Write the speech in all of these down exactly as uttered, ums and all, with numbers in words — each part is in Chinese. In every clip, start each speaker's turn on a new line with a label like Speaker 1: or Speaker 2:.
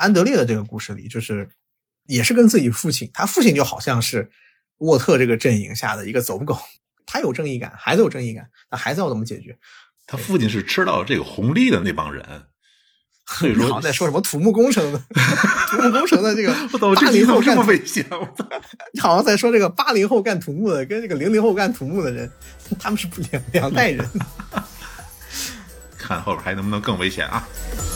Speaker 1: 安德烈的这个故事里，就是也是跟自己父亲，他父亲就好像是沃特这个阵营下的一个走狗，他有正义感，孩子有正义感，那孩子要怎么解决？
Speaker 2: 他父亲是吃到这个红利的那帮人，所以说
Speaker 1: 好像在说什么土木工程的土木工程的这个
Speaker 2: 我操，这
Speaker 1: 零后
Speaker 2: 这么危险！我操，
Speaker 1: 你好像在说这个八零后干土木的跟这个零零后干土木的人，他们是不两两代人。
Speaker 2: 看后边还能不能更危险啊？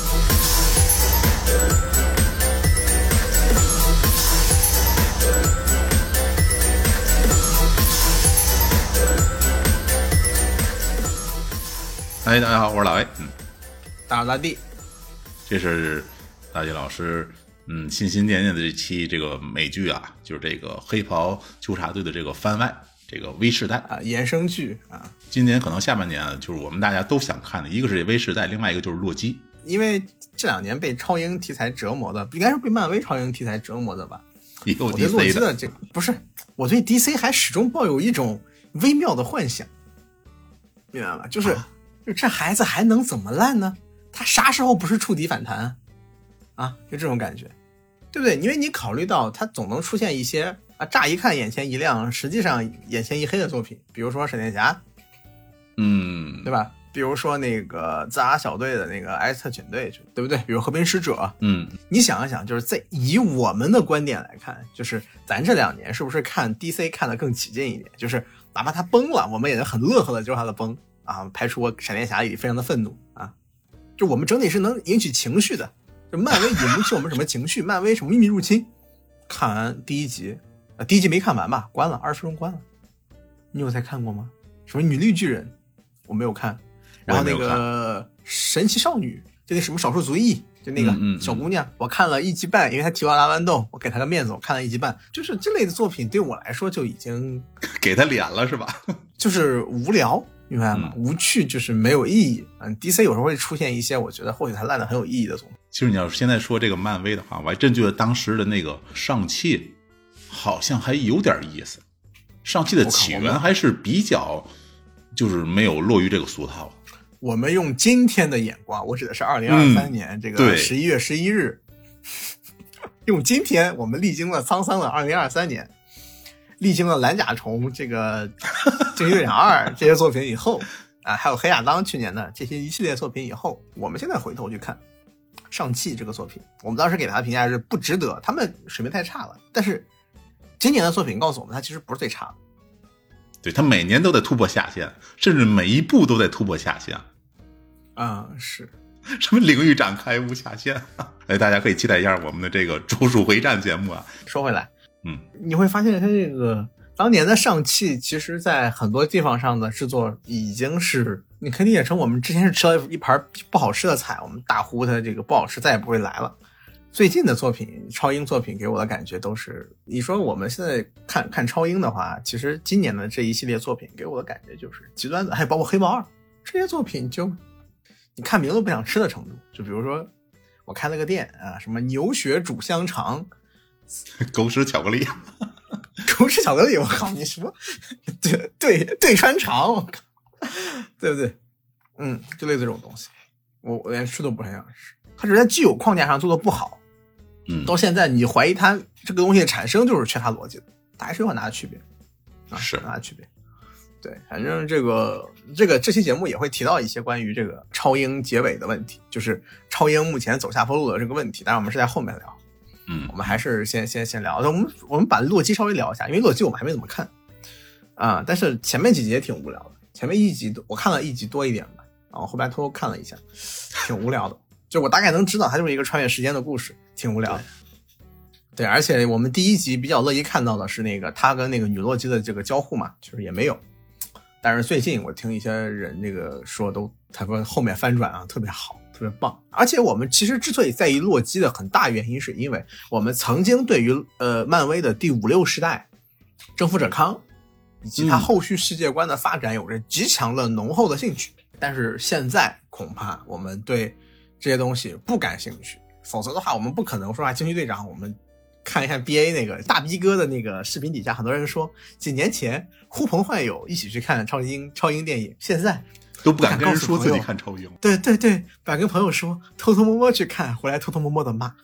Speaker 2: 哎，大家好，我是老 A。嗯，
Speaker 1: 大老大弟，
Speaker 2: 这是大杰老师嗯心心念念的这期这个美剧啊，就是这个黑袍纠察队的这个番外，这个 V 世代
Speaker 1: 啊，衍生剧啊。
Speaker 2: 今年可能下半年啊，就是我们大家都想看的，一个是这 V 世代，另外一个就是洛基。
Speaker 1: 因为这两年被超英题材折磨的，应该是被漫威超英题材折磨的吧。
Speaker 2: 也有 D C 的。
Speaker 1: 我对洛基的这不是，我对 D C 还始终抱有一种微妙的幻想，明白吗？就是。啊，就这孩子还能怎么烂呢？他啥时候不是触底反弹啊？就这种感觉，对不对？因为你考虑到他总能出现一些啊，乍一看眼前一亮，实际上眼前一黑的作品，比如说闪电侠，
Speaker 2: 嗯，
Speaker 1: 对吧？比如说那个自杀小队的那个埃斯特遣队，对不对？比如和平使者，
Speaker 2: 嗯，
Speaker 1: 你想一想，就是在以我们的观点来看，就是咱这两年是不是看 D C 看得更起劲一点？就是哪怕他崩了，我们也很乐呵的就是他的崩。啊，排除我闪电侠里非常的愤怒啊，就我们整体是能引起情绪的。就漫威引不起我们什么情绪？漫威什么秘密入侵？看完第一集，啊，第一集没看完吧？关了，二十分钟关了。你有在看过吗？什么女绿巨人？我没有看。然后那个神奇少女，就那什么少数族裔，就那个小姑娘，嗯嗯嗯我看了一集半，因为她提完拉豌豆，我给她个面子，我看了一集半。就是这类的作品对我来说就已经
Speaker 2: 给她脸了，是吧？
Speaker 1: 就是无聊。明白吗？嗯、无趣就是没有意义。嗯 ，D C 有时候会出现一些我觉得或许它烂的很有意义的作品。
Speaker 2: 其实你要是现在说这个漫威的话，我还真觉得当时的那个上汽好像还有点意思。上汽的起源还是比较，就是没有落于这个俗套。
Speaker 1: 我们用今天的眼光，我指的是二零二三年、嗯、这个十一月十一日，用今天我们历经了沧桑的二零二三年。历经了蓝甲虫这个惊奇队长二这些作品以后啊，还有黑亚当去年的这些一系列作品以后，我们现在回头去看上汽这个作品，我们当时给他的评价是不值得，他们水平太差了。但是今年的作品告诉我们，他其实不是最差的。
Speaker 2: 对，他每年都在突破下限，甚至每一步都在突破下限。
Speaker 1: 啊、嗯，是
Speaker 2: 什么领域展开无下限？哎，大家可以期待一下我们的这个周数回战节目啊。
Speaker 1: 说回来。
Speaker 2: 嗯，
Speaker 1: 你会发现它这个当年的上汽，其实在很多地方上的制作已经是，你可以理解成我们之前是吃了一盘不好吃的菜，我们大呼它这个不好吃，再也不会来了。最近的作品，超英作品给我的感觉都是，你说我们现在看看超英的话，其实今年的这一系列作品给我的感觉就是极端的，还有包括黑豹二这些作品，就你看名都不想吃的程度。就比如说我开了个店啊，什么牛血煮香肠。
Speaker 2: 狗屎巧克力，
Speaker 1: 狗屎巧克力，我靠，你什么？对对对穿肠，我靠，对不对？嗯，就类似这种东西，我我连吃都不太想吃。它只是在既有框架上做的不好，
Speaker 2: 嗯，
Speaker 1: 到现在你怀疑它这个东西的产生就是缺乏逻辑的，它还是有很大的区别啊，
Speaker 2: 是
Speaker 1: 很大的区别。对，反正这个这个这期节目也会提到一些关于这个超英结尾的问题，就是超英目前走下坡路的这个问题，但是我们是在后面聊。
Speaker 2: 嗯，
Speaker 1: 我们还是先先先聊，我们我们把洛基稍微聊一下，因为洛基我们还没怎么看啊，但是前面几集也挺无聊的，前面一集我看了一集多一点吧，然后后边偷偷看了一下，挺无聊的，就我大概能知道它就是一个穿越时间的故事，挺无聊的。对，而且我们第一集比较乐意看到的是那个他跟那个女洛基的这个交互嘛，就是也没有。但是最近我听一些人这个说都，他说后面翻转啊特别好。特别棒，而且我们其实之所以在意洛基的很大原因，是因为我们曾经对于呃漫威的第五六时代征服者康以及他后续世界观的发展有着极强的浓厚的兴趣，嗯、但是现在恐怕我们对这些东西不感兴趣，否则的话我们不可能说啊惊奇队长我们看一看 B A 那个大逼哥的那个视频底下很多人说几年前呼朋唤友一起去看超英超英电影，现在
Speaker 2: 都不敢跟人说自己看超英，
Speaker 1: 对对对，不敢跟朋友说，偷偷摸摸去看，回来偷偷摸摸的骂。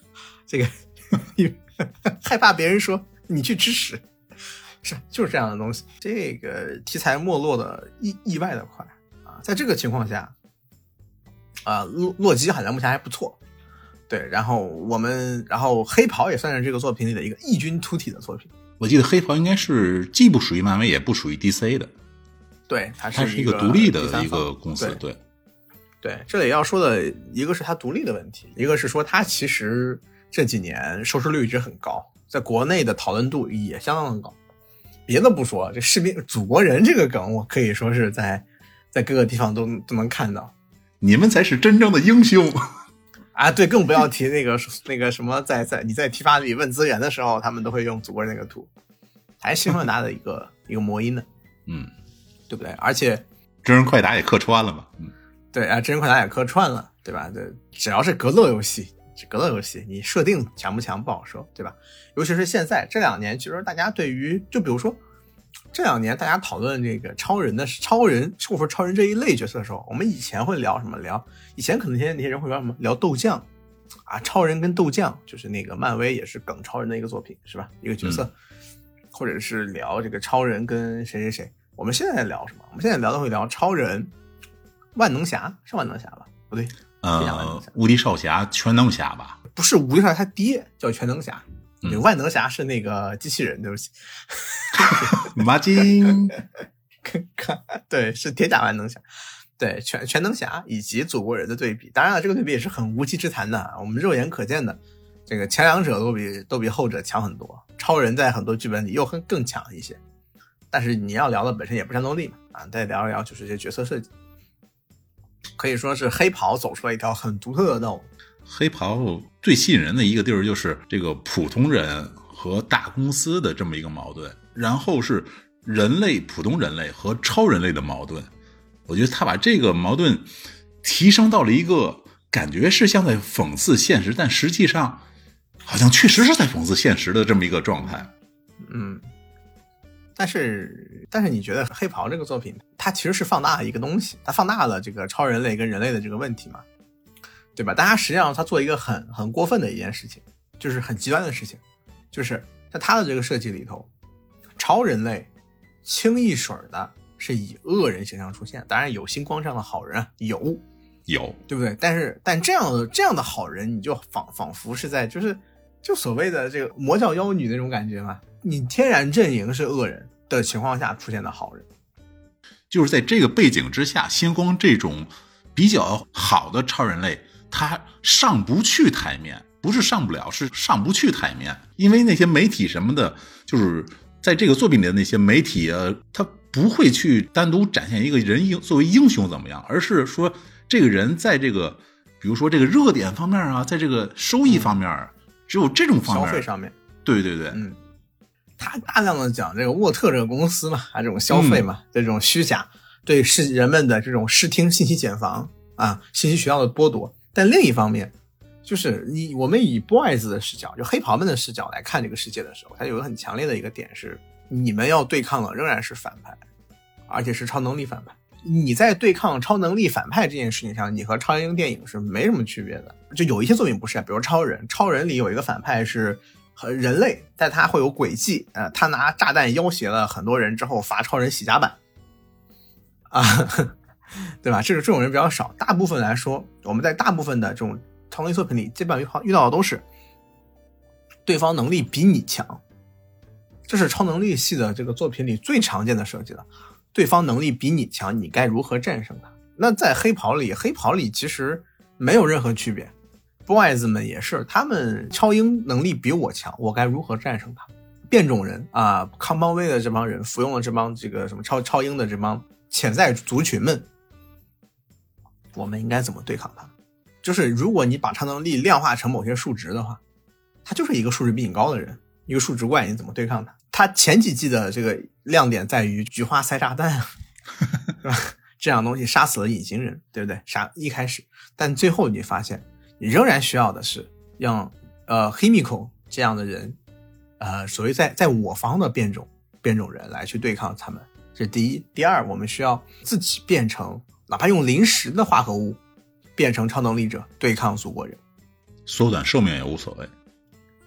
Speaker 1: 这个害怕别人说你去吃屎，是就是这样的东西。这个题材没落的意意外的快啊，在这个情况下，啊，洛洛基好像目前还不错，对，然后我们，然后黑袍也算是这个作品里的一个异军突起的作品。
Speaker 2: 我记得黑袍应该是既不属于漫威也不属于 D C 的，
Speaker 1: 对，它
Speaker 2: 是
Speaker 1: 一
Speaker 2: 个独立的一个公司，对。
Speaker 1: 对，这里要说的一个是它独立的问题，一个是说它其实这几年收视率一直很高，在国内的讨论度也相当的高。别的不说，这士兵祖国人这个梗，我可以说是在在各个地方都都能看到。
Speaker 2: 你们才是真正的英雄
Speaker 1: 啊！对，更不要提那个那个什么在，在在你在提法里问资源的时候，他们都会用祖国人那个图，还是兴奋达的一个一个魔音呢。
Speaker 2: 嗯，
Speaker 1: 对不对？而且
Speaker 2: 真人快打也客串了嘛。嗯。
Speaker 1: 对啊，真人快打也客串了，对吧？这只要是格斗游戏，格斗游戏你设定强不强不好说，对吧？尤其是现在这两年，其实大家对于，就比如说这两年大家讨论这个超人的超人，或者说超人这一类角色的时候，我们以前会聊什么？聊以前可能那些那些人会聊什么？聊斗将啊，超人跟斗将，就是那个漫威也是梗超人的一个作品，是吧？一个角色，嗯、或者是聊这个超人跟谁谁谁。我们现在聊什么？我们现在聊的会聊超人。万能侠是万能侠吧？不对，
Speaker 2: 呃，无敌少侠、全能侠吧？
Speaker 1: 不是无敌少侠，他爹叫全能侠。嗯，万能侠是那个机器人，对不起，
Speaker 2: 马金，
Speaker 1: 对，是铁甲万能侠。对，全全能侠以及祖国人的对比，当然了，这个对比也是很无稽之谈的。我们肉眼可见的，这个前两者都比都比后者强很多。超人在很多剧本里又更更强一些，但是你要聊的本身也不战斗力嘛，啊，再聊一聊就是这些角色设计。可以说是黑袍走出了一条很独特的道路。
Speaker 2: 黑袍最吸引人的一个地儿就是这个普通人和大公司的这么一个矛盾，然后是人类普通人类和超人类的矛盾。我觉得他把这个矛盾提升到了一个感觉是像在讽刺现实，但实际上好像确实是在讽刺现实的这么一个状态。
Speaker 1: 嗯，但是但是你觉得黑袍这个作品它其实是放大了一个东西，它放大了这个超人类跟人类的这个问题嘛，对吧？大家实际上它做一个很很过分的一件事情，就是很极端的事情，就是在它的这个设计里头，超人类轻易水的是以恶人形象出现，当然有星光这样的好人有
Speaker 2: 有，
Speaker 1: 对不对？但是但这样的这样的好人，你就仿仿佛是在就是就所谓的这个魔教妖女那种感觉嘛，你天然阵营是恶人的情况下出现的好人，
Speaker 2: 就是在这个背景之下，星光这种比较好的超人类，他上不去台面，不是上不了，是上不去台面，因为那些媒体什么的，就是在这个作品里的那些媒体啊，他不会去单独展现一个人英作为英雄怎么样，而是说这个人在这个比如说这个热点方面啊，在这个收益方面、嗯、只有这种方面
Speaker 1: 消费上面，
Speaker 2: 对对对，
Speaker 1: 嗯，他大量的讲这个沃特这个公司嘛，啊这种消费嘛、嗯、这种虚假对是人们的这种视听信息茧房啊，信息渠道的剥夺，但另一方面就是你我们以 boys 的视角，就黑袍们的视角来看这个世界的时候，它有个很强烈的一个点是，你们要对抗的仍然是反派，而且是超能力反派。你在对抗超能力反派这件事情上，你和超英电影是没什么区别的。就有一些作品不是，比如超人，超人里有一个反派是人类，但他会有诡计，呃，他拿炸弹要挟了很多人之后罚超人洗甲板，啊，对吧？这个这种人比较少。大部分来说，我们在大部分的这种超能力作品里，基本上遇到的都是对方能力比你强，这是超能力系的这个作品里最常见的设计了。对方能力比你强，你该如何战胜他？那在黑袍里，黑袍里其实没有任何区别。boys 们也是，他们超英能力比我强，我该如何战胜他？变种人啊，康邦威的这帮人服用了这帮这个什么超超英的这帮潜在族群们，我们应该怎么对抗他？就是如果你把超能力量化成某些数值的话，他就是一个数值比你高的人，一个数值怪，你怎么对抗他？他前几季的这个亮点在于菊花塞炸弹，是吧？这样东西杀死了隐形人，对不对？杀一开始，但最后你发现，你仍然需要的是让呃黑米口这样的人，呃，所谓在在我方的变种变种人来去对抗他们，这是第一。第二，我们需要自己变成，哪怕用临时的化合物变成超能力者对抗祖国人，
Speaker 2: 缩短寿命也无所谓。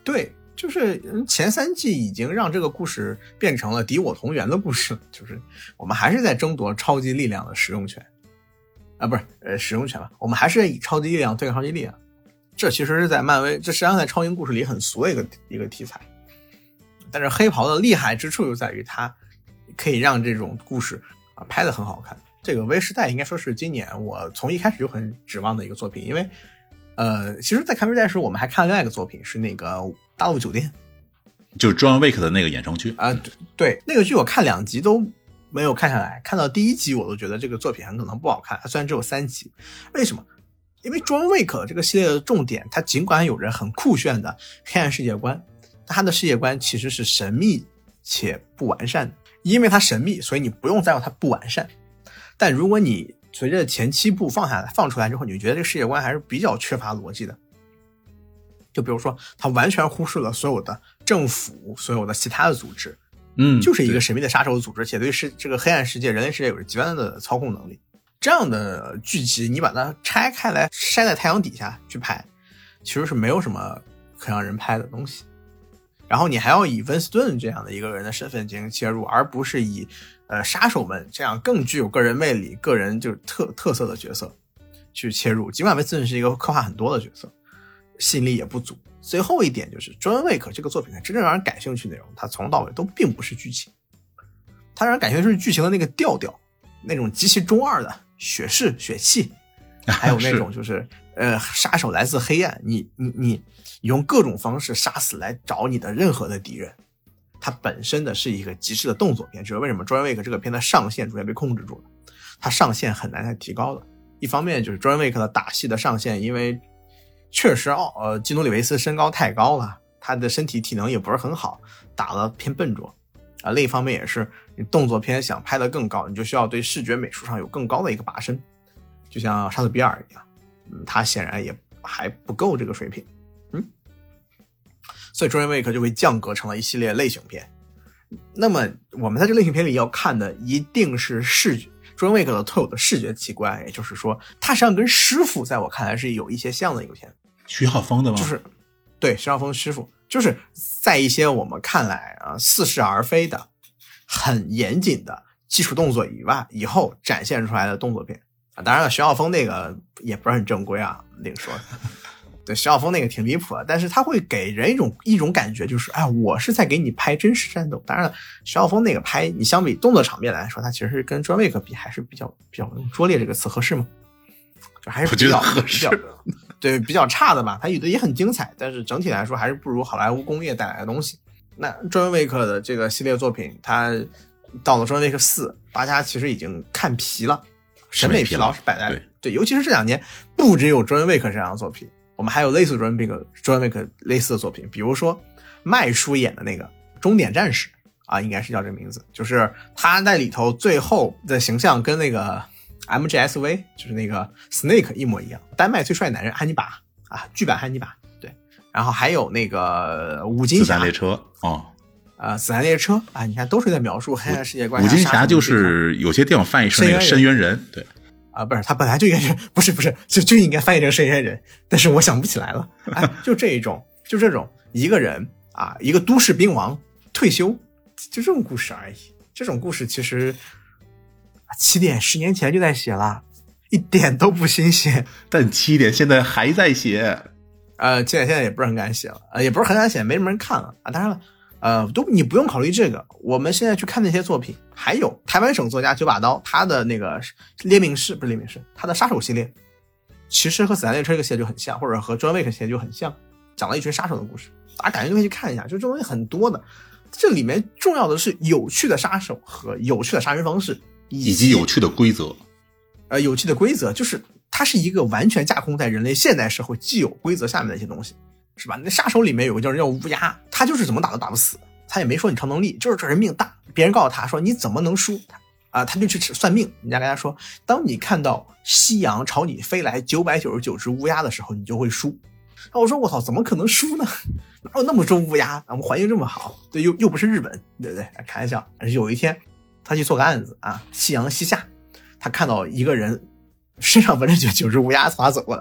Speaker 1: 对，就是前三季已经让这个故事变成了敌我同源的故事，就是我们还是在争夺超级力量的使用权啊，不是呃使用权吧，我们还是以超级力量对抗超级力量。这其实是在漫威，这实际上在超英故事里很俗的一个一个题材。但是黑袍的厉害之处就在于它可以让这种故事啊拍得很好看。这个微时代应该说是今年我从一开始就很指望的一个作品，因为呃，其实在看微时代时我们还看了另外一个作品，是那个大陆酒店，
Speaker 2: 就是 John Wick 的那个衍生剧
Speaker 1: 啊、呃，对，那个剧我看两集都没有看下来，看到第一集我都觉得这个作品很可能不好看，虽然只有三集。为什么？因为 John Wick 这个系列的重点，它尽管有着很酷炫的黑暗世界观，但它的世界观其实是神秘且不完善的。因为它神秘，所以你不用在乎它不完善。但如果你随着前七部放下来放出来之后，你觉得这个世界观还是比较缺乏逻辑的。就比如说，它完全忽视了所有的政府、所有的其他的组织，
Speaker 2: 嗯，
Speaker 1: 就是一个神秘的杀手组织，且对是这个黑暗世界、人类世界有着极端的操控能力。这样的剧集，你把它拆开来晒在太阳底下去拍，其实是没有什么可让人拍的东西。然后你还要以温斯顿这样的一个人的身份进行切入，而不是以呃杀手们这样更具有个人魅力、个人就是特特色的角色去切入。尽管温斯顿是一个刻画很多的角色，吸引力也不足。最后一点就是John Wick这个作品它真正让人感兴趣的内容，它从头到尾都并不是剧情，它让人感兴趣的是剧情的那个调调，那种极其中二的血势血气，还有那种就是呃杀手来自黑暗，你你你用各种方式杀死来找你的任何的敌人。它本身的是一个极致的动作片，就是为什么 John Wick 这个片的上限逐渐被控制住了，它上限很难再提高了。一方面就是 John Wick 的打戏的上限，因为确实哦，呃，基努里维斯身高太高了，他的身体体能也不是很好，打得偏笨拙啊。另一方面也是，你动作片想拍得更高，你就需要对视觉美术上有更高的一个拔升，就像沙特比尔一样，嗯，他显然也还不够这个水平，嗯，所以 John Wick 就被降格成了一系列类型片。那么我们在这类型片里要看的一定是视觉。John Wick 的特有的视觉奇观，也就是说，它实际上跟师傅在我看来是有一些像的一个片子。
Speaker 2: 徐浩峰的吗？
Speaker 1: 就是对徐浩峰师傅，就是在一些我们看来啊似是而非的、很严谨的基础动作以外，以后展现出来的动作片啊。当然了，徐浩峰那个也不是很正规啊，另说。对，徐浩峰那个挺离谱的，但是他会给人一种一种感觉，就是哎，我是在给你拍真实战斗。当然了，徐浩峰那个拍，你相比动作场面来说，他其实是跟 John Wick 比还是比较比较用拙劣这个词合适吗？就还是比较
Speaker 2: 合适，
Speaker 1: 比较对比较差的吧。他有的也很精彩，但是整体来说还是不如好莱坞工业带来的东西。那 John Wick 的这个系列作品，他到了 John Wick 四，大家其实已经看疲了，审美疲劳是摆在 对, 对，尤其是这两年，不只有 John Wick 这样的作品。我们还有类似 John Wick John Wick 类似的作品，比如说麦叔演的那个终点战士啊，应该是叫这个名字，就是他在里头最后的形象跟那个 M G S V 就是那个 Snake 一模一样，丹麦最帅男人汉尼拔啊，剧版汉尼拔，对，然后还有那个五金侠，
Speaker 2: 子弹列车哦，
Speaker 1: 呃，子弹列车啊，你看都是在描述黑暗世界观。
Speaker 2: 五金侠就是有些地方翻译成那个深渊人，对。
Speaker 1: 啊，不是，他本来就应该是不是不是就就应该翻译成深渊人，但是我想不起来了。哎，就这一种，就这种一个人啊，一个都市兵王退休，就这种故事而已。这种故事其实起点十年前就在写了，一点都不新鲜。
Speaker 2: 但起点现在还在写，
Speaker 1: 呃，起点现在也不是很敢写了，呃，也不是很敢写，没什么人看了啊。当然了。呃，都你不用考虑这个，我们现在去看那些作品，还有台湾省作家九把刀，他的那个猎命士不是猎命士，他的杀手系列，其实和子弹列车这个系列就很像，或者和 John Wick 系列就很像，讲了一群杀手的故事，大家感觉就可以去看一下，就这东西很多的，这里面重要的是有趣的杀手和有趣的杀人方式，以及,
Speaker 2: 以及有趣的规则，
Speaker 1: 呃，有趣的规则就是它是一个完全架空在人类现代社会既有规则下面的一些东西。是吧？那杀手里面有个叫人叫乌鸦，他就是怎么打都打不死，他也没说你超能力，就是这人命大。别人告诉他说你怎么能输啊、呃？他就去算命，人家跟他说，当你看到夕阳朝你飞来九百九十九只乌鸦的时候，你就会输。然后我说我操，怎么可能输呢？哪有那么多乌鸦？我们环境这么好，对，又又不是日本，对不对？开玩笑。而且有一天他去做个案子啊，夕阳西下，他看到一个人身上纹着九只乌鸦从他走过来。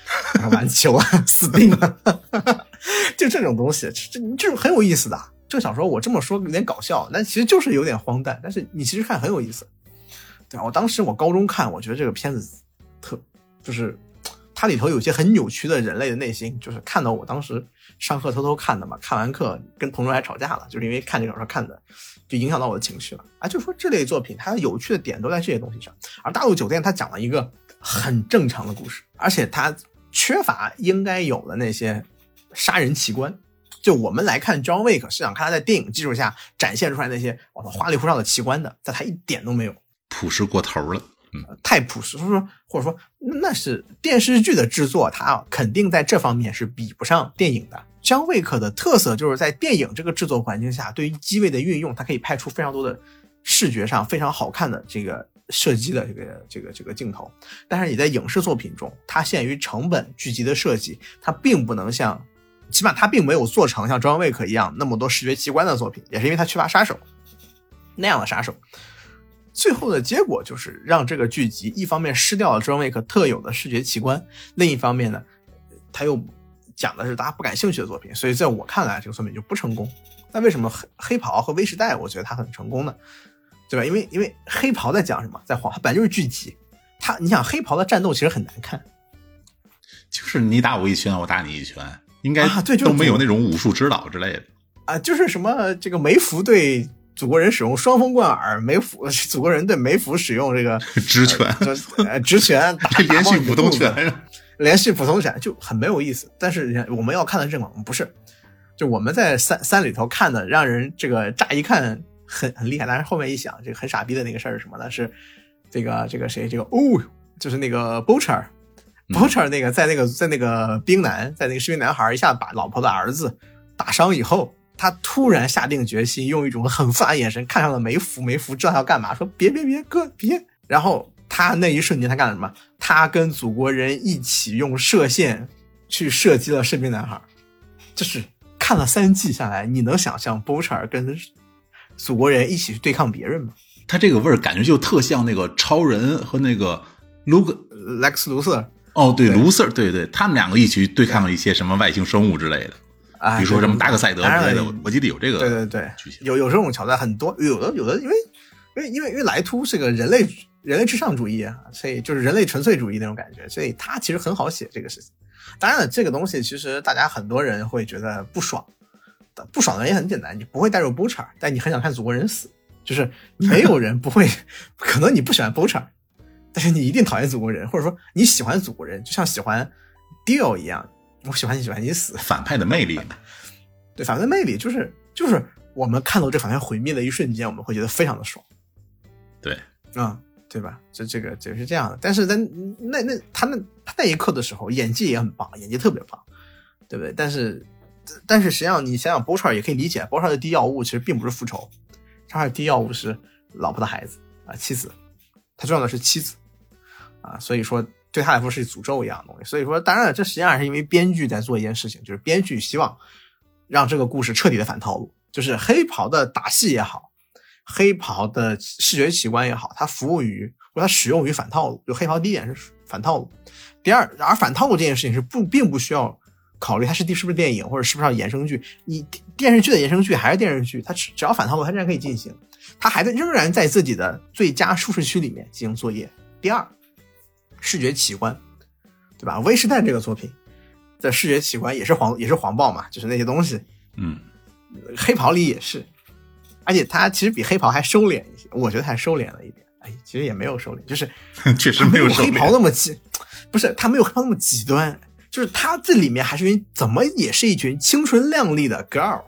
Speaker 1: 完球了，死定了，就这种东西，这这很有意思的。这个小说我这么说有点搞笑，但其实就是有点荒诞，但是你其实看很有意思。对吧？我当时我高中看，我觉得这个片子特就是它里头有些很扭曲的人类的内心，就是看到我当时上课偷偷看的嘛，看完课跟同桌还吵架了，就是因为看这个小说看的就影响到我的情绪了啊。就说这类作品它有趣的点都在这些东西上，而大陆酒店它讲了一个很正常的故事，而且它缺乏应该有的那些杀人奇观。就我们来看 John Wick 是想看他在电影技术下展现出来那些哇花里胡哨的奇观的，在他一点都没有，
Speaker 2: 朴实过头了。嗯，
Speaker 1: 太朴实，说或者说那是电视剧的制作，它肯定在这方面是比不上电影的。John Wick的特色就是在电影这个制作环境下，对于机位的运用，它可以拍出非常多的视觉上非常好看的这个射击的这个这个这个镜头。但是你在影视作品中，它限于成本剧集的设计，它并不能像，起码它并没有做成像 John Wick 一样那么多视觉奇观的作品，也是因为它缺乏杀手那样的杀手。最后的结果就是让这个剧集一方面失掉了 John Wick 特有的视觉奇观，另一方面呢，他又讲的是大家不感兴趣的作品，所以在我看来这个作品就不成功。那为什么黑黑袍和微时代我觉得它很成功呢？对吧？因为因为黑袍在讲什么，在黄它本来就是剧集，它你想黑袍的战斗其实很难看，
Speaker 2: 就是你打我一拳我打你一拳，应该
Speaker 1: 啊对，
Speaker 2: 都没有那种武术指导之类的
Speaker 1: 啊，就是什么这个梅福对祖国人使用双风贯耳，梅福祖国人对梅福使用这个
Speaker 2: 直拳，
Speaker 1: 呃，直拳打
Speaker 2: 连续普通拳，
Speaker 1: 连续普通拳就很没有意思。但是我们要看的这个不是，就我们在三三里头看的，让人这个乍一看很很厉害，但是后面一想，这个很傻逼的那个事儿是什么呢？是这个这个谁这个哦，就是那个 Butcher。Butcher 那个在那个在那个冰男在那个士兵男孩一下把老婆的儿子打伤以后，他突然下定决心，用一种很愤的眼神看上了梅福，梅福知道他要干嘛，说别别别哥别。然后他那一瞬间他干了什么？他跟祖国人一起用射线去射击了士兵男孩。就是看了三季下来，你能想象 Butcher 跟祖国人一起去对抗别人吗？
Speaker 2: 他这个味儿感觉就特像那个超人和那个卢克
Speaker 1: 莱克斯卢瑟。
Speaker 2: 哦，对，卢瑟，对对，他们两个一起对抗了一些什么外星生物之类的，啊、比如说什么达克赛德之类的，我我记得有这个，
Speaker 1: 对对对，有有这种桥段很多，有的有的，因为因为因为因为莱秃是个人类人类至上主义啊，所以就是人类纯粹主义那种感觉，所以他其实很好写这个事情。当然了，这个东西其实大家很多人会觉得不爽，不爽的原因很简单，你不会带入 Butcher， 但你很想看祖国人死，就是没有人不会，可能你不喜欢 Butcher。但是你一定讨厌祖国人，或者说你喜欢祖国人，就像喜欢 Dio 一样，我喜欢你喜欢你死。
Speaker 2: 反派的魅力，
Speaker 1: 对，反派的魅力就是就是我们看到这反派毁灭的一瞬间，我们会觉得非常的爽。
Speaker 2: 对，
Speaker 1: 啊、嗯，对吧？这这个就是这样的。但是在那那他那他那一刻的时候，演技也很棒，演技特别棒，对不对？但是但是实际上你想想 Butcher 也可以理解 ，Butcher 的第一要务其实并不是复仇，他的第一要务是老婆的孩子啊，妻子。他重要的是妻子啊，所以说对他来说是诅咒一样的东西。所以说，当然了，这实际上是因为编剧在做一件事情，就是编剧希望让这个故事彻底的反套路，就是黑袍的打戏也好，黑袍的视觉奇观也好，它服务于或者它使用于反套路。就黑袍第一点是反套路，第二，而反套路这件事情是不并不需要考虑它是是不是电影或者是不是衍生剧，你电视剧的衍生剧还是电视剧，它只要反套路，它仍然可以进行。他还在仍然在自己的最佳舒适区里面进行作业。第二，视觉奇观，对吧？微时代这个作品的视觉奇观也是黄也是黄暴嘛，就是那些东西，
Speaker 2: 嗯，
Speaker 1: 黑袍里也是，而且他其实比黑袍还收敛一些，我觉得还收敛了一点。哎，其实也没有收敛，就是
Speaker 2: 确实没有收敛，
Speaker 1: 黑袍那么极，不是他没有黑袍那么极端，就是他这里面还是因怎么也是一群青春靓丽的 girl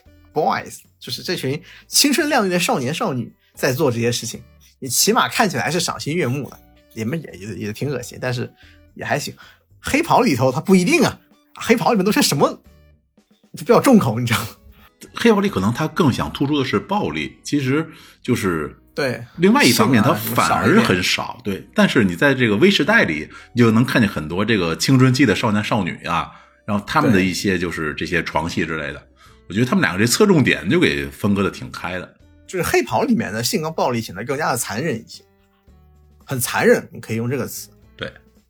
Speaker 1: boys。就是这群青春靓丽的少年少女在做这些事情，你起码看起来是赏心悦目的，你们也也也挺恶心，但是也还行。黑袍里头它不一定啊，黑袍里面都是什么，就比较重口，你知道吗？
Speaker 2: 黑袍里可能他更想突出的是暴力，其实就是
Speaker 1: 对。
Speaker 2: 另外一方面，它反而很少，对。但是你在这个微时代里，你就能看见很多这个青春期的少男少女啊，然后他们的一些就是这些床戏之类的。我觉得他们两个这侧重点就给分割的挺开的，
Speaker 1: 就是黑袍里面的性格暴力显得更加的残忍一些，很残忍，你可以用这个词。
Speaker 2: 对，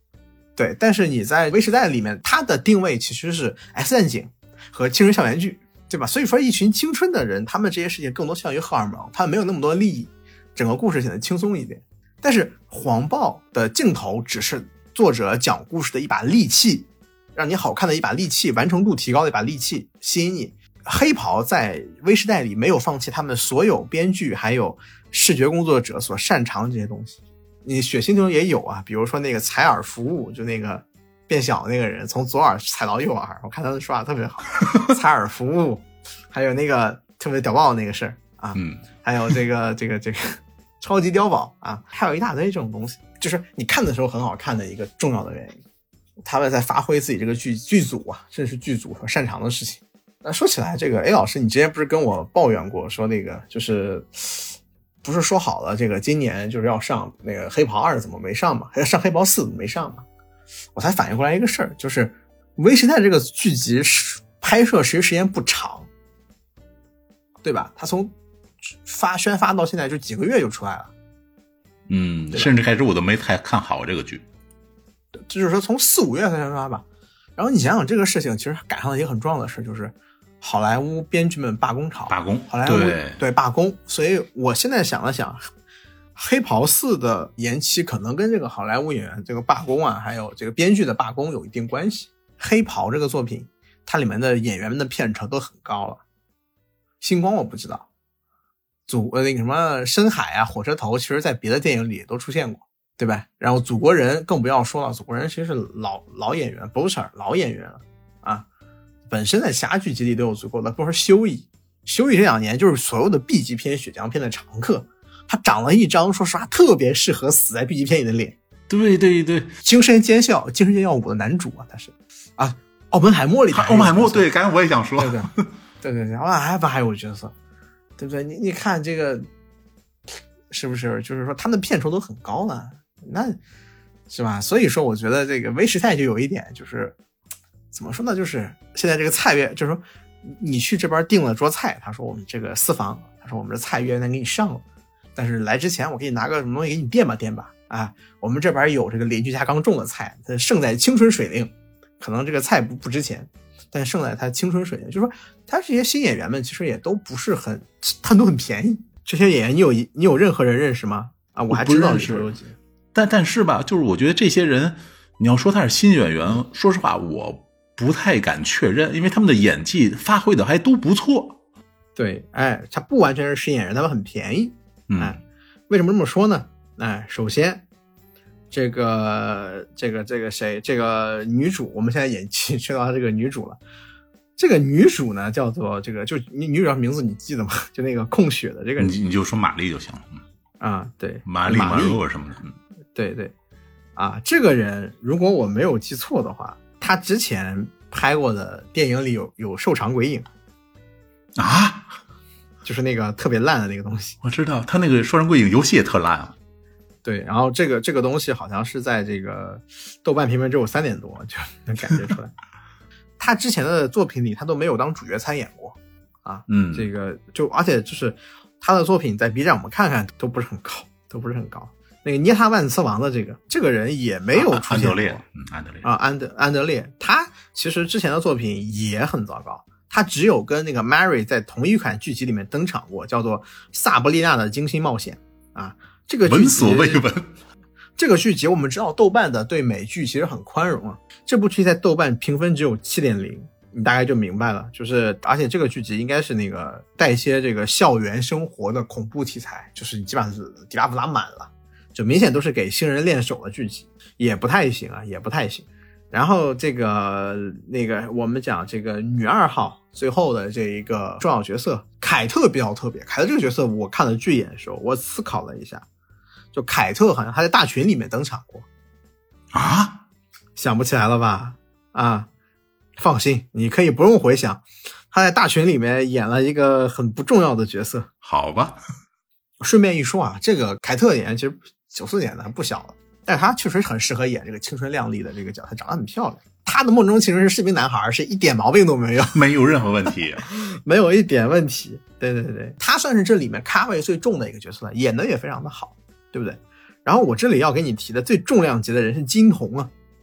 Speaker 1: 对，但是你在微时代里面，它的定位其实是 X 战警和青春校园剧，对吧？所以说一群青春的人，他们这些事情更多向于荷尔蒙，他们没有那么多利益，整个故事显得轻松一点。但是黄暴的镜头只是作者讲故事的一把利器，让你好看的一把利器，完成度提高的一把利器，吸引你。黑袍在微时代里没有放弃他们所有编剧还有视觉工作者所擅长的这些东西。你血腥中也有啊，比如说那个采耳服务，就那个变小那个人从左耳踩到右耳，我看他们说话特别好。采耳服务，还有那个特别屌爆那个事儿啊，
Speaker 2: 嗯，
Speaker 1: 还有这个这个这个超级碉堡啊，还有一大堆这种东西，就是你看的时候很好看的一个重要的原因。他们在发挥自己这个剧剧组啊，甚至是剧组所擅长的事情。那说起来，这个 A 老师，你之前不是跟我抱怨过，说那个就是不是说好了这个今年就是要上那个黑袍二怎么没上嘛，还要上黑袍四怎么没上嘛？我才反应过来一个事儿，就是微时代这个剧集拍摄实际时间不长，对吧？他从发宣发到现在就几个月就出来了，
Speaker 2: 嗯，甚至开始我都没太看好这个剧，
Speaker 1: 就是说从四五月份宣发吧。然后你想想这个事情，其实赶上了一个很重要的事，就是好莱坞编剧们罢工潮，
Speaker 2: 罢工，
Speaker 1: 好莱坞
Speaker 2: 对,
Speaker 1: 对罢工。所以我现在想了想，黑袍四的延期可能跟这个好莱坞演员这个罢工啊，还有这个编剧的罢工有一定关系。黑袍这个作品，它里面的演员们的片酬都很高了。星光我不知道，祖呃那个什么深海啊、火车头，其实在别的电影里也都出现过。对吧？然后祖国人更不要说了，祖国人其实是老老演员 ，Bosser 老演员了啊，本身在其他剧集里都有足够的。不说修一，修一这两年就是所有的 B 级片、血浆片的常客，他长了一张说实话特别适合死在 B 级片里的脸。
Speaker 2: 对对对，
Speaker 1: 精神奸笑，精神奸笑五的男主啊，他是啊，奥本海默里，
Speaker 2: 奥本海默对，刚才我也想说，
Speaker 1: 对对对对对，奥本海默还有角色，对不对？你你看这个是不是？就是说他们的片酬都很高了。那是吧？所以说我觉得这个微时代就有一点就是怎么说呢，就是现在这个菜月，就是说你去这边订了桌菜，他说我们这个私房，他说我们这菜月能给你上了，但是来之前我给你拿个什么东西给你垫吧垫吧啊，我们这边有这个邻居家刚种的菜，它胜在青春水灵，可能这个菜不不值钱，但胜在它青春水灵，就是说他这些新演员们其实也都不是很，他们都很便宜。这些演员你有你有任何人认识吗？啊，我还知道是有几。
Speaker 2: 但但是吧，就是我觉得这些人，你要说他是新演员，说实话，我不太敢确认，因为他们的演技发挥的还都不错。
Speaker 1: 对，哎，他不完全是新演员，他们很便宜。
Speaker 2: 嗯，
Speaker 1: 哎，为什么这么说呢？哎，首先，这个这个这个谁，这个女主，我们现在演技知道她这个女主了。这个女主呢，叫做这个，就女主名字你记得吗？就那个控血的这个，
Speaker 2: 你你就说玛丽就行了。
Speaker 1: 啊，对，
Speaker 2: 玛丽玛丽什么的。
Speaker 1: 对对，啊，这个人如果我没有记错的话，他之前拍过的电影里有有《瘦长鬼影》
Speaker 2: 啊，
Speaker 1: 就是那个特别烂的那个东西。
Speaker 2: 我知道他那个《瘦长鬼影》游戏也特烂啊。
Speaker 1: 对，然后这个这个东西好像是在这个豆瓣评分只有三点多，就能感觉出来。他之前的作品里，他都没有当主角参演过啊。
Speaker 2: 嗯，
Speaker 1: 这个就而且就是他的作品在 B 站我们看看都不是很高，都不是很高。那个捏他万磁王的这个这个人也没有出现过，
Speaker 2: 安德烈，嗯，安德烈
Speaker 1: 啊，安德安德烈，他其实之前的作品也很糟糕，他只有跟那个 Mary 在同一款剧集里面登场过，叫做《萨布丽娜的惊心冒险》啊。这个剧集
Speaker 2: 闻所未闻。
Speaker 1: 这个剧集我们知道豆瓣的对美剧其实很宽容啊，这部剧在豆瓣评分只有 七点零， 你大概就明白了，就是而且这个剧集应该是那个带一些这个校园生活的恐怖题材，就是你基本上是迪拉布拉满了，就明显都是给新人练手的剧集，也不太行啊，也不太行。然后这个那个我们讲这个女二号最后的这一个重要角色凯特比较特别，凯特这个角色我看了剧演的时候，我思考了一下，就凯特好像他在大群里面登场过
Speaker 2: 啊，
Speaker 1: 想不起来了吧？啊，放心，你可以不用回想，他在大群里面演了一个很不重要的角色。
Speaker 2: 好吧，
Speaker 1: 顺便一说啊，这个凯特演员其实九四年的不小了，但是他确实很适合演这个青春靓丽的这个角色，长得很漂亮。他的梦中情人是士兵男孩，是一点毛病都没有，
Speaker 2: 没有任何问题，
Speaker 1: 没有一点问题。对对对，他算是这里面咖位最重的一个角色了，演的也非常的好，对不对？然后我这里要给你提的最重量级的人是金童啊，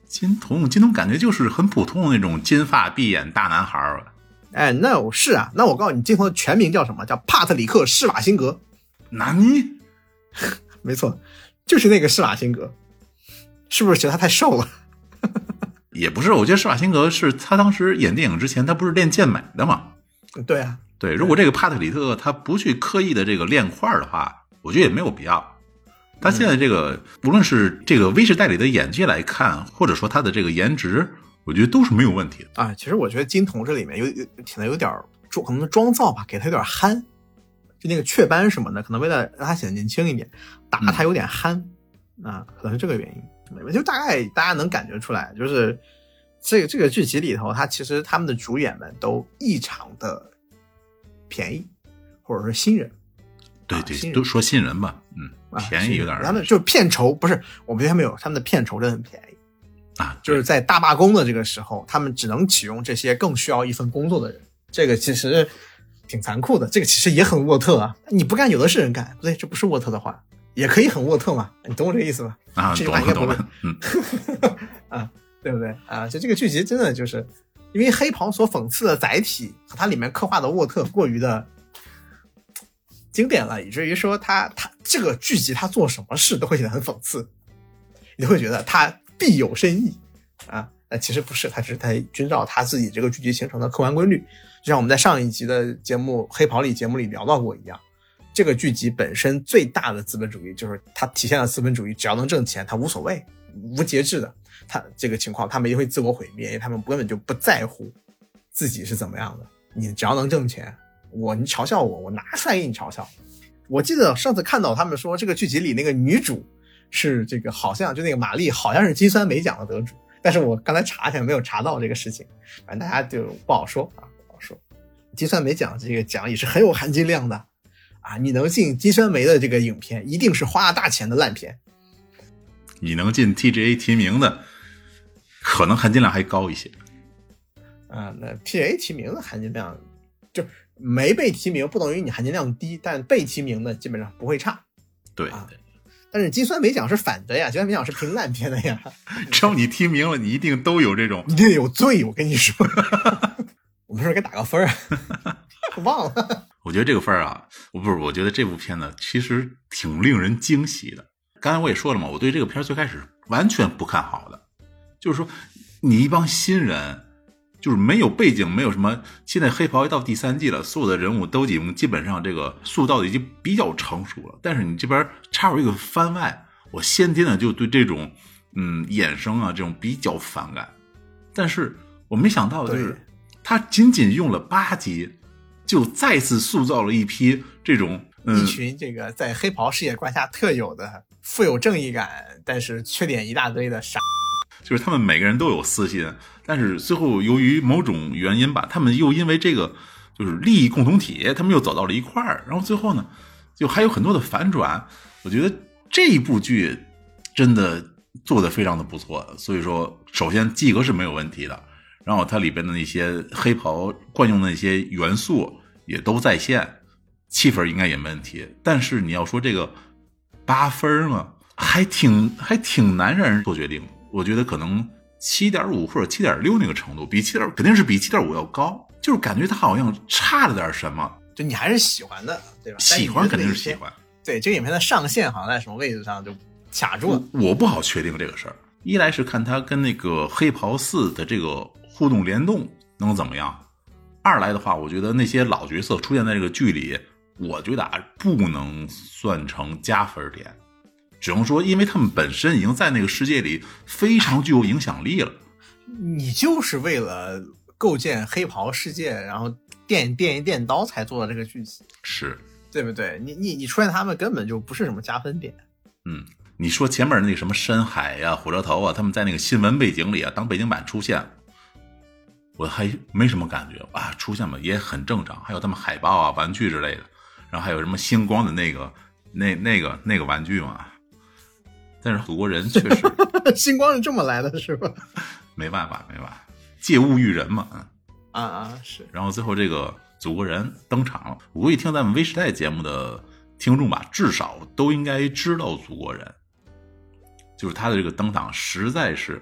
Speaker 2: 金童，金童感觉就是很普通的那种金发碧眼大男孩儿。
Speaker 1: 哎，那我是啊，那我告诉你，金童的全名叫什么？叫帕特里克·施瓦辛格。
Speaker 2: 哪尼？
Speaker 1: 没错，就是那个施瓦辛格。是不是觉得他太瘦了？
Speaker 2: 也不是，我觉得施瓦辛格是他当时演电影之前，他不是练健美的吗？
Speaker 1: 对啊，
Speaker 2: 对，如果这个帕特里特他不去刻意的这个练块的话，我觉得也没有必要。他现在这个、嗯、无论是这个微时代里的演技来看，或者说他的这个颜值，我觉得都是没有问题的
Speaker 1: 啊。其实我觉得金童这里面有有可能有点装，可能装造吧，给他有点憨，就那个雀斑什么的，可能为了让他显得年轻一点，打他有点憨、嗯、啊，可能是这个原因。就大概大家能感觉出来，就是这个这个剧集里头，他其实他们的主演们都异常的便宜，或者说新人。
Speaker 2: 对对，啊、都说新人吧，嗯，便宜有点、
Speaker 1: 啊。他们就片酬不是，我们觉得没有，他们的片酬真的很便宜
Speaker 2: 啊。
Speaker 1: 就是在大罢工的这个时候，他们只能启用这些更需要一份工作的人，这个其实挺残酷的，这个其实也很沃特啊。你不干，有的是人干，不对，这不是沃特的话。也可以很沃特嘛，你懂我这个意思吧？
Speaker 2: 啊，
Speaker 1: 这句话应该不
Speaker 2: 懂了，嗯，
Speaker 1: 啊，对不对啊？就这个剧集真的就是因为黑袍所讽刺的载体和它里面刻画的沃特过于的经典了，以至于说他他这个剧集他做什么事都会显得很讽刺，你会觉得他必有深意啊。那其实不是，他只是在遵照他自己这个剧集形成的客观规律，就像我们在上一集的节目黑袍里节目里聊到过一样。这个剧集本身最大的资本主义就是它体现了资本主义，只要能挣钱，它无所谓，无节制的。它这个情况，他们也会自我毁灭，因为他们根本就不在乎自己是怎么样的。你只要能挣钱，我你嘲笑我，我拿出来给你嘲笑。我记得上次看到他们说，这个剧集里那个女主是这个好像就那个玛丽，好像是金酸梅奖的得主，但是我刚才查起来没有查到这个事情，反正大家就不好说啊，不好说。金酸梅奖这个奖也是很有含金量的。啊，你能进金酸梅的这个影片，一定是花了大钱的烂片。
Speaker 2: 你能进 T G A 提名的，可能含金量还高一些。
Speaker 1: 啊，那 T G A 提名的含金量，就没被提名不等于你含金量低，但被提名的基本上不会差。
Speaker 2: 对，
Speaker 1: 啊、但是金酸梅奖是反的呀，金酸梅奖是评烂片的呀。
Speaker 2: 只要你提名了，你一定都有这种，
Speaker 1: 一定有罪。我跟你说，我们是不是该打个分啊？忘了。
Speaker 2: 我觉得这个分啊，我不是，我觉得这部片呢其实挺令人惊喜的。刚才我也说了嘛，我对这个片最开始完全不看好的，就是说你一帮新人，就是没有背景，没有什么。现在黑袍一到第三季了，所有的人物都已经基本上这个塑造的已经比较成熟了，但是你这边插入一个番外，我先天的就对这种嗯衍生啊这种比较反感。但是我没想到的就是他仅仅用了八集。就再次塑造了一批这种、嗯、
Speaker 1: 一群这个在黑袍世界观下特有的富有正义感，但是缺点一大堆的傻。
Speaker 2: 就是他们每个人都有私心，但是最后由于某种原因吧，他们又因为这个就是利益共同体，他们又走到了一块儿，然后最后呢，就还有很多的反转。我觉得这一部剧真的做得非常的不错，所以说首先季格是没有问题的。然后它里边的那些黑袍惯用的那些元素也都在线，七分应该也没问题。但是你要说这个八分嘛，还挺还挺难让人做决定。我觉得可能 七点五 或者 七点六 那个程度，比七点肯定是比 七点五 要高，就是感觉它好像差了点什么。
Speaker 1: 就你还是喜欢的，对吧？
Speaker 2: 喜欢肯定是喜欢。
Speaker 1: 对，这个影片的上限好像在什么位置上就卡住了。
Speaker 2: 我, 我不好确定这个事儿。一来是看它跟那个黑袍四的这个互动联动能怎么样，二来的话我觉得那些老角色出现在这个剧里，我觉得啊不能算成加分点，只能说因为他们本身已经在那个世界里非常具有影响力了。
Speaker 1: 你就是为了构建黑袍世界然后电电一电刀才做的这个剧集，
Speaker 2: 是
Speaker 1: 对不对？你你你出现他们根本就不是什么加分点。
Speaker 2: 嗯，你说前面那个什么深海呀、啊、火车头啊，他们在那个新闻背景里啊当背景板出现，我还没什么感觉啊，出现吧也很正常。还有他们海报啊、玩具之类的，然后还有什么星光的那个那那个那个玩具嘛。但是祖国人确实
Speaker 1: 星光是这么来的是吧？
Speaker 2: 没办法没办法，借物喻人嘛。
Speaker 1: 啊啊是。
Speaker 2: 然后最后这个祖国人登场了，我估计听咱们微时代节目的听众吧，至少都应该知道祖国人，就是他的这个登场实在是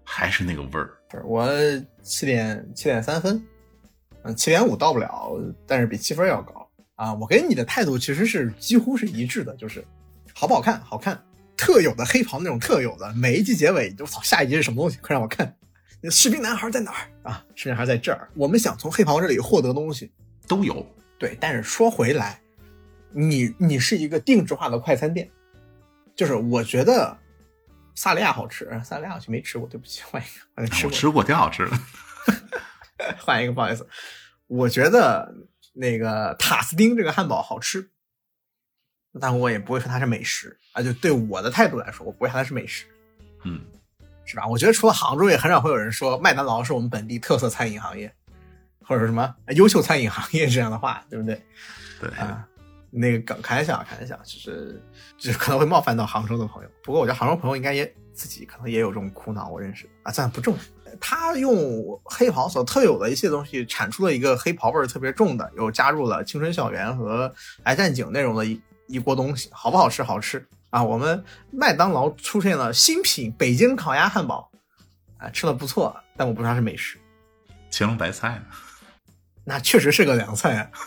Speaker 2: 还是那个味儿。
Speaker 1: 我七点七点三分，嗯，七点五到不了，但是比七分要高啊。我跟你的态度其实是几乎是一致的，就是好不好看，好看，特有的黑袍那种特有的，每一集结尾就操，下一集是什么东西，快让我看。士兵男孩在哪儿啊？士兵男孩在这儿。我们想从黑袍这里获得东西
Speaker 2: 都有，
Speaker 1: 对。但是说回来，你你是一个定制化的快餐店，就是我觉得萨利亚好吃，萨利亚我没吃过，对不起，换一个，换一个吃过，
Speaker 2: 我吃过，挺好吃的。
Speaker 1: 换一个，不好意思，我觉得那个塔斯丁这个汉堡好吃，但我也不会说它是美食啊。就对我的态度来说，我不会说它是美食，
Speaker 2: 嗯。
Speaker 1: 是吧？我觉得除了杭州，也很少会有人说麦当劳是我们本地特色餐饮行业，或者什么优秀餐饮行业这样的话，对不对？
Speaker 2: 对
Speaker 1: 啊，那个梗开玩笑，开玩笑，就是就是可能会冒犯到杭州的朋友。不过我觉得杭州朋友应该也自己可能也有这种苦恼，我认识的啊，但不重要。他用黑袍所特有的一些东西，产出了一个黑袍味儿特别重的，又加入了青春校园和爱战警内容的一一锅东西，好不好吃？好吃。啊，我们麦当劳出现了新品北京烤鸭汉堡，啊，吃了不错，但我不知道它是美食。
Speaker 2: 乾隆白菜呢？
Speaker 1: 那确实是个凉菜啊。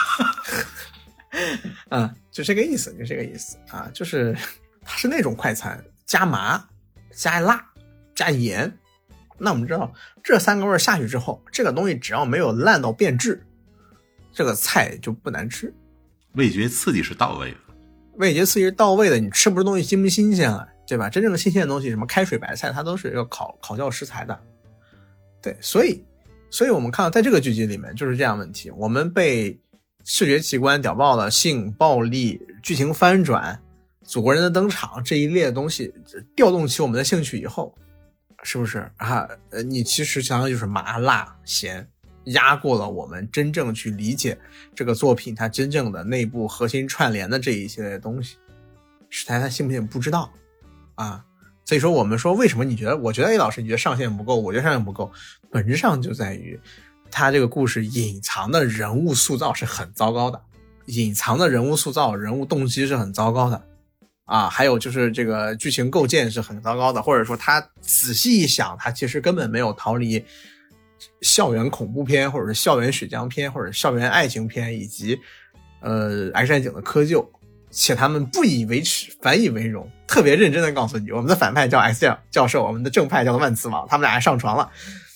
Speaker 1: 啊，就这个意思，就这个意思啊，就是它是那种快餐，加麻、加辣、加盐。那我们知道，这三个味儿下去之后，这个东西只要没有烂到变质，这个菜就不难吃。
Speaker 2: 味觉刺激是到位的。
Speaker 1: 味觉刺激是到位的，你吃不出东西新不新鲜了，对吧？真正的新鲜的东西，什么开水白菜，它都是要烤烤教食材的。对，所以，所以我们看到在这个剧集里面就是这样问题，我们被视觉奇观屌爆了，性暴力、剧情翻转、祖国人的登场这一列的东西调动起我们的兴趣以后，是不是啊？呃，你其实相当于就是麻辣咸。压过了我们真正去理解这个作品它真正的内部核心串联的这一些东西，史台他信不信不知道啊。所以说我们说为什么你觉得，我觉得 A 老师你觉得上限不够，我觉得上限不够，本质上就在于他这个故事隐藏的人物塑造是很糟糕的，隐藏的人物塑造人物动机是很糟糕的啊，还有就是这个剧情构建是很糟糕的，或者说他仔细一想，他其实根本没有逃离校园恐怖片，或者是校园血浆片，或者校园爱情片，以及呃 X 战警的窠臼，且他们不以为耻，反以为荣，特别认真的告诉你，我们的反派叫 X 教授，我们的正派叫做万磁王，他们俩还上床了，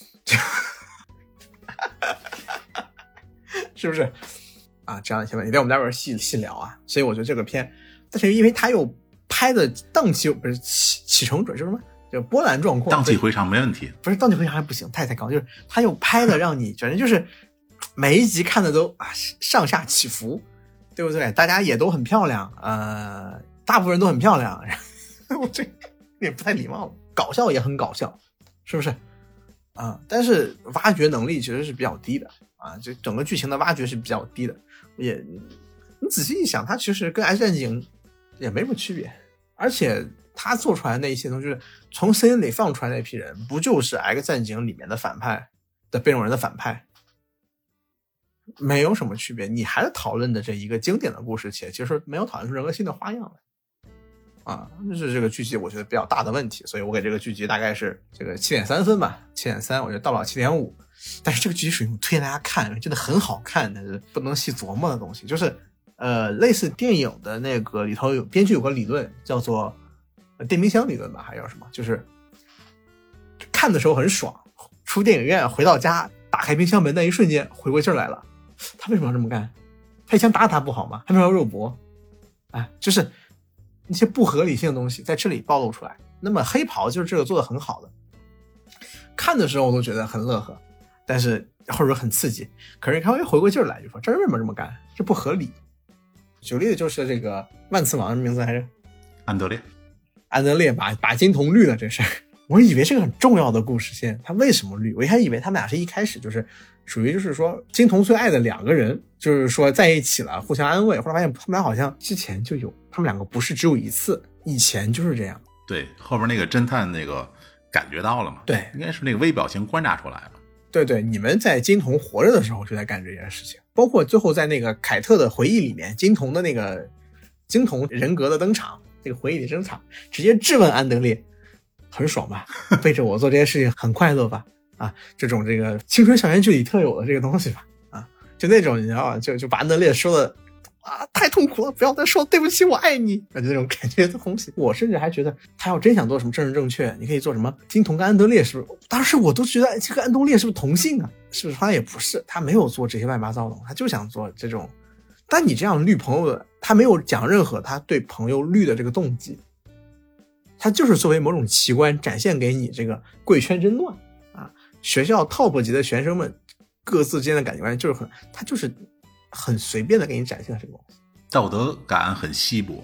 Speaker 1: 是不是啊？这样一些问题，我们待会儿细细聊啊。所以我觉得这个片，但是因为他又拍的荡气不是起起承转，是什么？就波澜壮阔，
Speaker 2: 荡气回肠没问题，
Speaker 1: 不是荡气回肠还不行，太太高，就是他又拍的让你反正就是每一集看的都啊上下起伏，对不对？大家也都很漂亮，呃，大部分人都很漂亮，我这也不太礼貌了，搞笑也很搞笑，是不是？啊、呃，但是挖掘能力其实是比较低的啊，就整个剧情的挖掘是比较低的，也你仔细一想，它其实跟 X 战警也没什么区别，而且。他做出来的那一些东西，就是从 C N 里放出来那批人，不就是 X 战警里面的反派的变种人的反派，没有什么区别。你还是讨论的这一个经典的故事，且其实没有讨论出任何新的花样来啊，这是这个剧集我觉得比较大的问题，所以我给这个剧集大概是这个七点三分吧，七点三，我觉得到不了七点五。但是这个剧集属于我推荐大家看，真的很好看，但是不能细琢磨的东西，就是呃，类似电影的那个里头有编剧有个理论叫做。电冰箱理论吧，还叫什么？就是看的时候很爽，出电影院回到家，打开冰箱门那一瞬间回过劲儿来了。他为什么要这么干？他一枪打他不好吗？他为什么要肉搏？哎，就是一些不合理性的东西在这里暴露出来。那么黑袍就是这个做的很好的，看的时候我都觉得很乐呵，但是或者说很刺激。可是你看回回过劲儿来，就说这为什么这么干？这不合理。举例的就是这个万磁王的名字还是
Speaker 2: 安德烈。
Speaker 1: 安德烈把把金童绿了这事儿，我以为是个很重要的故事线，他为什么绿？我一开始以为他们俩是一开始就是属于就是说金童最爱的两个人，就是说在一起了，互相安慰。后来发现他们俩好像之前就有，他们两个不是只有一次，以前就是这样。
Speaker 2: 对，后边那个侦探那个感觉到了嘛？
Speaker 1: 对，
Speaker 2: 应该是那个微表情观察出来了。
Speaker 1: 对对，你们在金童活着的时候就在干这件事情，包括最后在那个凯特的回忆里面，金童的那个金童人格的登场。这个回忆里登场，直接质问安德烈：“ 很爽吧？背着我做这些事情很快乐吧？啊，这种这个青春校园剧里特有的这个东西吧？啊，就那种你知道吧？就就把安德烈说的啊太痛苦了，不要再说对不起我爱你，就那种感觉的东西。我甚至还觉得他要真想做什么政治正确，你可以做什么金童跟安德烈是不是？当时我都觉得这个安德烈是不是同性啊？是不是？他也不是，他没有做这些乱七八糟的，他就想做这种。但你这样绿朋友的，他没有讲任何他对朋友绿的这个动机，他就是作为某种奇观展现给你这个贵圈真乱啊，学校 top 级的学生们各自之间的感情关系就是很，他就是很随便的给你展现了这个东西，
Speaker 2: 道德感很稀薄。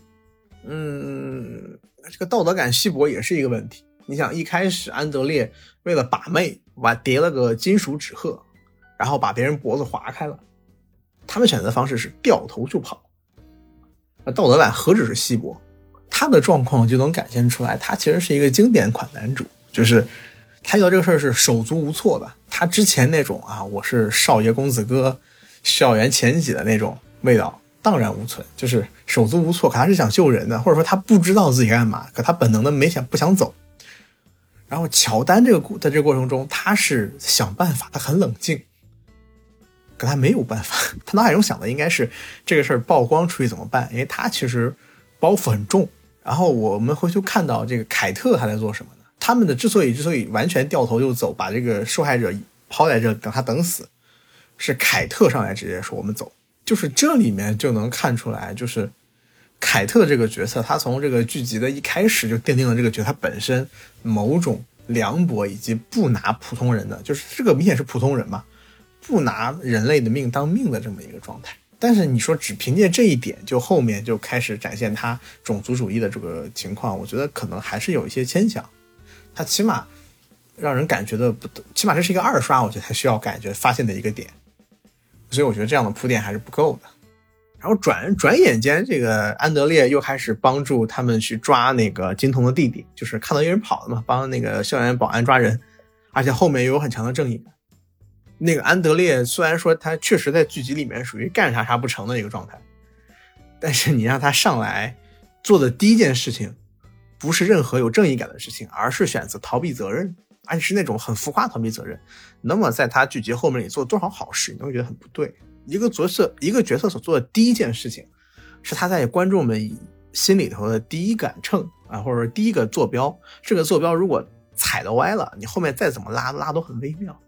Speaker 1: 嗯，这个道德感稀薄也是一个问题。你想一开始安德烈为了把妹，把叠了个金属纸鹤，然后把别人脖子划开了。他们选择的方式是掉头就跑，道德感何止是稀薄，他的状况就能展现出来，他其实是一个经典款男主，就是他遇到这个事儿是手足无措的。他之前那种啊，我是少爷公子哥，校园前几的那种味道荡然无存，就是手足无措，可他是想救人的，或者说他不知道自己干嘛，可他本能的没想不想走。然后乔丹这个在这个过程中，他是想办法，他很冷静。可他没有办法，他脑海中想的应该是这个事儿曝光出去怎么办，因为他其实包袱很重。然后我们回头看到这个凯特他在做什么呢？他们的之所以之所以完全掉头就走，把这个受害者抛在这等他等死，是凯特上来直接说我们走。就是这里面就能看出来，就是凯特这个角色，他从这个剧集的一开始就奠定了这个角色他本身某种凉薄以及不拿普通人的，就是这个明显是普通人嘛，不拿人类的命当命的这么一个状态。但是你说只凭借这一点就后面就开始展现他种族主义的这个情况，我觉得可能还是有一些牵强。他起码让人感觉的不，起码这是一个二刷，我觉得他需要感觉发现的一个点。所以我觉得这样的铺垫还是不够的。然后转转眼间，这个安德烈又开始帮助他们去抓那个金童的弟弟，就是看到有人跑了嘛，帮那个校园保安抓人，而且后面又有很强的正义感。那个安德烈虽然说他确实在剧集里面属于干啥啥不成的一个状态，但是你让他上来做的第一件事情不是任何有正义感的事情，而是选择逃避责任，而且是那种很浮夸逃避责任。那么在他剧集后面里做多少好事，你都会觉得很不对。一个角色一个角色所做的第一件事情是他在观众们心里头的第一杆秤啊，或者说第一个坐标，这个坐标如果踩得歪了，你后面再怎么拉拉都很微妙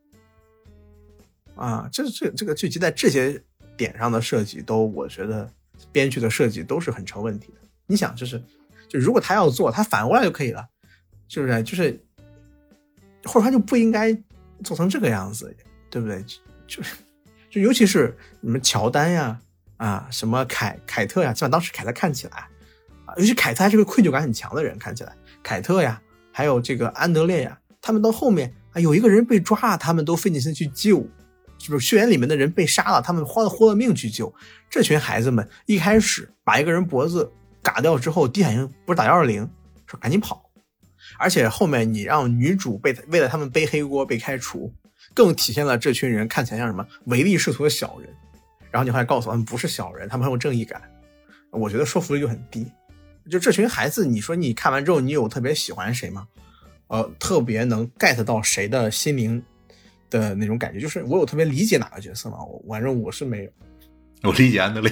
Speaker 1: 啊。这这这个剧集在这些点上的设计都，我觉得编剧的设计都是很成问题的。你想就是就如果他要做，他反过来就可以了，是不是？就是或者他就不应该做成这个样子，对不对？就是就尤其是你们乔丹呀啊什么凯凯特呀，基本上当时凯特看起来啊，尤其凯特还是个愧疚感很强的人，看起来凯特呀还有这个安德烈呀，他们到后面啊有一个人被抓了，他们都费尽心去救，是不是？学员里面的人被杀了，他们花了豁了命去救。这群孩子们一开始把一个人脖子嘎掉之后，第一反应不是打一二零，说赶紧跑。而且后面你让女主被为了他们背黑锅被开除，更体现了这群人看起来像什么唯利是图的小人。然后你后来告诉他们不是小人，他们很有正义感，我觉得说服力就很低。就这群孩子，你说你看完之后你有特别喜欢谁吗？呃，特别能 get 到谁的心灵的那种感觉，就是我有特别理解哪个角色吗？我反正我是没有。
Speaker 2: 我理解安德烈。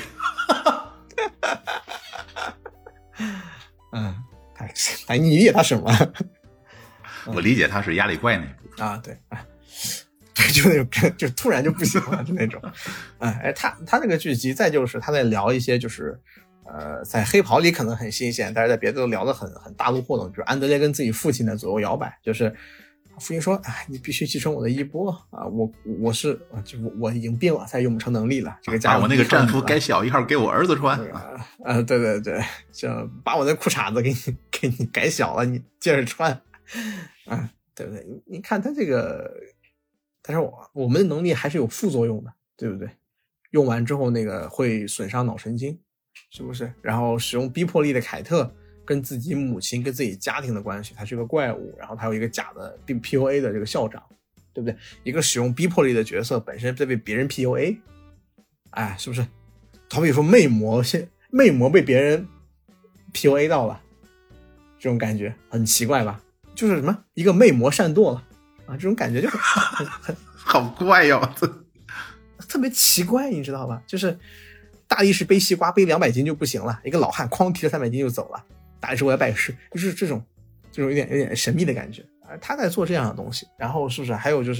Speaker 1: 嗯，哎，你理解他什么？
Speaker 2: 我理解他是压力怪那部分
Speaker 1: 啊，对，哎，对，就那种，就突然就不行了，就那种。哎，他他那个剧集，再就是他在聊一些，就是呃，在黑袍里可能很新鲜，但是在别的都聊得很很大陆货的，就是安德烈跟自己父亲的左右摇摆，就是父亲说，哎，你必须继承我的衣钵啊，我我是就我我已经病了，才用不成能力了，这个家
Speaker 2: 把我那个战服改小一号给我儿子穿。
Speaker 1: 啊、呃，对对对，就把我那裤衩子给你给你改小了，你接着穿，啊，对不对？你你看他这个，但是我我们的能力还是有副作用的，对不对？用完之后那个会损伤脑神经，是不是？然后使用逼迫力的凯特跟自己母亲跟自己家庭的关系，他是个怪物，然后他有一个假的 P U A 的这个校长，对不对？一个使用逼迫力的角色本身在被别人 P U A， 哎，是不是？好比说魅魔，现魅魔被别人 P U A 到了， 这种感觉很奇怪吧？就是什么一个魅魔善堕了啊，这种感觉就很很很
Speaker 2: 好怪哟，
Speaker 1: 特别奇怪，你知道吧？就是大力士背西瓜背两百斤就不行了，一个老汉哐提着三百斤就走了，大力士过来拜师，就是这种这种有点有点神秘的感觉啊。他在做这样的东西，然后是不是还有就是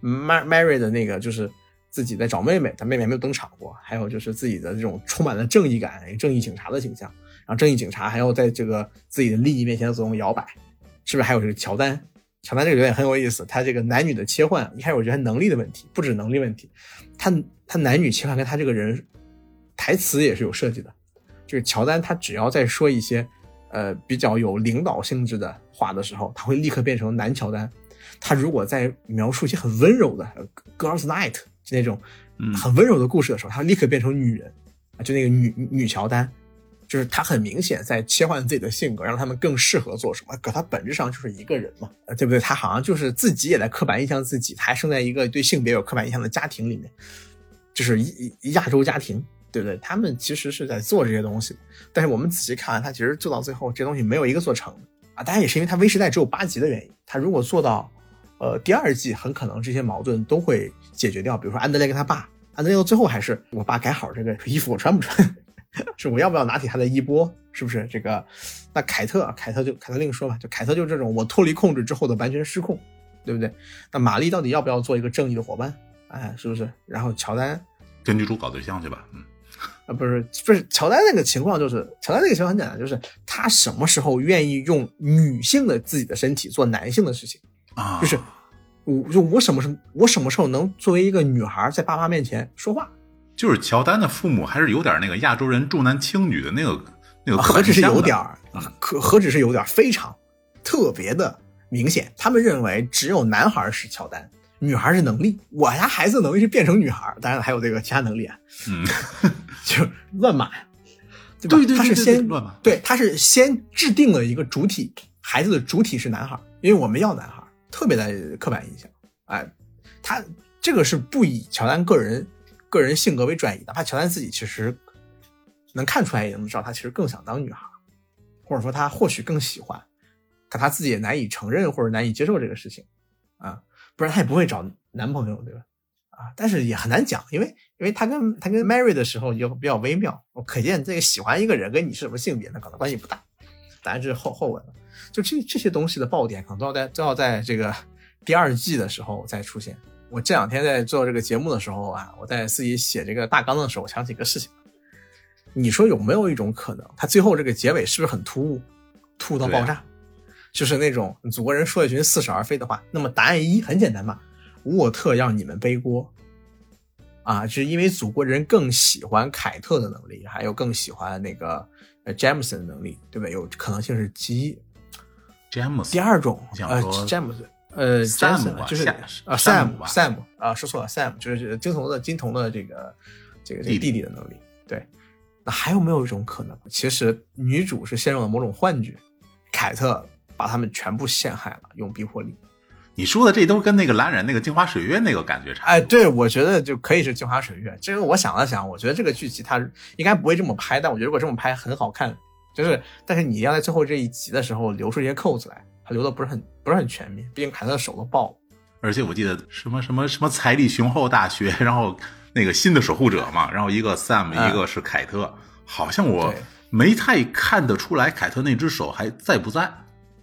Speaker 1: Mary 的那个就是自己在找妹妹，他妹妹还没有登场过，还有就是自己的这种充满了正义感、正义警察的形象，然后正义警察还要在这个自己的利益面前左右摇摆，是不是还有这个乔丹？乔丹这个有点很有意思，他这个男女的切换，一开始我觉得他能力的问题，不止能力问题，他他男女切换跟他这个人台词也是有设计的。这个乔丹他只要在说一些呃比较有领导性质的话的时候，他会立刻变成男乔丹。他如果在描述一些很温柔的 Girls Night 那种很温柔的故事的时候，他会立刻变成女人，就那个女女乔丹。就是他很明显在切换自己的性格，让他们更适合做什么。可他本质上就是一个人嘛，对不对？他好像就是自己也在刻板印象自己，他还生在一个对性别有刻板印象的家庭里面，就是亚洲家庭，对不对？他们其实是在做这些东西，但是我们仔细看，他其实做到最后，这些东西没有一个做成啊。当然也是因为他微时代只有八集的原因，他如果做到呃第二季，很可能这些矛盾都会解决掉。比如说安德烈跟他爸，安德烈最后还是我爸改好这个衣服我穿不穿。是我要不要拿起他的衣钵，是不是这个？那凯特，凯特就凯特另说吧，就凯特就这种我脱离控制之后的完全失控，对不对？那玛丽到底要不要做一个正义的伙伴？哎，是不是？然后乔丹
Speaker 2: 跟女主搞对象去吧，嗯，
Speaker 1: 啊，不是不是，乔丹那个情况就是，乔丹那个情况很简单，就是他什么时候愿意用女性的自己的身体做男性的事情
Speaker 2: 啊？
Speaker 1: 就是我就我什么时我什么时候能作为一个女孩在爸妈面前说话？
Speaker 2: 就是乔丹的父母还是有点那个亚洲人重男轻女的那个那个，
Speaker 1: 何止是有点可何止是有点非常特别的明显。他们认为只有男孩是乔丹，女孩是能力。我家孩子能力是变成女孩，当然还有这个其他能力啊，
Speaker 2: 嗯，
Speaker 1: 就乱码，对吧？
Speaker 2: 对对对，
Speaker 1: 他是先
Speaker 2: 乱码，
Speaker 1: 对，他是先制定了一个主体，孩子的主体是男孩，因为我们要男孩，特别的刻板印象。哎，他这个是不以乔丹个人。个人性格为转移，哪怕乔丹自己其实能看出来，也能知道他其实更想当女孩，或者说他或许更喜欢，可他自己也难以承认或者难以接受这个事情啊，不然他也不会找男朋友，对吧？啊，但是也很难讲，因为因为他跟他跟 Mary 的时候也比较微妙，我可见这个喜欢一个人跟你是什么性别，那可能关系不大，当然这是后后文了。就这这些东西的爆点，可能都要在都要在这个第二季的时候再出现。我这两天在做这个节目的时候啊，我在自己写这个大纲的时候，我想起一个事情。你说有没有一种可能，他最后这个结尾是不是很突兀，突兀到爆炸？啊、就是那种祖国人说一群似是而非的话。那么答案一很简单嘛，沃特让你们背锅啊，就是因为祖国人更喜欢凯特的能力，还有更喜欢那个呃詹姆斯的能力，对吧？有可能性是其一。
Speaker 2: 詹姆斯
Speaker 1: 第二种呃詹姆斯。呃
Speaker 2: ，Sam
Speaker 1: 就是啊 ，Sam Sam 啊，说错了 ，Sam 就是金童的金童的这个这个这个弟弟的能力。对，那还有没有一种可能？其实女主是陷入了某种幻觉，凯特把他们全部陷害了，用逼迫力。
Speaker 2: 你说的这都跟那个蓝染那个镜花水月那个感觉差不多。
Speaker 1: 哎，对，我觉得就可以是镜花水月。这个我想了想，我觉得这个剧集它应该不会这么拍，但我觉得如果这么拍很好看。就是，但是你要在最后这一集的时候留出一些扣子来。他留的不是很不是很全面，毕竟凯特的手都爆了。
Speaker 2: 而且我记得什么什么什么财力雄厚大学，然后那个新的守护者嘛，然后一个 Sam，、嗯、一个是凯特，好像我没太看得出来凯特那只手还在不在。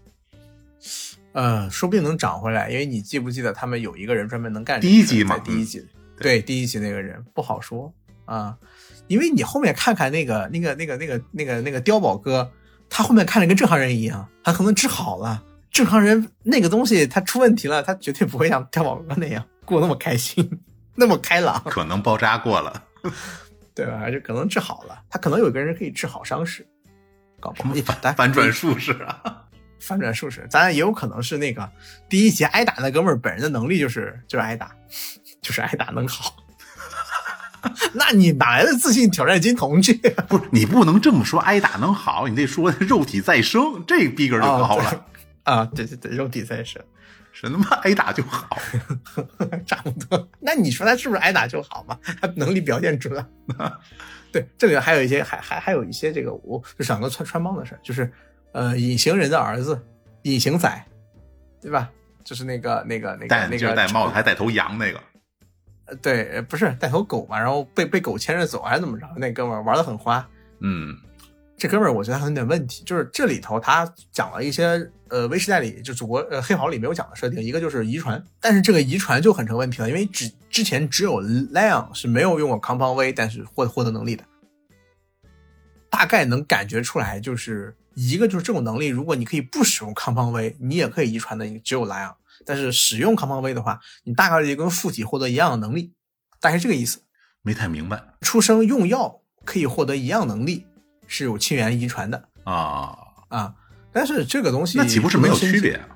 Speaker 1: 呃，说不定能长回来，因为你记不记得他们有一个人专门能干
Speaker 2: 第一集嘛？
Speaker 1: 第一集，对，第一集那个人不好说啊，因为你后面看看那个那个那个那个那个那个碉堡哥，他后面看着跟正常人一样，他可能治好了。正常人那个东西他出问题了，他绝对不会像碉堡哥那样过那么开心，那么开朗，
Speaker 2: 可能爆炸过了，
Speaker 1: 对吧？就可能治好了，他可能有个人可以治好伤势，搞不好
Speaker 2: 反反转术士啊，
Speaker 1: 反转术士，当然也有可能是那个第一集挨打那哥们儿本人的能力就是就是挨打，就是挨打能好。那你哪来的自信挑战金童去？
Speaker 2: 不是，你不能这么说，挨打能好，你得说肉体再生，这逼格就高了。
Speaker 1: 哦啊，对对对，肉体再生，
Speaker 2: 是他妈挨打就好，
Speaker 1: 差不多。那你说他是不是挨打就好嘛？他能力表现出来。对，这里还有一些，还还还有一些这个，我就想个穿穿帮的事，就是呃隐形人的儿子隐形仔，对吧？就是那个那个那个
Speaker 2: 戴
Speaker 1: 那个
Speaker 2: 戴帽子还带头羊那个，
Speaker 1: 呃对，不是带头狗嘛，然后被被狗牵着走还是怎么着？那哥们儿玩得很花。
Speaker 2: 嗯，
Speaker 1: 这哥们儿我觉得还有点问题，就是这里头他讲了一些呃微时代里就祖国呃黑袍里没有讲的设定，一个就是遗传，但是这个遗传就很成问题了，因为只之前只有 Leon 是没有用过康邦威，但是获获得能力的。大概能感觉出来，就是一个就是这种能力，如果你可以不使用康邦威，你也可以遗传的只有莱昂。但是使用康邦威的话，你大概率跟附体获得一样的能力，大概是这个意思。
Speaker 2: 没太明白。
Speaker 1: 出生用药可以获得一样能力，是有亲缘遗传的
Speaker 2: 啊
Speaker 1: 啊。但是这个东西
Speaker 2: 那岂不是没有区别啊？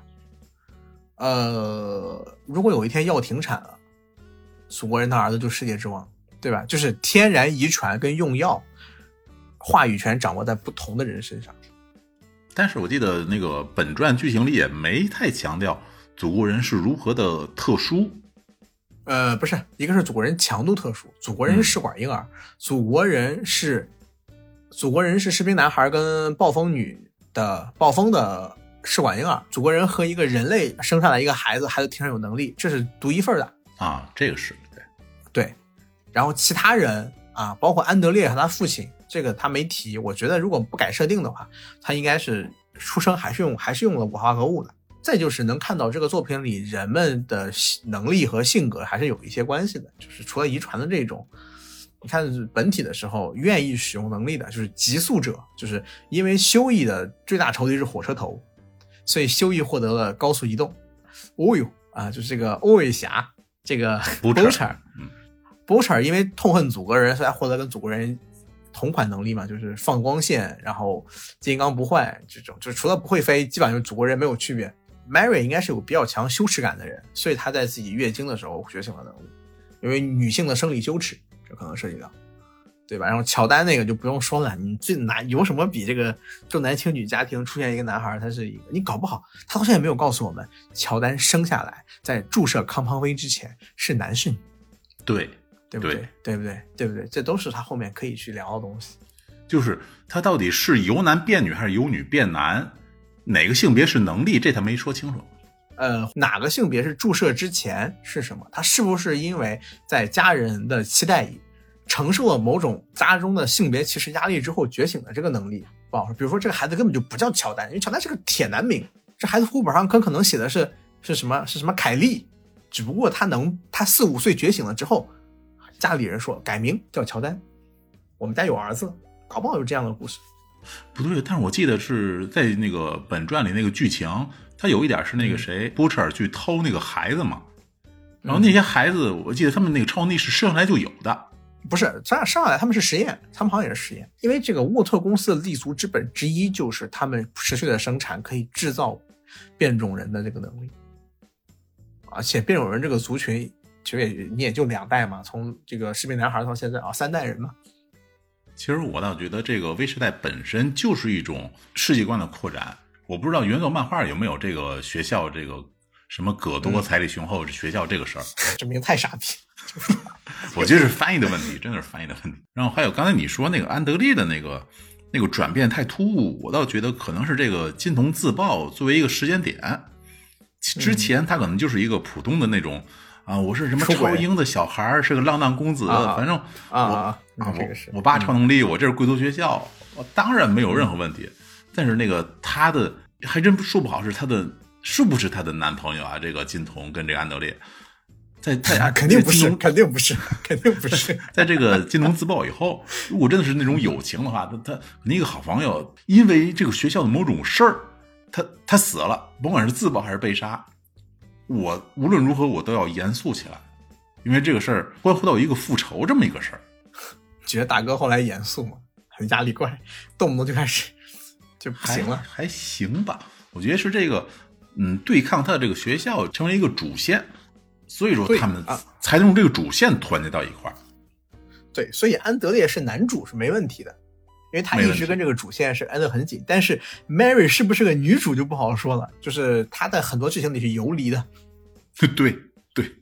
Speaker 1: 呃，如果有一天药停产了，祖国人的儿子就世界之王，对吧？就是天然遗传跟用药。话语权掌握在不同的人身上，
Speaker 2: 但是我记得那个本传剧情里也没太强调祖国人是如何的特殊。
Speaker 1: 呃，不是，一个是祖国人强度特殊，祖国人是试管婴儿，嗯、祖国人是祖国人是士兵男孩跟暴风女的暴风的试管婴儿，祖国人和一个人类生下来一个孩子，孩子天生有能力，这是独一份的
Speaker 2: 啊，这个是对
Speaker 1: 对，然后其他人啊，包括安德烈和他父亲。这个他没提，我觉得如果不改设定的话，他应该是出生还是用还是用了五化合物的。再就是能看到这个作品里人们的能力和性格还是有一些关系的，就是除了遗传的这种，你看本体的时候愿意使用能力的就是极速者，就是因为修绎的最大仇敌是火车头，所以修绎获得了高速移动。哦呦啊，就是这个欧伟侠这个 Butcher，
Speaker 2: 嗯
Speaker 1: Butcher 因为痛恨祖国人，所以他获得跟祖国人同款能力嘛，就是放光线，然后金刚不坏这种，就除了不会飞，基本上就是祖国人没有区别。Mary 应该是有比较强羞耻感的人，所以她在自己月经的时候觉醒了能力，因为女性的生理羞耻，这可能涉及到，对吧？然后乔丹那个就不用说了，你最难有什么比这个重男轻女家庭出现一个男孩，他是一个，你搞不好他到现在没有告诉我们，乔丹生下来在注射康邦威之前是男是女，
Speaker 2: 对。
Speaker 1: 对不对？对不对？对不对？这都是他后面可以去聊的东西。
Speaker 2: 就是他到底是由男变女还是由女变男，哪个性别是能力，这他没说清楚。
Speaker 1: 呃，哪个性别是注射之前是什么？他是不是因为在家人的期待里承受了某种家中的性别歧视压力之后觉醒的这个能力？不好说。比如说这个孩子根本就不叫乔丹，因为乔丹是个铁男名，这孩子户口本上很可能写的是是什么是什么凯利，只不过他能他四五岁觉醒了之后。家里人说改名叫乔丹，我们家有儿子，搞不好有这样的故事。
Speaker 2: 不对，但是我记得是在那个本传里那个剧情，他有一点是那个谁 Butcher 去偷那个孩子嘛，然后那些孩子，我记得他们那个超能力是生下来就有的。
Speaker 1: 不是生下来他们是实验，他们好像也是实验，因为这个沃特公司的立足之本之一就是他们持续的生产可以制造变种人的这个能力，而且变种人这个族群其实也你也就两代嘛，从这个士兵男孩到现在啊，三代人嘛。
Speaker 2: 其实我倒觉得这个 V 时代本身就是一种世界观的扩展。我不知道原作漫画有没有这个学校这个什么葛多财力雄厚学校这个事儿、
Speaker 1: 嗯，这名太傻逼。
Speaker 2: 我觉得是翻译的问题，真的是翻译的问题。然后还有刚才你说那个安德烈的那个那个转变太突兀，我倒觉得可能是这个金童自爆作为一个时间点，之前他可能就是一个普通的那种。啊，我是什么超英的小孩，是个浪荡公子，
Speaker 1: 啊、
Speaker 2: 反正我
Speaker 1: 啊
Speaker 2: 啊，
Speaker 1: 我
Speaker 2: 我爸超能力，我这是贵族学校，我当然没有任何问题。但是那个他的还真说不好是他的是不是他的男朋友啊？这个金童跟这个安德烈，在在
Speaker 1: 肯定不是，肯定不是，肯定不是。
Speaker 2: 在这个金童自爆以后，如果真的是那种友情的话，他他那一个好朋友因为这个学校的某种事儿，他他死了，甭管是自爆还是被杀。我无论如何我都要严肃起来，因为这个事儿关乎到一个复仇这么一个事儿。
Speaker 1: 觉得大哥后来严肃嘛，很压力怪，动不动就开始就不行了。
Speaker 2: 还, 还行吧，我觉得是这个，嗯，对抗他的这个学校成为一个主线，所以说他们才能用这个主线团结到一块儿。
Speaker 1: 对，所以安德烈是男主是没问题的，因为他一直跟这个主线是挨得很紧。但是 Mary 是不是个女主就不好说了，就是她在很多剧情里是游离的。
Speaker 2: 对对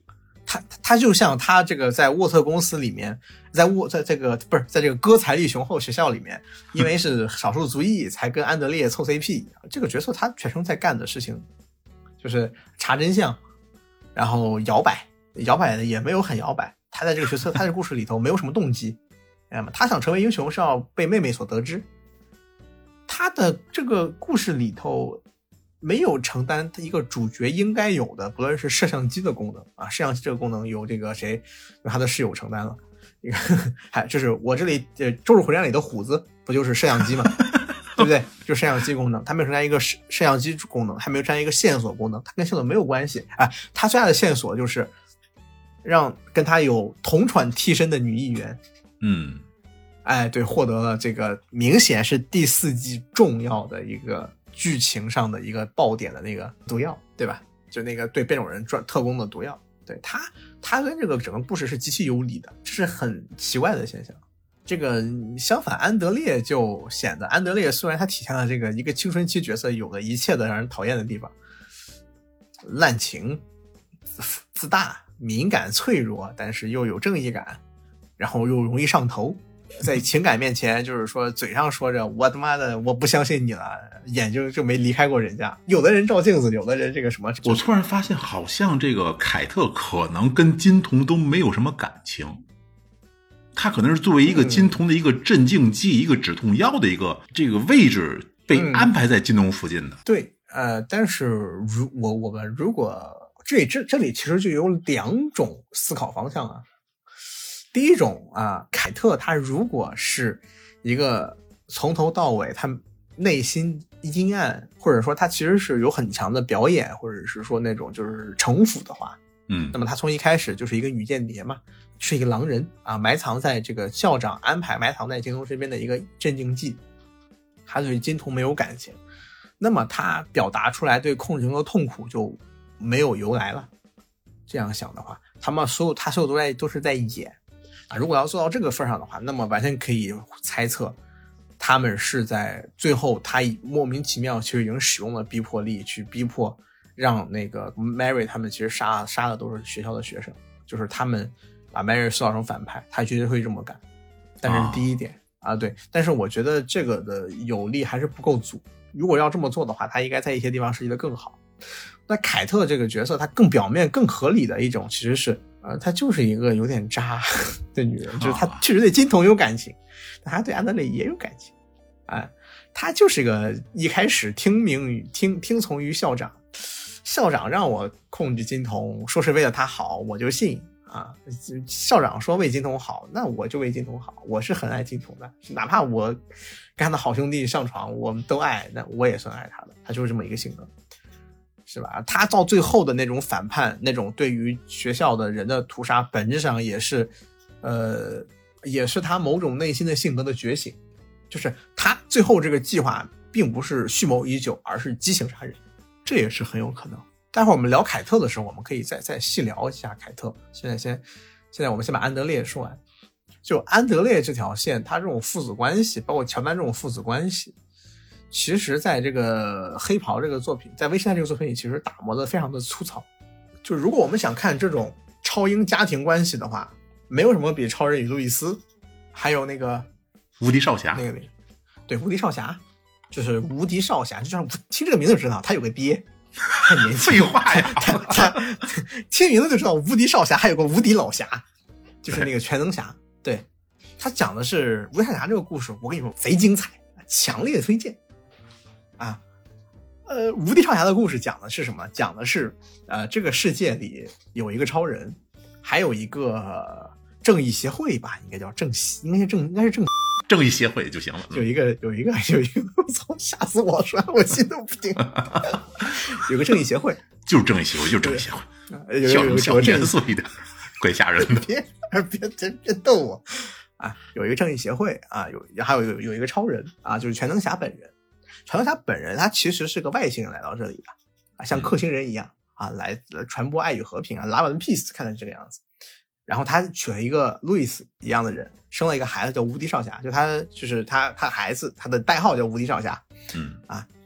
Speaker 1: 他他就像他这个在沃特公司里面，在沃在这个不是在这个哥财力雄厚学校里面，因为是少数族裔才跟安德烈凑 C P。这个角色他全程在干的事情就是查真相，然后摇摆，摇摆的也没有很摇摆。他在这个角色，他的故事里头没有什么动机，他想成为英雄是要被妹妹所得知。他的这个故事里头没有承担一个主角应该有的，不论是摄像机的功能啊，摄像机这个功能由这个谁，由他的室友承担了。一个还就是我这里呃《咒术回战》里的虎子不就是摄像机吗？对不对？就是摄像机功能，它没有承担一个摄摄像机功能，还没有承担一个线索功能，它跟线索没有关系啊。它最大的线索就是让跟他有同款替身的女议员，
Speaker 2: 嗯，
Speaker 1: 哎，对，获得了这个明显是第四季重要的一个剧情上的一个爆点的那个毒药，对吧？就那个对变种人专特工的毒药，对他，他跟这个整个故事是极其有理的，这是很奇怪的现象。这个相反，安德烈就显得安德烈虽然他体现了这个一个青春期角色有了一切的让人讨厌的地方，滥情、自自大、敏感、脆弱，但是又有正义感，然后又容易上头。在情感面前，就是说嘴上说着我他妈的我不相信你了，眼睛就没离开过人家。有的人照镜子，有的人这个什么。
Speaker 2: 我突然发现，好像这个凯特可能跟金童都没有什么感情，他可能是作为一个金童的一个镇静剂、嗯、一个止痛药的一个这个位置被安排在金童附近的。
Speaker 1: 嗯、对，呃，但是如我我们如果这这这里其实就有两种思考方向啊。第一种啊，凯特他如果是一个从头到尾他内心阴暗，或者说他其实是有很强的表演，或者是说那种就是城府的话，
Speaker 2: 嗯，
Speaker 1: 那么他从一开始就是一个女间谍嘛，是一个狼人啊，埋藏在这个校长安排埋藏在金童身边的一个镇静剂，他对金童没有感情，那么他表达出来对控制中的痛苦就没有由来了。这样想的话，他们所有他所有都在都是在演啊。如果要做到这个份上的话，那么完全可以猜测，他们是在最后他莫名其妙其实已经使用了逼迫力去逼迫让那个 Mary 他们其实杀杀的都是学校的学生，就是他们把 Mary 塑造成反派，他绝对会这么干。但是第一点、哦、啊，对，但是我觉得这个的有力还是不够足。如果要这么做的话，他应该在一些地方设计得更好。那凯特这个角色，他更表面更合理的一种其实是呃，她就是一个有点渣的女人，就是她确实对金童有感情，但她对安德烈也有感情啊。她就是个一开始听命于听听从于校长，校长让我控制金童，说是为了他好，我就信啊。校长说为金童好，那我就为金童好，我是很爱金童的，哪怕我跟他的好兄弟上床，我们都爱，那我也算爱他的。他就是这么一个性格。是吧？他到最后的那种反叛，那种对于学校的人的屠杀，本质上也是，呃，也是他某种内心的性格的觉醒。就是他最后这个计划并不是蓄谋已久，而是激情杀人，这也是很有可能。待会儿我们聊凯特的时候，我们可以再再细聊一下凯特。现在先，现在我们先把安德烈说完。就安德烈这条线，他这种父子关系，包括乔丹这种父子关系。其实在这个黑袍这个作品，在威士泰这个作品里其实打磨的非常的粗糙。就如果我们想看这种超英家庭关系的话，没有什么比超人与路易斯还有那个
Speaker 2: 无敌少侠
Speaker 1: 那个对无敌少侠，就是无敌少侠，就像听这个名字就知道他有个爹，太年轻。
Speaker 2: 废话呀，
Speaker 1: 他他听名字就知道无敌少侠还有个无敌老侠，就是那个全能侠。对，他讲的是无敌少侠这个故事，我跟你说贼精彩，强烈推荐。啊，呃，无敌少侠的故事讲的是什么？讲的是，呃，这个世界里有一个超人，还有一个、呃、正义协会吧，应该叫正义，应该是正，应该是正
Speaker 2: 正义协会就行了。
Speaker 1: 有一个，有一个，有一个，我操，吓死我了，我心都不定。有个正义协会，
Speaker 2: 就是正义协会，就是正义协会，
Speaker 1: 有有有
Speaker 2: 小严肃一点，怪吓人的。
Speaker 1: 别别别别逗我啊！有一个正义协会啊，有还有有有一个超人啊，就是全能侠本人。全能侠本人他其实是个外星人来到这里的啊，像克星人一样啊，来传播爱与和平啊 ，Love and Peace， 看成这个样子。然后他娶了一个路易斯一样的人，生了一个孩子叫无敌少侠，就他就是他他孩子他的代号叫无敌少侠，
Speaker 2: 嗯
Speaker 1: 啊，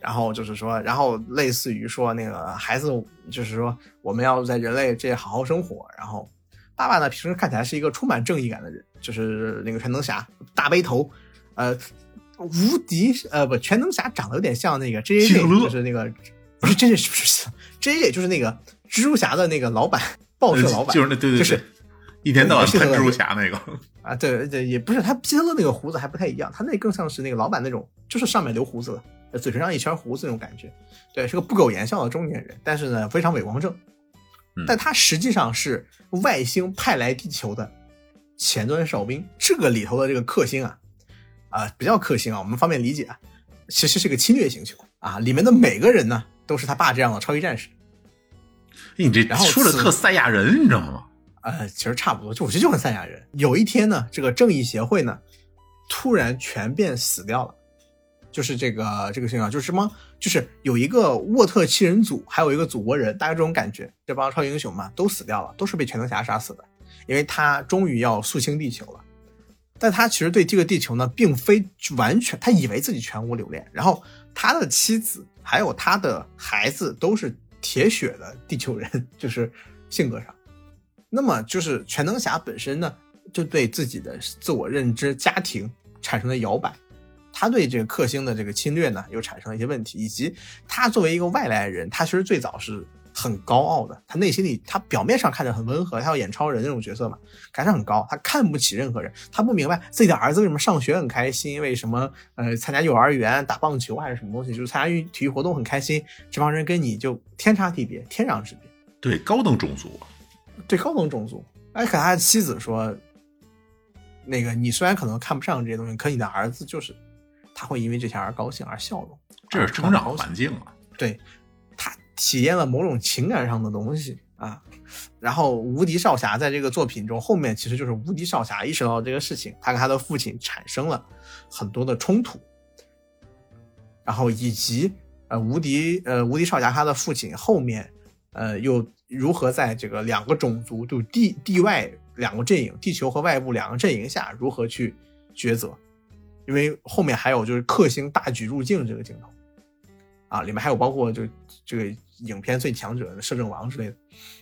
Speaker 1: 然后就是说，然后类似于说那个孩子，就是说我们要在人类这好好生活。然后爸爸呢，平时看起来是一个充满正义感的人，就是那个全能侠，大背头，呃，无敌，呃，不，全能侠长得有点像那个 J J J， 就是那个不是 J J J， 不是 J J J， 就是那个蜘蛛侠的那个老板，报社老板，
Speaker 2: 就是那对对对，就是一天到晚喷蜘蛛侠那个
Speaker 1: 啊，对对，也不是他希特勒那个胡子还不太一样，他那更像是那个老板那种，就是上面留胡子了，嘴唇上一圈胡子那种感觉。对，是个不苟言笑的中年人，但是呢非常伪光正。但他实际上是外星派来地球的前端哨兵。这个里头的这个克星啊，啊、呃，不叫克星啊，我们方便理解啊，其实是个侵略星球啊，里面的每个人呢都是他爸这样的超级战士。
Speaker 2: 你这说的特赛亚人，你知道吗？
Speaker 1: 呃，其实差不多，就我觉得就很赛亚人。有一天呢，这个正义协会呢，突然全变死掉了，就是这个这个情况，就是什么，就是有一个沃特七人组，还有一个祖国人，大概这种感觉，这帮超级英雄嘛，都死掉了，都是被全能侠杀死的，因为他终于要肃清地球了。但他其实对这个地球呢，并非完全，他以为自己全无留恋，然后他的妻子还有他的孩子都是铁血的地球人，就是性格上。那么就是全能侠本身呢，就对自己的自我认知、家庭产生了摇摆，他对这个克星的这个侵略呢，又产生了一些问题，以及他作为一个外来人，他其实最早是很高傲的，他内心里，他表面上看着很温和，他要演超人那种角色嘛，感觉很高，他看不起任何人，他不明白自己的儿子为什么上学很开心，为什么呃参加幼儿园打棒球还是什么东西，就是参加体育活动很开心，这帮人跟你就天差地别，天壤之别。
Speaker 2: 对，高等种族。
Speaker 1: 对，高等种族。哎，可他的妻子说，那个你虽然可能看不上这些东西，可你的儿子就是他会因为这些而高兴而笑容，
Speaker 2: 这是成长环境啊。
Speaker 1: 对，他体验了某种情感上的东西啊。然后无敌少侠在这个作品中后面其实就是无敌少侠意识到这个事情，他跟他的父亲产生了很多的冲突，然后以及呃无敌呃无敌少侠他的父亲后面呃又如何在这个两个种族就地地外两个阵营，地球和外部两个阵营下如何去抉择。因为后面还有就是克星大举入境这个镜头啊，里面还有包括就这个影片最强者的摄政王之类的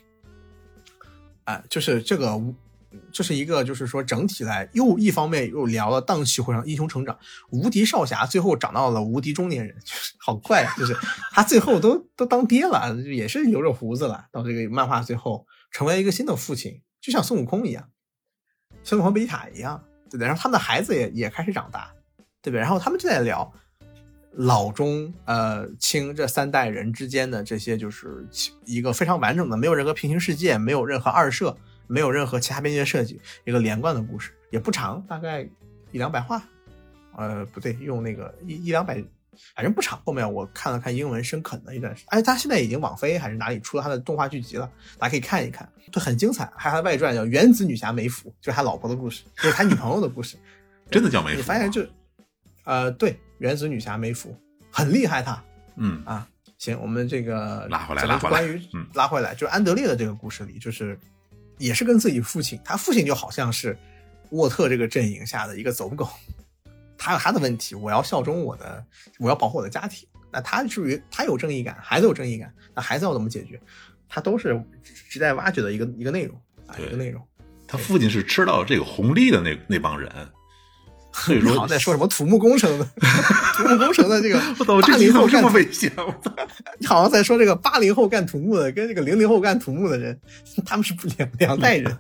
Speaker 1: 啊，就是这个这是一个就是说整体来又一方面又聊了荡气回肠英雄成长，无敌少侠最后长到了无敌中年人，就是好怪，就是他最后都都当爹了，也是留着胡子了，到这个漫画最后成为一个新的父亲，就像孙悟空一样，孙悟空贝塔一样，对不对？然后他们的孩子也也开始长大，对不对？然后他们就在聊老中呃清这三代人之间的这些，就是一个非常完整的，没有任何平行世界，没有任何二设，没有任何其他边界设计，一个连贯的故事，也不长，大概一两百话，呃，不对，用那个一一两百，反正不长。后面我看了看英文深啃了一段时间，哎，他现在已经网飞还是哪里出了他的动画剧集了，大家可以看一看，对，很精彩。还有他的外传叫《原子女侠梅芙》，就是他老婆的故事，就是他女朋友的故事，
Speaker 2: 真的叫梅芙？
Speaker 1: 你发现就，呃，对，原子女侠梅芙很厉害，他，
Speaker 2: 嗯
Speaker 1: 啊，行，我们这个
Speaker 2: 拉回来，拉回来，
Speaker 1: 关于
Speaker 2: 嗯，
Speaker 1: 拉回来，就是安德烈的这个故事里，就是也是跟自己父亲，他父亲就好像是沃特这个阵营下的一个走狗，他有他的问题，我要效忠我的，我要保护我的家庭。那他至于他有正义感，孩子有正义感，那孩子要怎么解决？他都是值得挖掘的一个一个内容啊，一个内容。
Speaker 2: 他父亲是吃到这个红利的那那帮人，所以说
Speaker 1: 好像在说什么土木工程的土木工程的这个
Speaker 2: 八零后这么危险，
Speaker 1: 你好像在说这个八零后干土木的跟这个零零后干土木的人，他们是不两两代人。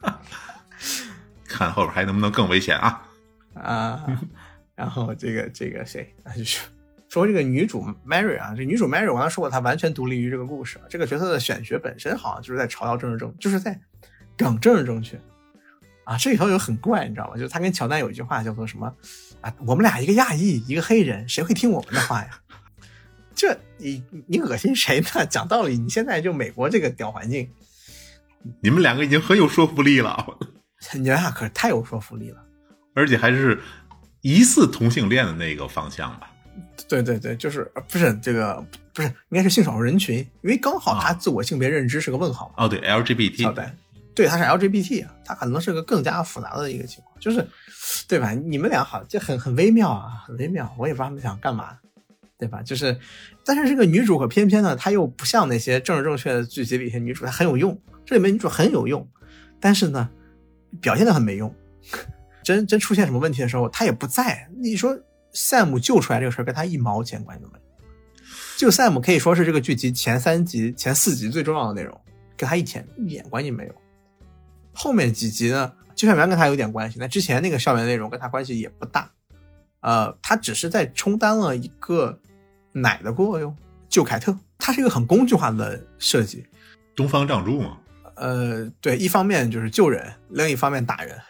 Speaker 2: 看后边还能不能更危险啊？
Speaker 1: 啊，然后这个这个谁啊，就是说这个女主 Mary 啊，这女主 Mary 我刚才说过，她完全独立于这个故事，这个角色的选角本身好像就是在嘲笑政治正，就是在梗政治正确啊。这里头有很怪，你知道吗？就是他跟乔丹有一句话叫做什么啊？我们俩一个亚裔，一个黑人，谁会听我们的话呀？这你你恶心谁呢？讲道理，你现在就美国这个屌环境，
Speaker 2: 你们两个已经很有说服力了。
Speaker 1: 你们俩可是太有说服力了，
Speaker 2: 而且还是疑似同性恋的那个方向吧？
Speaker 1: 对对对，就是不是这个不是应该是性少数人群，因为刚好他自我性别认知是个问号。
Speaker 2: 哦，对 ，L G B T，
Speaker 1: 对，对，他是 L G B T 啊，他可能是个更加复杂的一个情况，就是对吧？你们俩好，这很很微妙啊，很微妙，我也不知道他们想干嘛。 对吧？就是，但是这个女主可偏偏呢，她又不像那些政治正确的剧集里一些女主，她很有用。这里面女主很有用，但是呢，表现得很没用。真真出现什么问题的时候，她也不在。你说 Sam 救出来这个事儿，跟她一毛钱关系都没有。就 Sam 可以说是这个剧集前三集、前四集最重要的内容，跟她一点一点关系没有。后面几集呢，救校员跟她有点关系，但之前那个校园内容跟她关系也不大。呃，她只是在充当了一个奶的作用，救凯特。它是一个很工具化的设计，
Speaker 2: 东方仗助嘛。
Speaker 1: 呃，对，一方面就是救人，另一方面打人，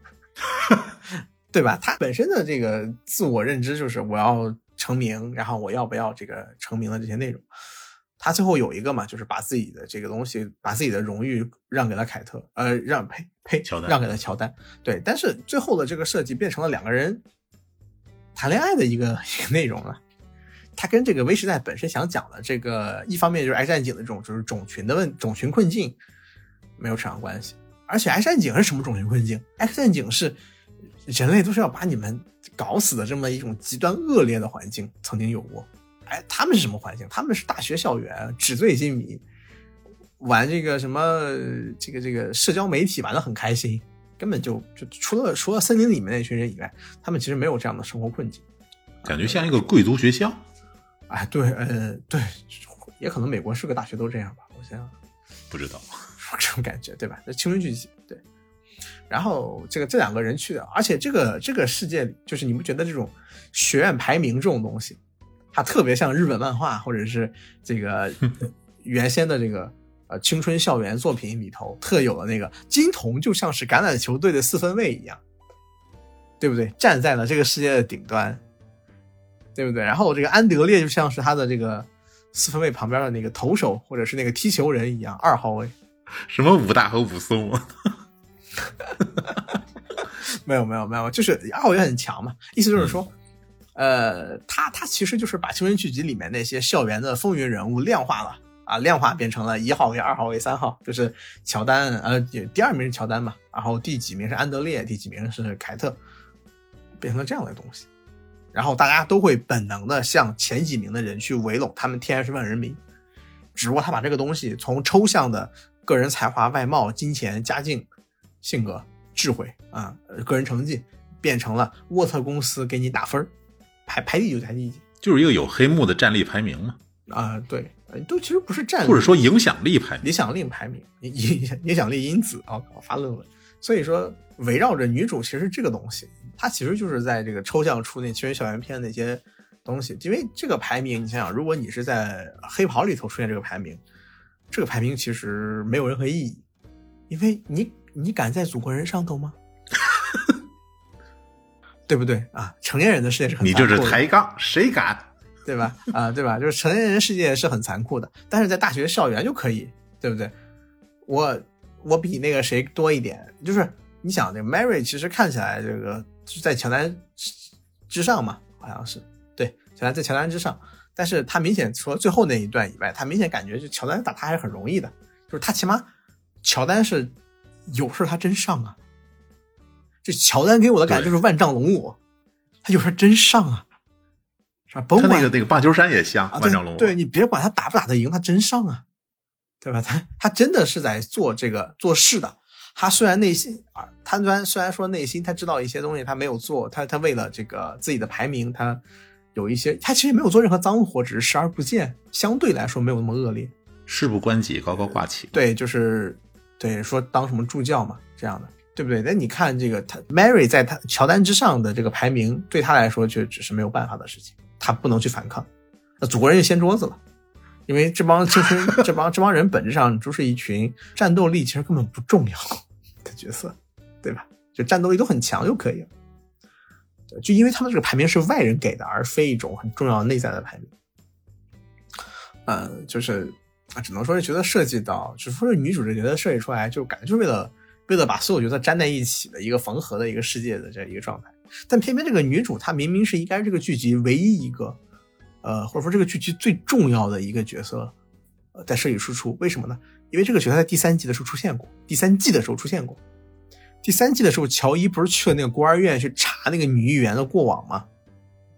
Speaker 1: 对吧？他本身的这个自我认知就是我要成名，然后我要不要这个成名的这些内容。他最后有一个嘛，就是把自己的这个东西，把自己的荣誉让给了凯特，呃，让呸呸，让给了乔丹。对，但是最后的这个设计变成了两个人谈恋爱的一个一个内容了。他跟这个微时代本身想讲的这个，一方面就是 X 战警的这种就是种群的问种群困境没有扯上关系，而且 X 战警是什么种群困境 ？X 战警是人类都是要把你们搞死的这么一种极端恶劣的环境曾经有过。哎，他们是什么环境？他们是大学校园，纸醉金迷，玩这个什么这个这个社交媒体玩得很开心，根本就就除了除了森林里面那群人以外，他们其实没有这样的生活困境，
Speaker 2: 感觉像一个贵族学校。
Speaker 1: 哎，对，呃，对，也可能美国是个大学都这样吧，我想
Speaker 2: 不知道
Speaker 1: 这种感觉，对吧？这青春剧集，对。然后这个这两个人去的，而且这个这个世界里，就是你不觉得这种学院排名这种东西，它特别像日本漫画或者是这个原先的这个呃青春校园作品里头特有的那个金童，就像是橄榄球队的四分卫一样，对不对？站在了这个世界的顶端。对不对？然后这个安德烈就像是他的这个四分卫旁边的那个投手或者是那个踢球人一样，二号位。
Speaker 2: 什么武大和武松啊？
Speaker 1: 没有没有没有，就是二号位很强嘛。意思就是说，嗯、呃，他他其实就是把青春剧集里面那些校园的风云人物量化了啊，量化变成了一号位、二号位、三号，就是乔丹，呃，第二名是乔丹嘛，然后第几名是安德烈，第几名是凯特，变成了这样的东西。然后大家都会本能的向前几名的人去围拢他们天然身份人民，只不过他把这个东西从抽象的个人才华、外貌、金钱、家境、性格、智慧啊、个人成绩，变成了沃特公司给你打分，排排第就排第几，
Speaker 2: 就是一个有黑幕的战力排名嘛。
Speaker 1: 啊，对，都其实不是战力，
Speaker 2: 或者说影响力排名，
Speaker 1: 影响力排名，影影响力因子啊，我发论文。所以说，围绕着女主，其实这个东西，它其实就是在这个抽象出那青春校园片那些东西。因为这个排名，你想想，如果你是在黑袍里头出现这个排名，这个排名其实没有任何意义，因为你你敢在祖国人上头吗？对不对啊？成年人的世界是很残酷的，
Speaker 2: 你就是抬杠，谁敢？
Speaker 1: 对吧？啊，对吧？就是成年人世界是很残酷的，但是在大学校园就可以，对不对？我。我比那个谁多一点，就是你想这个 Mary 其实看起来这个在乔丹之上嘛，好像是对，乔丹在乔丹之上，但是他明显除了最后那一段以外，他明显感觉就乔丹打他还是很容易的，就是他起码乔丹是有事他真上啊，这乔丹给我的感觉就是万丈龙我，他有事真上啊，是吧？甭管
Speaker 2: 他那个那个棒球衫也像万丈龙我、
Speaker 1: 啊、对, 对你别管他打不打得赢，他真上啊。对吧？他他真的是在做这个做事的。他虽然内心啊，他虽然虽然说内心他知道一些东西他没有做，他他为了这个自己的排名，他有一些他其实没有做任何脏活，只是视而不见，相对来说没有那么恶劣。
Speaker 2: 事不关己，高高挂起。
Speaker 1: 对，就是对说当什么助教嘛这样的，对不对？但你看这个他 Mary 在他乔丹之上的这个排名，对他来说却只是没有办法的事情，他不能去反抗，那祖国人就掀桌子了。因为这帮青春，这帮这帮人本质上就是一群战斗力其实根本不重要的角色，对吧？就战斗力都很强就可以了。就因为他们这个排名是外人给的，而非一种很重要的内在的排名。呃，就是啊，只能说是觉得设计到，只说是女主这角色设计出来，就感觉就是为了为了把所有角色粘在一起的一个缝合的一个世界的这一个状态。但偏偏这个女主她明明是应该这个剧集唯一一个。呃，或者说这个剧集最重要的一个角色，呃，在设计输出，为什么呢？因为这个角色在第三集的时候出现过，第三季的时候出现过。第三季的时候，乔伊不是去了那个孤儿院去查那个女议员的过往吗？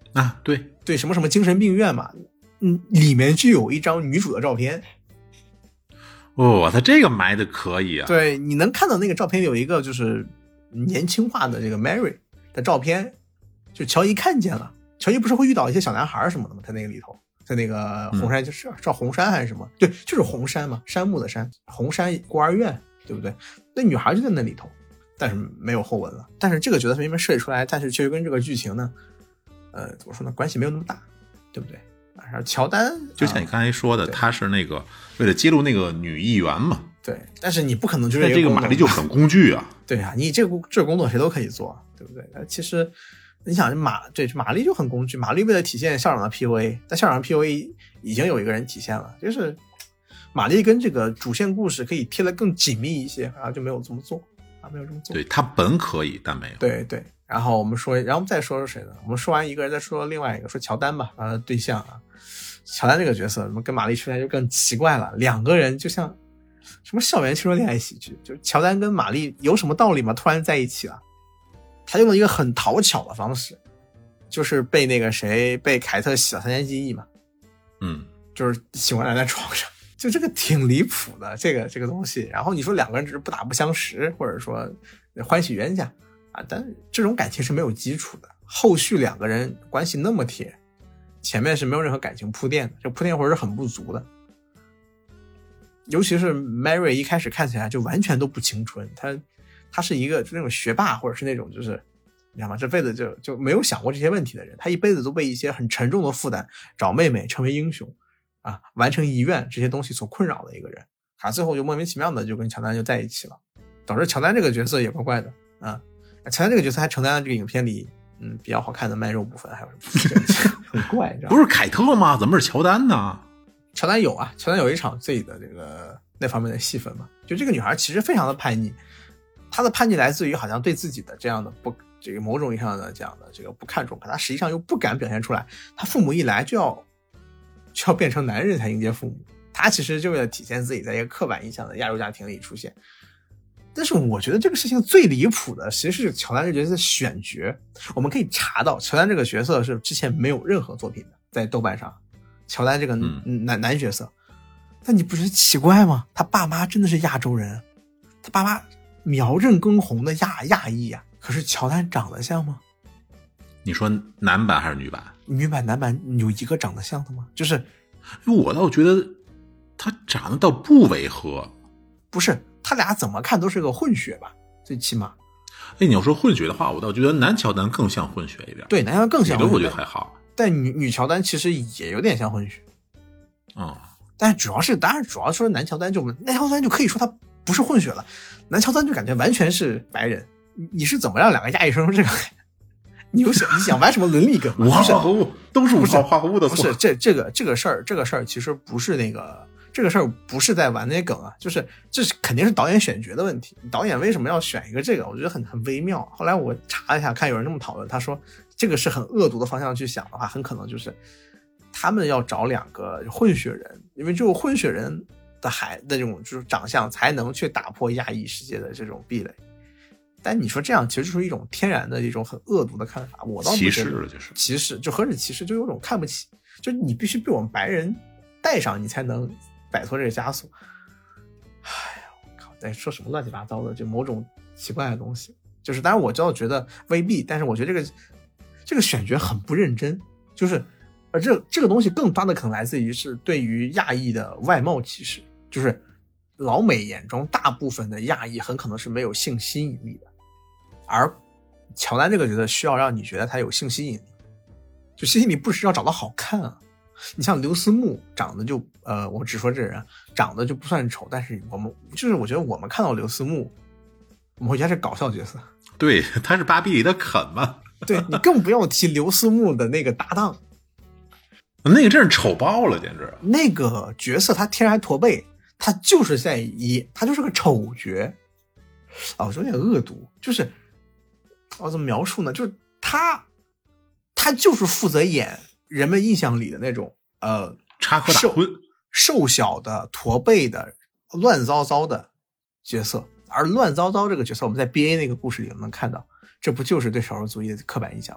Speaker 2: 啊，对
Speaker 1: 对，什么什么精神病院嘛，嗯，里面就有一张女主的照片。
Speaker 2: 哦，他这个埋的可以啊。
Speaker 1: 对，你能看到那个照片有一个就是年轻化的这个 Mary 的照片，就乔伊看见了。乔伊不是会遇到一些小男孩什么的吗？在那个里头，在那个红山，就是叫红山还是什么？对，就是红山嘛，山木的山，红山孤儿院，对不对？那女孩就在那里头，但是没有后文了。但是这个角色明明设计出来，但是却跟这个剧情呢，呃，怎么说呢？关系没有那么大，对不对？然后乔丹，
Speaker 2: 就像你刚才说的，啊、他是那个为了揭露那个女议员嘛。
Speaker 1: 对，但是你不可能就是
Speaker 2: 这个玛丽就很工具啊。
Speaker 1: 对啊，你这个这个工作谁都可以做，对不对？其实你想马对玛丽就很工具，玛丽为了体现校长的 P U A， 但校长 P U A 已经有一个人体现了，就是玛丽跟这个主线故事可以贴得更紧密一些，然后就没有这么做啊，没有这么做。
Speaker 2: 对，他本可以，但没有。
Speaker 1: 对对，然后我们说，然后我们再说说谁呢？我们说完一个人，再说另外一个，说乔丹吧，他的对象啊。乔丹这个角色跟玛丽出来就更奇怪了，两个人就像什么校园青春恋爱喜剧，就是乔丹跟玛丽有什么道理吗？突然在一起了。他用了一个很讨巧的方式，就是被那个谁被凯特洗了三年记忆嘛，
Speaker 2: 嗯，
Speaker 1: 就是喜欢赖在床上，就这个挺离谱的这个这个东西。然后你说两个人只是不打不相识，或者说欢喜冤家啊，但这种感情是没有基础的。后续两个人关系那么铁，前面是没有任何感情铺垫的，这铺垫活是很不足的。尤其是 Mary 一开始看起来就完全都不青春，她他是一个就那种学霸，或者是那种就是你知道吗？这辈子就就没有想过这些问题的人，他一辈子都被一些很沉重的负担，找妹妹成为英雄啊，完成遗愿这些东西所困扰的一个人啊，最后就莫名其妙的就跟乔丹就在一起了，导致乔丹这个角色也怪怪的啊。乔丹这个角色还承担了这个影片里嗯比较好看的卖肉部分，还有什么很怪，
Speaker 2: 不是凯特吗？怎么是乔丹呢？
Speaker 1: 乔丹有啊，乔丹有一场自己的这个那方面的戏份嘛，就这个女孩其实非常的叛逆。他的叛逆来自于好像对自己的这样的不这个某种意义上的这样的这个不看重，可他实际上又不敢表现出来。他父母一来就要就要变成男人才迎接父母，他其实就为了体现自己在一个刻板印象的亚洲家庭里出现。但是我觉得这个事情最离谱的其实是乔丹这个角色的选角。我们可以查到乔丹这个角色是之前没有任何作品的，在豆瓣上乔丹这个男、嗯、男男角色，但你不觉得奇怪吗？他爸妈真的是亚洲人，他爸妈苗正根红的亚亚裔啊，可是乔丹长得像吗？
Speaker 2: 你说男版还是女版？
Speaker 1: 女版男版有一个长得像的吗？就是
Speaker 2: 我倒觉得他长得倒不违和，
Speaker 1: 不是他俩怎么看都是个混血吧，最起码。
Speaker 2: 哎，你要说混血的话，我倒觉得男乔丹更像混血一点。
Speaker 1: 对，男乔丹更像混血，
Speaker 2: 女的我觉得还好，
Speaker 1: 但女女乔丹其实也有点像混血。
Speaker 2: 嗯，
Speaker 1: 但主要是当然主要说男乔丹就男乔丹就可以说他不是混血了，男乔丹就感觉完全是白人。你是怎么让两个亚裔生出这个？你有想你想玩什么伦理梗？
Speaker 2: 无化合物都是无化合物的错。
Speaker 1: 不是这这个这个事儿，这个事儿其实不是那个这个事儿不是在玩那些梗啊，就是这是肯定是导演选角的问题。导演为什么要选一个这个？我觉得很很微妙。后来我查了一下，看有人这么讨论，他说这个是很恶毒的方向去想的话，很可能就是他们要找两个混血人，因为只有混血人的孩的这种就是长相才能去打破亚裔世界的这种壁垒。但你说这样其实就是一种天然的一种很恶毒的看法，我倒不觉得
Speaker 2: 就是
Speaker 1: 歧视，就何止歧视，就有种看不起，就你必须被我们白人带上，你才能摆脱这个枷锁。哎呀，我靠，在说什么乱七八糟的，就某种奇怪的东西。就是当然我知道觉得未必，但是我觉得这个这个选角很不认真，就是而这这个东西更大的可能来自于是对于亚裔的外貌歧视，就是老美眼中大部分的亚裔很可能是没有性吸引力的，而乔丹这个角色需要让你觉得他有性吸引力，就吸引力不是要长得好看啊。你像刘思慕长得就呃，我只说这人长得就不算丑，但是我们就是我觉得我们看到刘思慕，我们会觉得是搞笑角色。
Speaker 2: 对，他是芭比里的肯嘛。
Speaker 1: 对，你更不要提刘思慕的那个搭档，
Speaker 2: 那个真是丑爆了，简直。
Speaker 1: 那个角色他天然驼背，他就是在一，他就是个丑角。啊，我说有点恶毒，就是我怎么描述呢？就是他，他就是负责演人们印象里的那种呃
Speaker 2: 插科打诨、
Speaker 1: 瘦小的、驼背的、乱糟糟的角色。而乱糟糟这个角色，我们在 B A 那个故事里能看到，这不就是对少数族裔的刻板印象吗？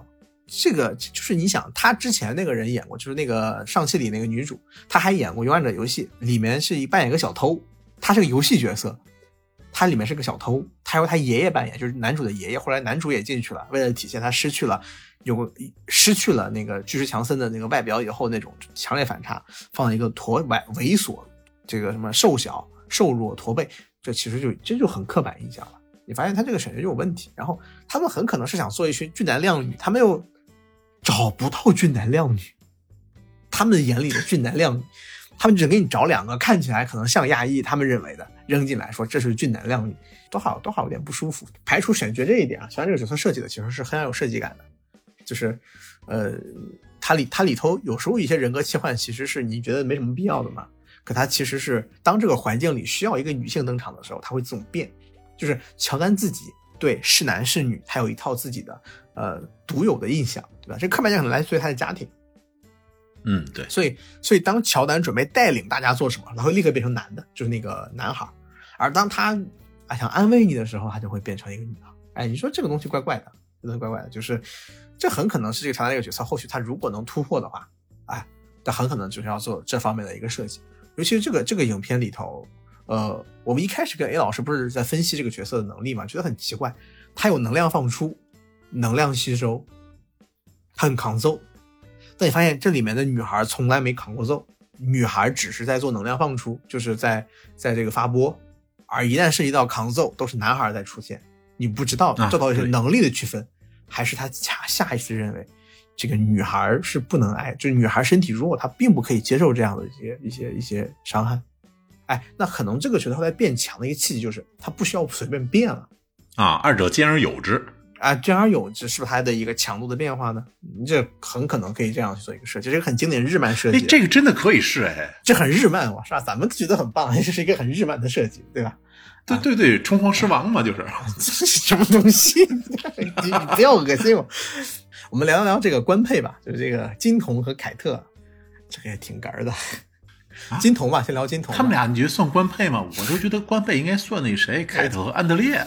Speaker 1: 这个就是你想，他之前那个人演过，就是那个上汽里那个女主，她还演过《勇敢者游戏》，里面是扮演一个小偷，她是个游戏角色，她里面是个小偷，她由她爷爷扮演，就是男主的爷爷。后来男主也进去了，为了体现他失去了有失去了那个巨石强森的那个外表以后那种强烈反差，放了一个驼猥猥琐，这个什么瘦小、瘦弱、驼背，这其实就这就很刻板印象了。你发现他这个选角就有问题，然后他们很可能是想做一群俊男靓女，他们又找不到俊男靓女，他们眼里的俊男靓女，他们只给你找两个看起来可能像亚裔，他们认为的扔进来说这是俊男靓女，多少多少有点不舒服。排除选角这一点啊，小安这个角色设计的其实是很有设计感的，就是呃，它里它里头有时候一些人格切换其实是你觉得没什么必要的嘛，可它其实是当这个环境里需要一个女性登场的时候，它会自动变。就是乔丹自己对是男是女，他有一套自己的呃独有的印象，对吧？这刻板印象可能来自于他的家庭，
Speaker 2: 嗯，对。
Speaker 1: 所以所以当乔丹准备带领大家做什么，他会立刻变成男的，就是那个男孩；而当他啊想安慰你的时候，他就会变成一个女孩。哎，你说这个东西怪怪的，真的怪怪的，就是这很可能是这个乔丹这个角色后续他如果能突破的话，哎，他很可能就是要做这方面的一个设计。尤其是这个这个影片里头。呃，我们一开始跟 A 老师不是在分析这个角色的能力嘛，觉得很奇怪，他有能量放出，能量吸收，他很扛揍，但你发现这里面的女孩从来没扛过揍，女孩只是在做能量放出，就是在在这个发波，而一旦涉及到扛揍，都是男孩在出现，你不知道这到底是能力的区分，啊、还是他下下意识认为这个女孩是不能挨，就是女孩身体弱，她并不可以接受这样的一些一些一些伤害。哎，那可能这个角色后来变强的一个契机就是他不需要随便变了
Speaker 2: 啊，二者兼而有之
Speaker 1: 啊，兼而有之是不是它的一个强度的变化呢？这很可能可以这样去做一个设计，这个很经典日漫设计。
Speaker 2: 哎，这个真的可以是哎，
Speaker 1: 这很日漫哇，是吧？咱们觉得很棒，这是一个很日漫的设计，对吧？
Speaker 2: 对对对，冲锋狮王嘛，就是
Speaker 1: 这是什么东西？你不要恶心我。我们聊一聊这个官配吧，就是这个金童和凯特，这个也挺哏的。啊、金童吧，先聊金童吧。
Speaker 2: 他们俩你觉得算官配吗？我就觉得官配应该算那谁，凯特和安德烈。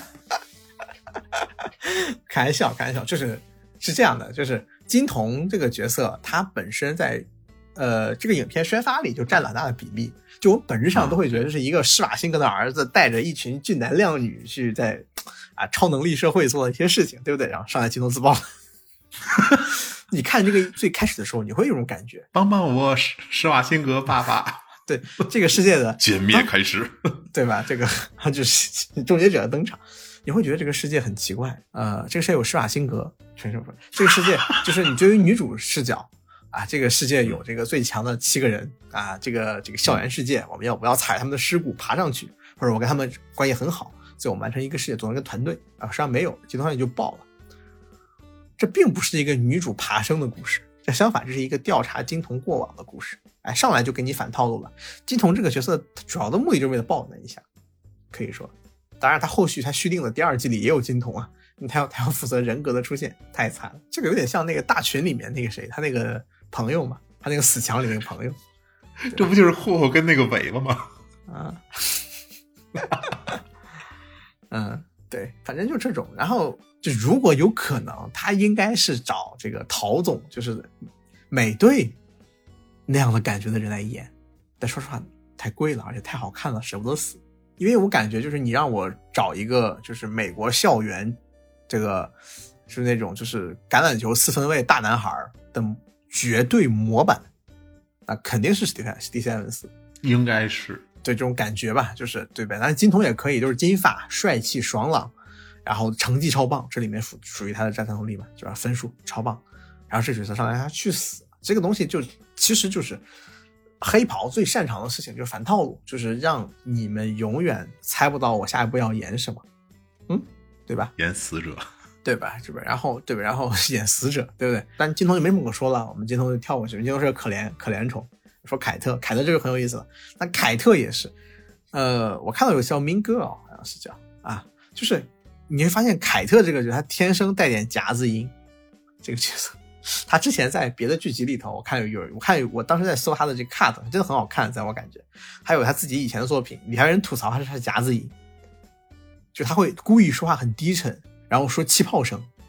Speaker 1: 开玩笑，开玩笑，就是是这样的，就是金童这个角色，他本身在呃这个影片宣发里就占了很大的比例。就我本质上都会觉得是一个施瓦辛格的儿子带着一群俊男靓女去在啊超能力社会做的一些事情，对不对？然后上来金童自爆。你看这个最开始的时候，你会有种感觉，
Speaker 2: 帮帮我，施瓦辛格爸爸。
Speaker 1: 对这个世界的
Speaker 2: 歼灭开始、啊，
Speaker 1: 对吧？这个就是终结者的登场，你会觉得这个世界很奇怪。呃，这个世界有施瓦辛格，全是这个世界就是你对于女主视角啊，这个世界有这个最强的七个人啊，这个这个校园世界，我们要不要踩他们的尸骨爬上去，或者我跟他们关系很好，所以我们完成一个世界，组成一个团队啊。实际上没有，金童上去就爆了。这并不是一个女主爬升的故事，这相反，这是一个调查金童过往的故事。哎，上来就给你反套路了。金童这个角色主要的目的就是为了爆那一下，可以说，当然他后续他续订的第二季里也有金童啊，他要他要负责人格的出现，太惨了。这个有点像那个大群里面那个谁，他那个朋友嘛，他那个死墙里那个朋友，
Speaker 2: 这不就是霍霍跟那个尾巴吗？
Speaker 1: 啊，嗯，对，反正就这种。然后就如果有可能，他应该是找这个陶总，就是美队那样的感觉的人来演，但说实话太贵了，而且太好看了，舍不得死。因为我感觉就是你让我找一个就是美国校园这个是那种就是橄榄球四分卫大男孩的绝对模板，那肯定是史蒂芬史蒂芬文斯，
Speaker 2: 应该是
Speaker 1: 对这种感觉吧，就是对吧？但是金童也可以，就是金发帅气爽朗，然后成绩超棒，这里面属属于他的战斗能力嘛，是吧？分数超棒，然后这角色上来他去死，这个东西就其实就是黑袍最擅长的事情，就是反套路，就是让你们永远猜不到我下一步要演什么，嗯，对吧？
Speaker 2: 演死者，
Speaker 1: 对吧？是不是？然后对吧？然后演死者，对不对？但金童就没什么可说了，我们金童就跳过去，金童是个可怜可怜虫。说凯特，凯特这个很有意思了。那凯特也是，呃，我看到有叫 Mean Girl， 好像是叫啊，就是你会发现凯特这个角色，他天生带点夹子音，这个角色。他之前在别的剧集里头，我看有有，我看有，我当时在搜他的这个 cut， 真的很好看，在我感觉。还有他自己以前的作品，里还有人吐槽他是他是夹子音，就他会故意说话很低沉，然后说气泡声，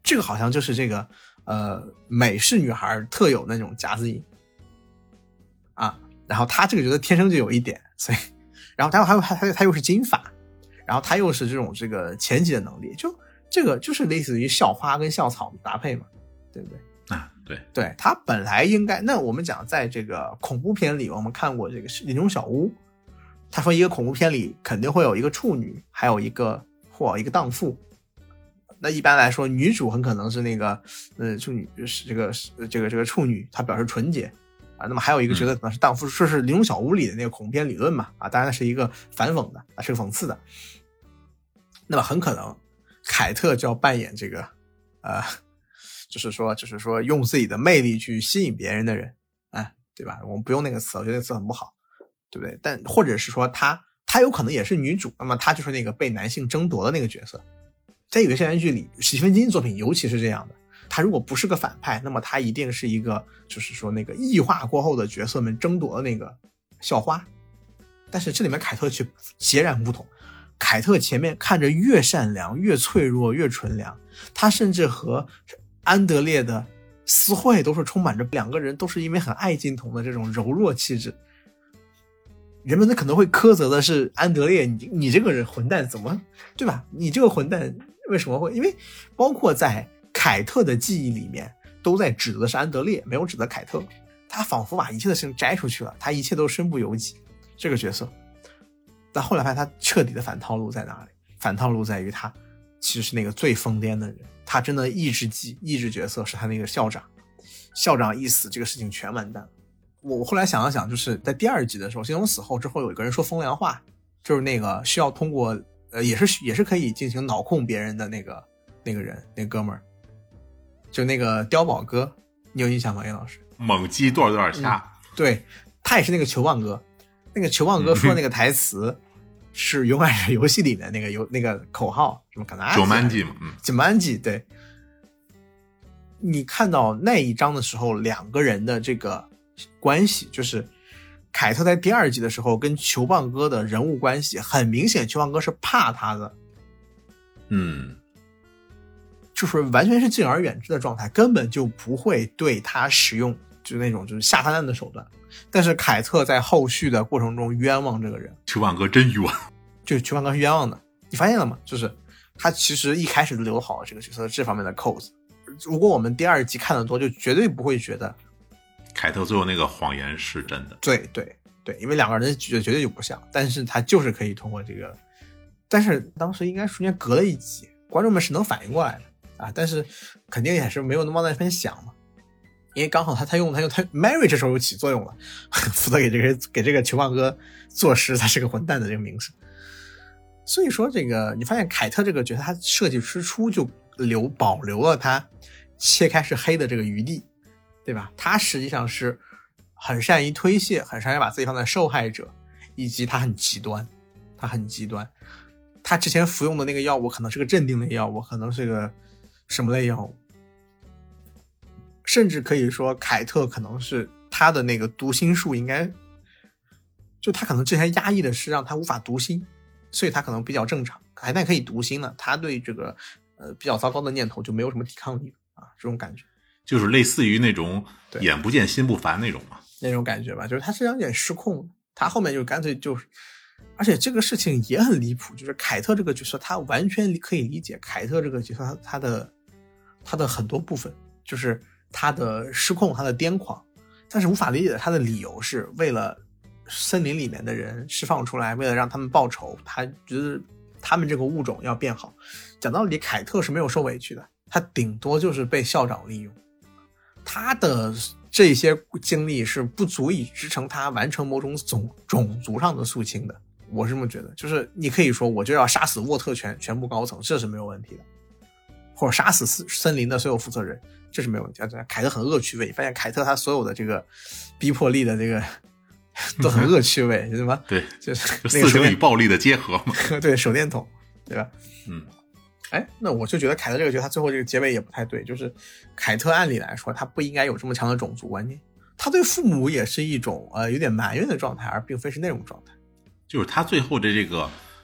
Speaker 1: 这个好像就是这个呃美式女孩特有那种夹子音啊，然后她这个角色天生就有一点，所以然后她还有她她她又是金发，然后她又是这种这个前级的能力，就这个就是类似于校花跟校草的搭配嘛，对不对？
Speaker 2: 啊，对
Speaker 1: 对，她本来应该，那我们讲在这个恐怖片里，我们看过这个林中小屋，他说一个恐怖片里肯定会有一个处女，还有一个或一个荡妇。那一般来说，女主很可能是那个呃处女，是这个这个这个处女，她表示纯洁啊。那么还有一个角色可能是荡妇，这、嗯、是林中小屋里的那个恐怖片理论嘛啊，当然是一个反讽的啊，是个讽刺的。那么很可能凯特就要扮演这个呃，就是说就是说用自己的魅力去吸引别人的人，哎，对吧？我们不用那个词，我觉得那个词很不好，对不对？但或者是说她她有可能也是女主，那么她就是那个被男性争夺的那个角色。在有些校园剧里，史蒂芬金作品尤其是这样的，他如果不是个反派，那么他一定是一个就是说那个异化过后的角色们争夺的那个校花。但是这里面凯特却截然不同，凯特前面看着越善良越脆弱越纯良，他甚至和安德烈的私会都是充满着两个人都是因为很爱金童的这种柔弱气质。人们可能会苛责的是安德烈，你你这个人混蛋怎么对吧？你这个混蛋为什么会？因为包括在凯特的记忆里面都在指责的是安德烈，没有指责凯特。他仿佛把一切的事情摘出去了，他一切都身不由己。这个角色，但后来发现他彻底的反套路在哪里？反套路在于他其实是那个最疯癫的人，他真的意志技意志角色是他那个校长，校长一死，这个事情全完蛋了。我后来想了想，就是在第二集的时候，金庸死后之后，有一个人说风凉话，就是那个需要通过呃，也是也是可以进行脑控别人的那个那个人，那个哥们儿，就那个碉堡哥，你有印象吗？叶老师？
Speaker 2: 猛击多少多少下、
Speaker 1: 嗯？对，他也是那个球棒哥，那个球棒哥说的那个台词是《勇敢者游戏》里面那个有那个口号，什么卡纳？九
Speaker 2: 曼吉嘛，嗯，
Speaker 1: 九曼吉，对。你看到那一章的时候，两个人的这个关系，就是凯特在第二集的时候跟球棒哥的人物关系很明显，球棒哥是怕他的，
Speaker 2: 嗯，
Speaker 1: 就是完全是敬而远之的状态，根本就不会对他使用就是那种就是下三滥的手段。但是凯特在后续的过程中冤枉这个人，
Speaker 2: 球棒哥真冤，
Speaker 1: 就是球棒哥是冤枉的。你发现了吗？就是他其实一开始就留好了这个角色这方面的扣子。如果我们第二集看得多，就绝对不会觉得
Speaker 2: 凯特最后那个谎言是真的。
Speaker 1: 对对对，因为两个人绝绝对就不像，但是他就是可以通过这个，但是当时应该中间隔了一集，观众们是能反应过来的啊，但是肯定也是没有那么那份想嘛，因为刚好他他用他用他 Mary 这时候又起作用了，负责给这个给这个球棒哥作诗，他是个混蛋的这个名声。所以说这个你发现凯特这个角色他设计之初就留保留了他切开是黑的这个余地，对吧？他实际上是很善于推卸，很善于把自己放在受害者，以及他很极端，他很极端。他之前服用的那个药物可能是个镇定类药物，可能是个什么类药物，甚至可以说凯特可能是他的那个读心术应该就他可能之前压抑的是让他无法读心，所以他可能比较正常，还但可以读心了，他对这个呃比较糟糕的念头就没有什么抵抗力啊，这种感觉
Speaker 2: 就是类似于那种眼不见心不烦那种嘛，
Speaker 1: 那种感觉吧，就是他是有点失控，他后面就干脆就是，而且这个事情也很离谱，就是凯特这个角色他完全可以理解凯特这个角色他他的他的很多部分，就是他的失控他的癫狂，但是无法理解的他的理由是为了森林里面的人释放出来，为了让他们报仇，他觉得他们这个物种要变好。讲道理凯特是没有受委屈的，他顶多就是被校长利用，他的这些经历是不足以支撑他完成某种种种族上的肃清的，我是这么觉得。就是你可以说我就要杀死沃特全全部高层，这是没有问题的，或者杀死森林的所有负责人，这是没有问题的。凯特很恶趣味，你发现凯特他所有的这个逼迫力的这个都很恶趣味，是吗？
Speaker 2: 对，
Speaker 1: 就是
Speaker 2: 色情与暴力的结合嘛。
Speaker 1: 对，手电筒，对吧？
Speaker 2: 嗯。
Speaker 1: 哎，那我就觉得凯特这个角色他最后这个结尾也不太对，就是凯特按理来说他不应该有这么强的种族观念，他对父母也是一种呃有点埋怨的状态，而并非是那种状态。
Speaker 2: 就是他最后的这个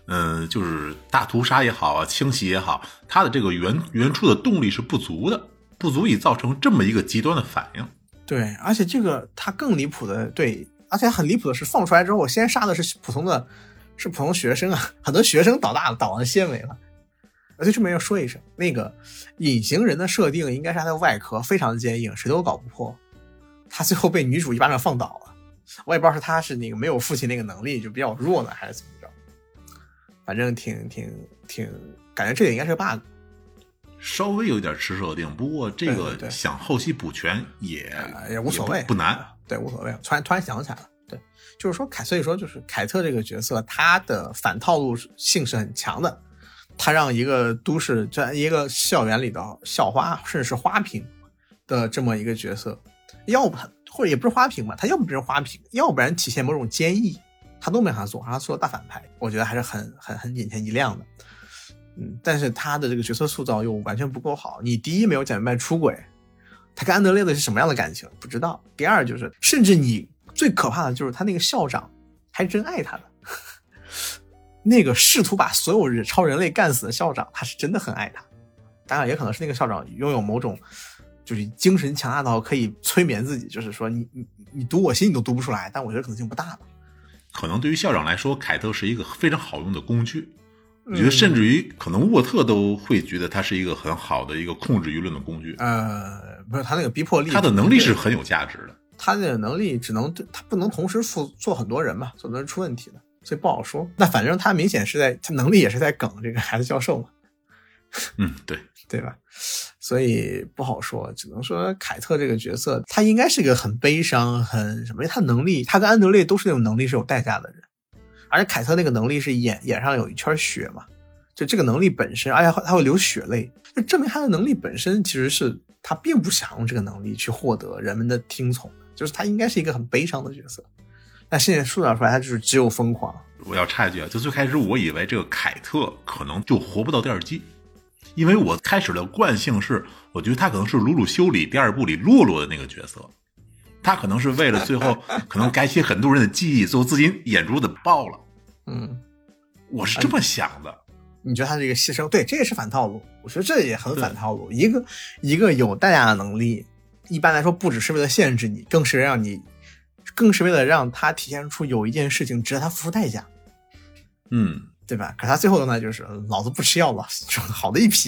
Speaker 2: 嗯、呃，就是大屠杀也好啊，清洗也好，他的这个原原初的动力是不足的，不足以造成这么一个极端的反应。
Speaker 1: 对，而且这个他更离谱的，对，而且很离谱的是，放出来之后，先杀的是普通的，是普通学生啊，很多学生倒大了，倒完纤维了。而且这边要说一声，那个隐形人的设定应该是他的外壳非常坚硬，谁都搞不破。他最后被女主一巴掌放倒了，我也不知道是他是那个没有父亲那个能力就比较弱呢，还是怎么着。反正挺挺挺，感觉这个应该是个 bug。
Speaker 2: 稍微有点吃设定，不过这个想后期补全也
Speaker 1: 也、呃、无所谓，
Speaker 2: 不难，
Speaker 1: 对，无所谓。突然突然想起来了，对，就是说凯，所以说就是凯特这个角色，他的反套路性是很强的，他让一个都市这一个校园里的校花，甚至是花瓶的这么一个角色，要不或者也不是花瓶吧，他要不变成花瓶，要不然体现某种坚毅，他都没法做，让他做大反派，我觉得还是很很很眼前一亮的。嗯，但是他的这个角色塑造又完全不够好。你第一没有讲明白出轨，他跟安德烈的是什么样的感情不知道。第二就是，甚至你最可怕的就是他那个校长还真爱他的，那个试图把所有超人类干死的校长，他是真的很爱他。当然也可能是那个校长拥有某种就是精神强大到可以催眠自己，就是说你你你读我心你都读不出来，但我觉得可能性不大吧。
Speaker 2: 可能对于校长来说，凯特是一个非常好用的工具。我觉得甚至于可能沃特都会觉得他是一个很好的一个控制舆论的工具。
Speaker 1: 呃，不是，他那个逼迫力，
Speaker 2: 他的能力是很有价值的。
Speaker 1: 他的能力只能他不能同时做做很多人嘛，做很多人出问题的，所以不好说。那反正他明显是在他能力也是在梗这个孩子教授嘛。
Speaker 2: 嗯，对，
Speaker 1: 对吧？所以不好说，只能说凯特这个角色，他应该是一个很悲伤、很什么？他能力，他跟安德烈都是那种能力是有代价的人。而且凯特那个能力是眼眼上有一圈血嘛，就这个能力本身，而且他会流血泪，就证明他的能力本身其实是他并不想用这个能力去获得人们的听从的，就是他应该是一个很悲伤的角色。但现在塑造出来，他就是只有疯狂。
Speaker 2: 我要插一句啊，就最开始我以为这个凯特可能就活不到第二季，因为我开始的惯性是，我觉得他可能是鲁鲁修里第二部里洛洛的那个角色。他可能是为了最后可能改写很多人的记忆，最后自己眼珠子爆了。
Speaker 1: 嗯，
Speaker 2: 我是这么想的。啊、
Speaker 1: 你觉得他这个牺牲，对，这也是反套路。我觉得这也很反套路。一个一个有代价的能力，一般来说不只是为了限制你，更是让你，更是为了让他体现出有一件事情值得他付出代价。
Speaker 2: 嗯，
Speaker 1: 对吧？可他最后呢，就是老子不吃药了，好的一批。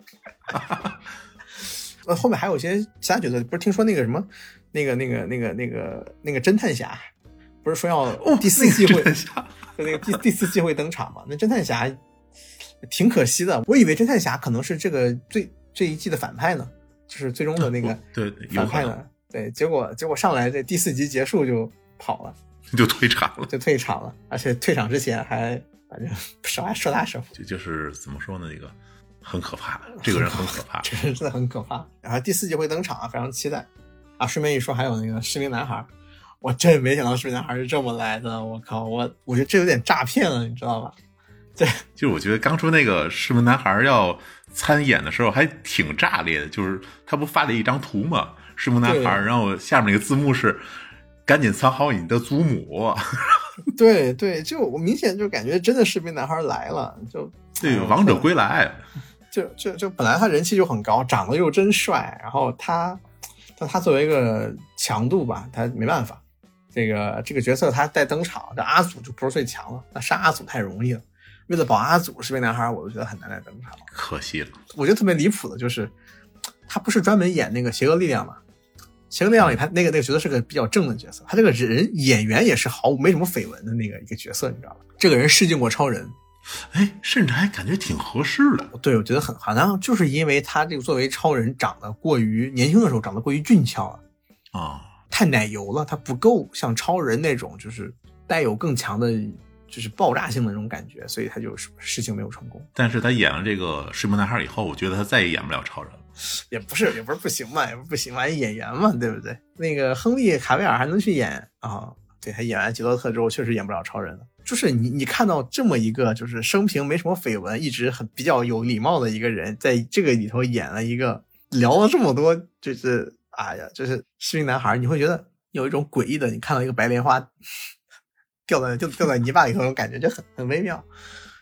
Speaker 1: 呃，后面还有一些其他角色，不是听说那个什么？那个、那个、那个、那个、那个侦探侠，不是说要第四季会，
Speaker 2: 哦、
Speaker 1: 那个、那个第第四季会登场嘛？那侦探侠挺可惜的，我以为侦探侠可能是这个最这一季的反派呢，就是最终的那个反派呢。对，结果结果上来这第四集结束就跑了，
Speaker 2: 就退场了，
Speaker 1: 就退场了，而且退场之前还反正手还说大手，
Speaker 2: 就就是怎么说呢？那个很可怕，这个人很可怕，
Speaker 1: 这人真的很可怕。然后第四季会登场啊，非常期待。啊，顺便一说，还有那个失明男孩，我真没想到失明男孩是这么来的，我靠，我我觉得这有点诈骗了，你知道吧？对，
Speaker 2: 就是我觉得刚出那个失明男孩要参演的时候还挺炸裂的，就是他不发了一张图嘛，失明男孩，然后下面那个字幕是赶紧藏好你的祖母。
Speaker 1: 对对，就我明显就感觉真的失明男孩来了，就
Speaker 2: 对，王者归来，
Speaker 1: 就就就本来他人气就很高，长得又真帅，然后他。但他作为一个强度吧，他没办法，这个这个角色他带登场，这阿祖就不是最强了，那杀阿祖太容易了。为了保阿祖，士兵男孩我都觉得很难再登场，
Speaker 2: 可惜了。
Speaker 1: 我觉得特别离谱的就是，他不是专门演那个邪恶力量吗？邪恶力量里他那个那个角色是个比较正的角色，他这个人演员也是毫无没什么绯闻的那个一个角色，你知道吧？这个人试镜过超人。
Speaker 2: 哎，甚至还感觉挺合适的。
Speaker 1: 对，我觉得很好像就是因为他这个作为超人长得过于年轻的时候长得过于俊俏了
Speaker 2: 啊，
Speaker 1: 太奶油了，他不够像超人那种就是带有更强的就是爆炸性的那种感觉，所以他就事情没有成功。
Speaker 2: 但是他演了这个失明男孩以后，我觉得他再也演不了超人了。
Speaker 1: 也不是也不是不行嘛，也不是不行嘛，演员嘛，对不对？那个亨利卡维尔还能去演啊、哦？对，他演完吉洛特之后确实演不了超人了。就是你你看到这么一个就是生平没什么绯闻，一直很比较有礼貌的一个人，在这个里头演了一个聊了这么多，就是哎呀，就是士兵男孩，你会觉得有一种诡异的，你看到一个白莲花掉在就掉在泥巴里头那种感觉，就很很微妙。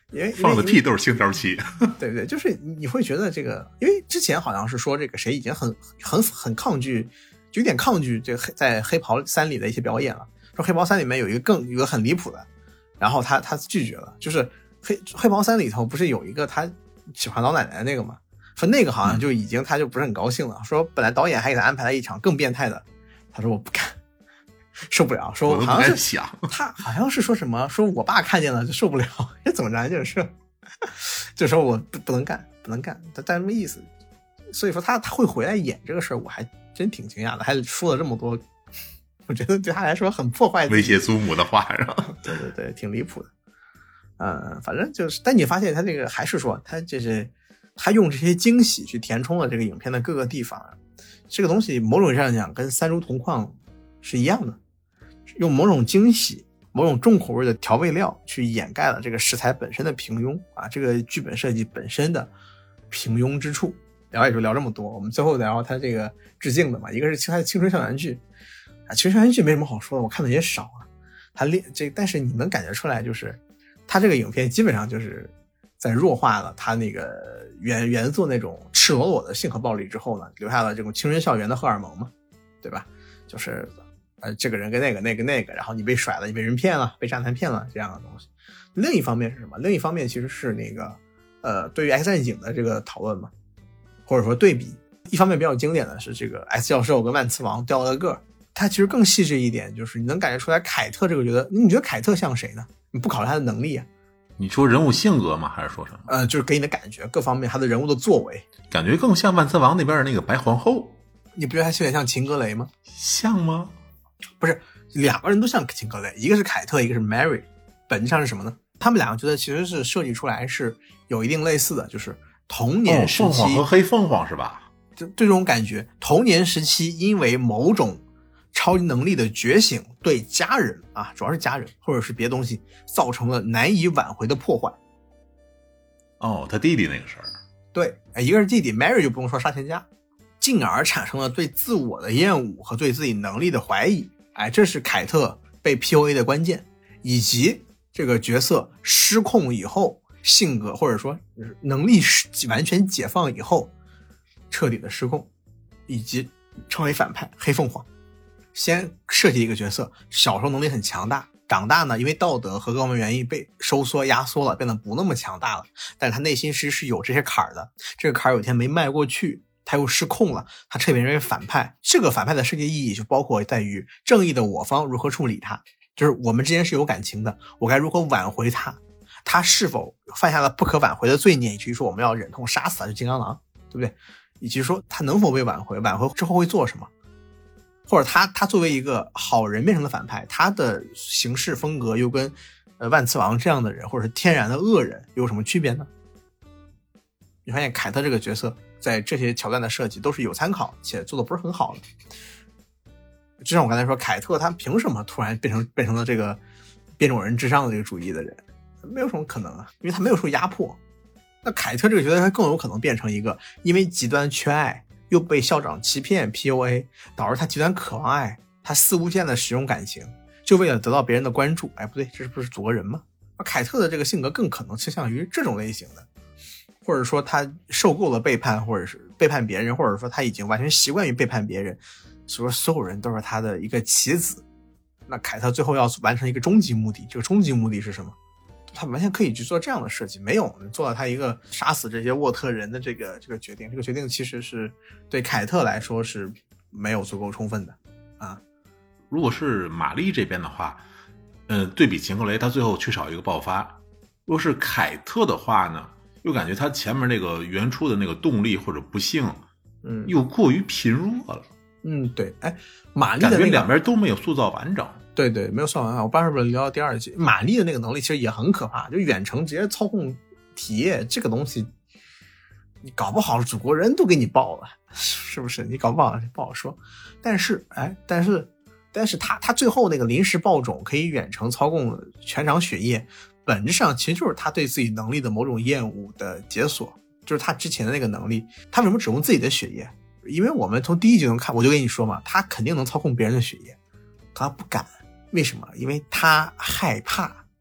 Speaker 1: 因为
Speaker 2: 放的屁都是星条旗。
Speaker 1: 对对，就是你会觉得这个，因为之前好像是说这个谁已经很很很抗拒，就有点抗拒这个黑在黑袍三里的一些表演了。说黑袍三里面有一个更有一个很离谱的，然后他他拒绝了，就是黑黑袍三里头不是有一个他喜欢老奶奶那个吗？说那个好像就已经他就不是很高兴了，说本来导演还给他安排了一场更变态的，他说我不干。受不了，说好像是他好像是说什么，说我爸看见了就受不了，这怎么着就是就说我不不能干不能干，他带什么意思？所以说他他会回来演这个事儿，我还真挺惊讶的，还说了这么多，我觉得对他来说很破坏
Speaker 2: 威胁祖母的话，是吧？
Speaker 1: 对对对，挺离谱的。嗯，反正就是，但你发现他这个还是说他就是他用这些惊喜去填充了这个影片的各个地方，这个东西某种意义上讲跟三株同框是一样的。用某种惊喜某种重口味的调味料去掩盖了这个食材本身的平庸啊，这个剧本设计本身的平庸之处。聊也就聊这么多，我们最后聊他这个致敬的嘛，一个是他的青春校园剧啊，青春校园剧没什么好说的，我看的也少啊。他这但是你能感觉出来，就是他这个影片基本上就是在弱化了他那个原原作那种赤裸裸的性和暴力之后呢，留下了这种青春校园的荷尔蒙嘛，对吧？就是呃，这个人跟那个那个那个，然后你被甩了，你被人骗了，被渣男骗了，这样的东西。另一方面是什么？另一方面其实是那个呃，对于 X 战警的这个讨论嘛，或者说对比。一方面比较经典的是这个 X 教授跟万磁王掉了个个，他其实更细致一点，就是你能感觉出来凯特这个觉得，你觉得凯特像谁呢？你不考虑他的能力啊？
Speaker 2: 你说人物性格吗？还是说什么？
Speaker 1: 呃，就是给你的感觉，各方面他的人物的作为，
Speaker 2: 感觉更像万磁王那边的那个白皇后。
Speaker 1: 你不觉得他有点像秦格雷吗？
Speaker 2: 像吗？
Speaker 1: 不是，两个人都像秦格雷，一个是凯特，一个是 Mary， 本质上是什么呢？他们两个觉得其实是设计出来是有一定类似的，就是童年时期，
Speaker 2: 哦、凤凰和黑凤凰是吧？
Speaker 1: 就对这种感觉，童年时期因为某种超级能力的觉醒，对家人啊，主要是家人或者是别的东西，造成了难以挽回的破坏。
Speaker 2: 哦，他弟弟那个事儿。
Speaker 1: 对，一个是弟弟 Mary 就不用说杀全家，进而产生了对自我的厌恶和对自己能力的怀疑。哎，这是凯特被 P U A 的关键，以及这个角色失控以后，性格或者说能力完全解放以后彻底的失控，以及成为反派黑凤凰。先设计一个角色，小时候能力很强大，长大呢因为道德和各方面原因被收缩压缩了，变得不那么强大了，但是他内心其实是有这些坎儿的，这个坎儿有一天没迈过去，他又失控了，他彻底变成反派。这个反派的设计意义就包括在于正义的我方如何处理他，就是我们之间是有感情的，我该如何挽回他，他是否犯下了不可挽回的罪孽，以及说我们要忍痛杀死他，就金刚狼，对不对？以及说他能否被挽回，挽回之后会做什么，或者他他作为一个好人变成了反派，他的行事风格又跟呃万磁王这样的人或者是天然的恶人有什么区别呢？你发现凯特这个角色在这些桥段的设计都是有参考且做的不是很好的。就像我刚才说，凯特他凭什么突然变成变成了这个变种人至上的这个主义的人？没有什么可能啊，因为他没有受压迫。那凯特这个角色他更有可能变成一个因为极端缺爱又被校长欺骗 P U A， 导致他极端渴望爱，他肆无忌惮的使用感情，就为了得到别人的关注。哎，不对，这是不是组个人吗？而凯特的这个性格更可能倾向于这种类型的，或者说他受够了背叛，或者是背叛别人，或者说他已经完全习惯于背叛别人，所以说所有人都是他的一个棋子。那凯特最后要完成一个终极目的，这个终极目的是什么？他完全可以去做这样的设计，没有做到他一个杀死这些沃特人的这个这个决定，这个决定其实是对凯特来说是没有足够充分的啊。
Speaker 2: 如果是玛丽这边的话，呃，对比秦格雷，他最后缺少一个爆发。如果是凯特的话呢，又感觉他前面那个原初的那个动力或者不幸，
Speaker 1: 嗯，
Speaker 2: 又过于贫弱了。
Speaker 1: 嗯，对，哎，玛丽的、那个、
Speaker 2: 感觉两边都没有塑造完整。
Speaker 1: 对对，没有算完。我爸是不是聊到第二集？玛丽的那个能力其实也很可怕，就远程直接操控体液这个东西，你搞不好祖国人都给你爆了，是不是？你搞不好不好说。但是，哎，但是，但是他他最后那个临时爆种可以远程操控全场血液，本质上其实就是他对自己能力的某种厌恶的解锁，就是他之前的那个能力。他为什么只用自己的血液？因为我们从第一集能看，我就跟你说嘛，他肯定能操控别人的血液，他不敢。为什么？因为他害怕，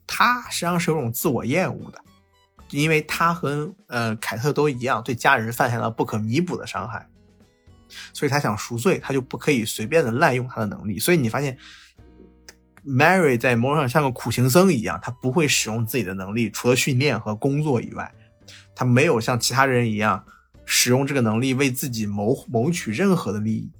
Speaker 1: 他实际上是有种自我厌恶的，因为他和呃凯特都一样，对家人犯下了不可弥补的伤害，所以他想赎罪，他就不可以随便的滥用他的能力。所以你发现 Mary 在某种上像个苦行僧一样，他不会使用自己的能力，除了训练和工作以外，他没有像其他人一样使用这个能力为自己谋谋取任何的利益。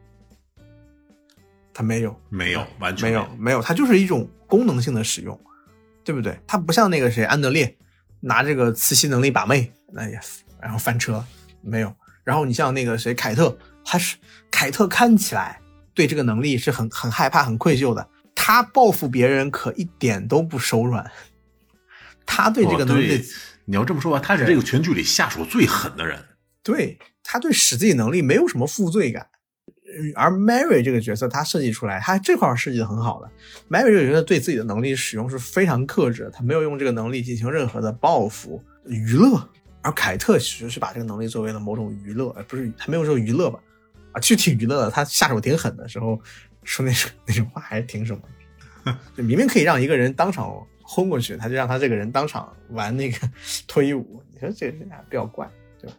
Speaker 1: 他没有
Speaker 2: 没有完全
Speaker 1: 没有没有，他就是一种功能性的使用，对不对？他不像那个谁安德烈拿这个磁吸能力把妹，那也然后翻车没有。然后你像那个谁凯特，他是凯特看起来对这个能力是很很害怕很愧疚的，他报复别人可一点都不手软，他对这个能力、哦、
Speaker 2: 你要这么说吧，他是这个全剧里下手最狠的人。
Speaker 1: 对，他对使自己能力没有什么负罪感。而 Mary 这个角色他设计出来，他这块设计的很好的。Mary 这个角色对自己的能力使用是非常克制的，他没有用这个能力进行任何的报复娱乐。而凯特其实是把这个能力作为了某种娱乐，不是他没有说娱乐吧？啊，其实挺娱乐的。他下手挺狠的时候说那那种话还是挺什么的，就明明可以让一个人当场轰过去，他就让他这个人当场玩那个脱衣舞。你说这个人还比较怪。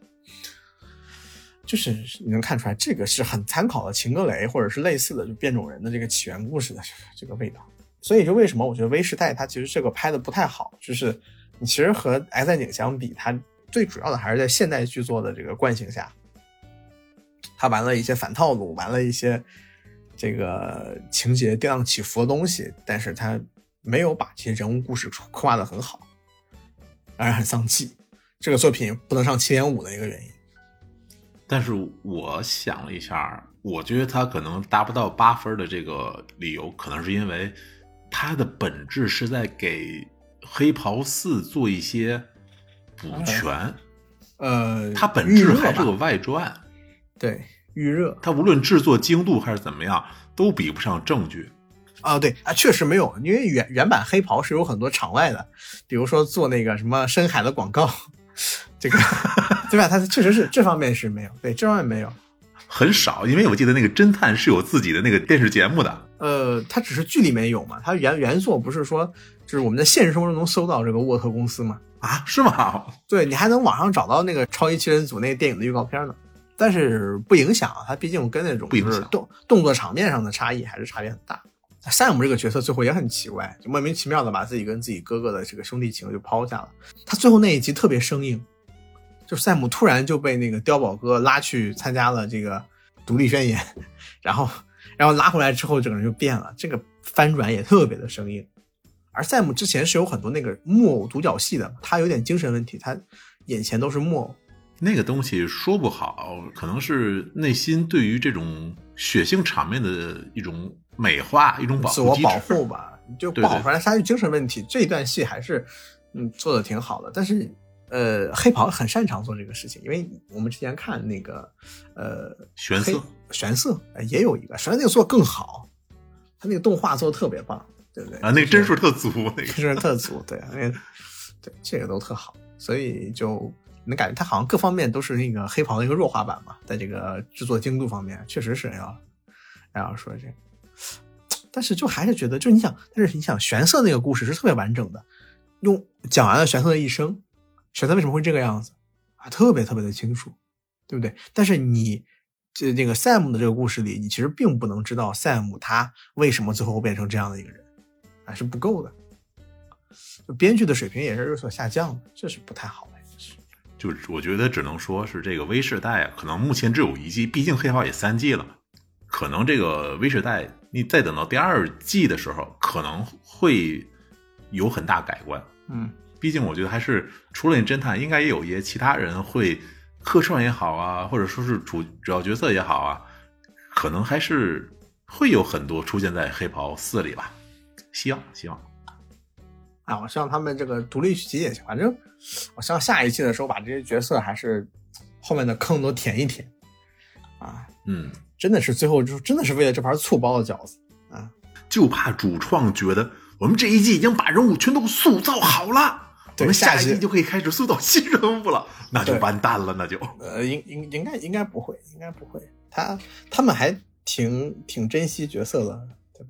Speaker 1: 就是你能看出来这个是很参考的秦格雷或者是类似的就变种人的这个起源故事的这个味道。所以就为什么我觉得微时代它其实这个拍的不太好，就是你其实和 X 战警相比，它最主要的还是在现代剧作的这个惯性下，它玩了一些反套路，玩了一些这个情节跌宕起伏的东西，但是它没有把这些人物故事刻画的很好，让人很丧气。这个作品不能上 七点五 的一个原因。
Speaker 2: 但是我想了一下，我觉得他可能达不到八分的这个理由，可能是因为他的本质是在给黑袍四做一些补全。
Speaker 1: 呃，
Speaker 2: 他本质还是个外传，
Speaker 1: 对，预热。
Speaker 2: 他无论制作精度还是怎么样，都比不上正剧。
Speaker 1: 啊，对啊，确实没有，因为原原版黑袍是有很多场外的，比如说做那个什么深海的广告。这个对吧？他确实是这方面是没有，对这方面没有，
Speaker 2: 很少。因为我记得那个侦探是有自己的那个电视节目的。
Speaker 1: 呃，他只是剧里面有嘛，他原原作不是说就是我们在现实生活中能搜到这个沃特公司吗？
Speaker 2: 啊，是吗？
Speaker 1: 对，你还能网上找到那个超级七人组那个电影的预告片呢。但是不影响，他毕竟跟那种就是动动作场面上的差异还是差别很大。山姆这个角色最后也很奇怪，就莫名其妙的把自己跟自己哥哥的这个兄弟情就抛下了。他最后那一集特别生硬，就赛姆突然就被那个碉堡哥拉去参加了这个独立宣言，然后然后拉回来之后整个人就变了，这个翻转也特别的生硬。而赛姆之前是有很多那个木偶独角戏的，他有点精神问题，他眼前都是木偶。
Speaker 2: 那个东西说不好，可能是内心对于这种血腥场面的一种美化，一种保护
Speaker 1: 自我保护吧，就不好出来他有精神问题。这一段戏还是嗯做的挺好的，但是呃黑袍很擅长做这个事情，因为我们之前看那个呃
Speaker 2: 玄色
Speaker 1: 玄色也有一个，玄色那个做更好，他那个动画做的特别棒，对不对？
Speaker 2: 啊，那个帧数特足，那个
Speaker 1: 帧数特足，对，那个对这个都特好，所以就。能感觉他好像各方面都是那个黑袍的一个弱化版嘛，在这个制作精度方面确实是要要说这个，但是就还是觉得就你想，但是你想玄色那个故事是特别完整的，用讲完了玄色的一生，玄色为什么会这个样子啊，特别特别的清楚，对不对？但是你这这个 Sam 的这个故事里，你其实并不能知道 Sam 他为什么最后变成这样的一个人，还是不够的，就编剧的水平也是有所下降的，这是不太好的。
Speaker 2: 就我觉得只能说是这个微世代啊，可能目前只有一季，毕竟黑袍也三季了，可能这个微世代你再等到第二季的时候，可能会有很大改观。
Speaker 1: 嗯，
Speaker 2: 毕竟我觉得还是除了你侦探，应该也有一些其他人会客串也好啊，或者说是主主要角色也好啊，可能还是会有很多出现在黑袍四里吧。希望希望
Speaker 1: 啊，我希望他们这个独立集也行，反正我希望下一期的时候把这些角色还是后面的坑都填一填啊。
Speaker 2: 嗯，
Speaker 1: 真的是最后就真的是为了这盘醋包的饺子啊，
Speaker 2: 就怕主创觉得我们这一季已经把人物全都塑造好了，我们下一季就可以开始塑造新人物了，那就完蛋了，那就
Speaker 1: 呃应应应该应该不会，应该不会，他他们还挺挺珍惜角色的，对吧？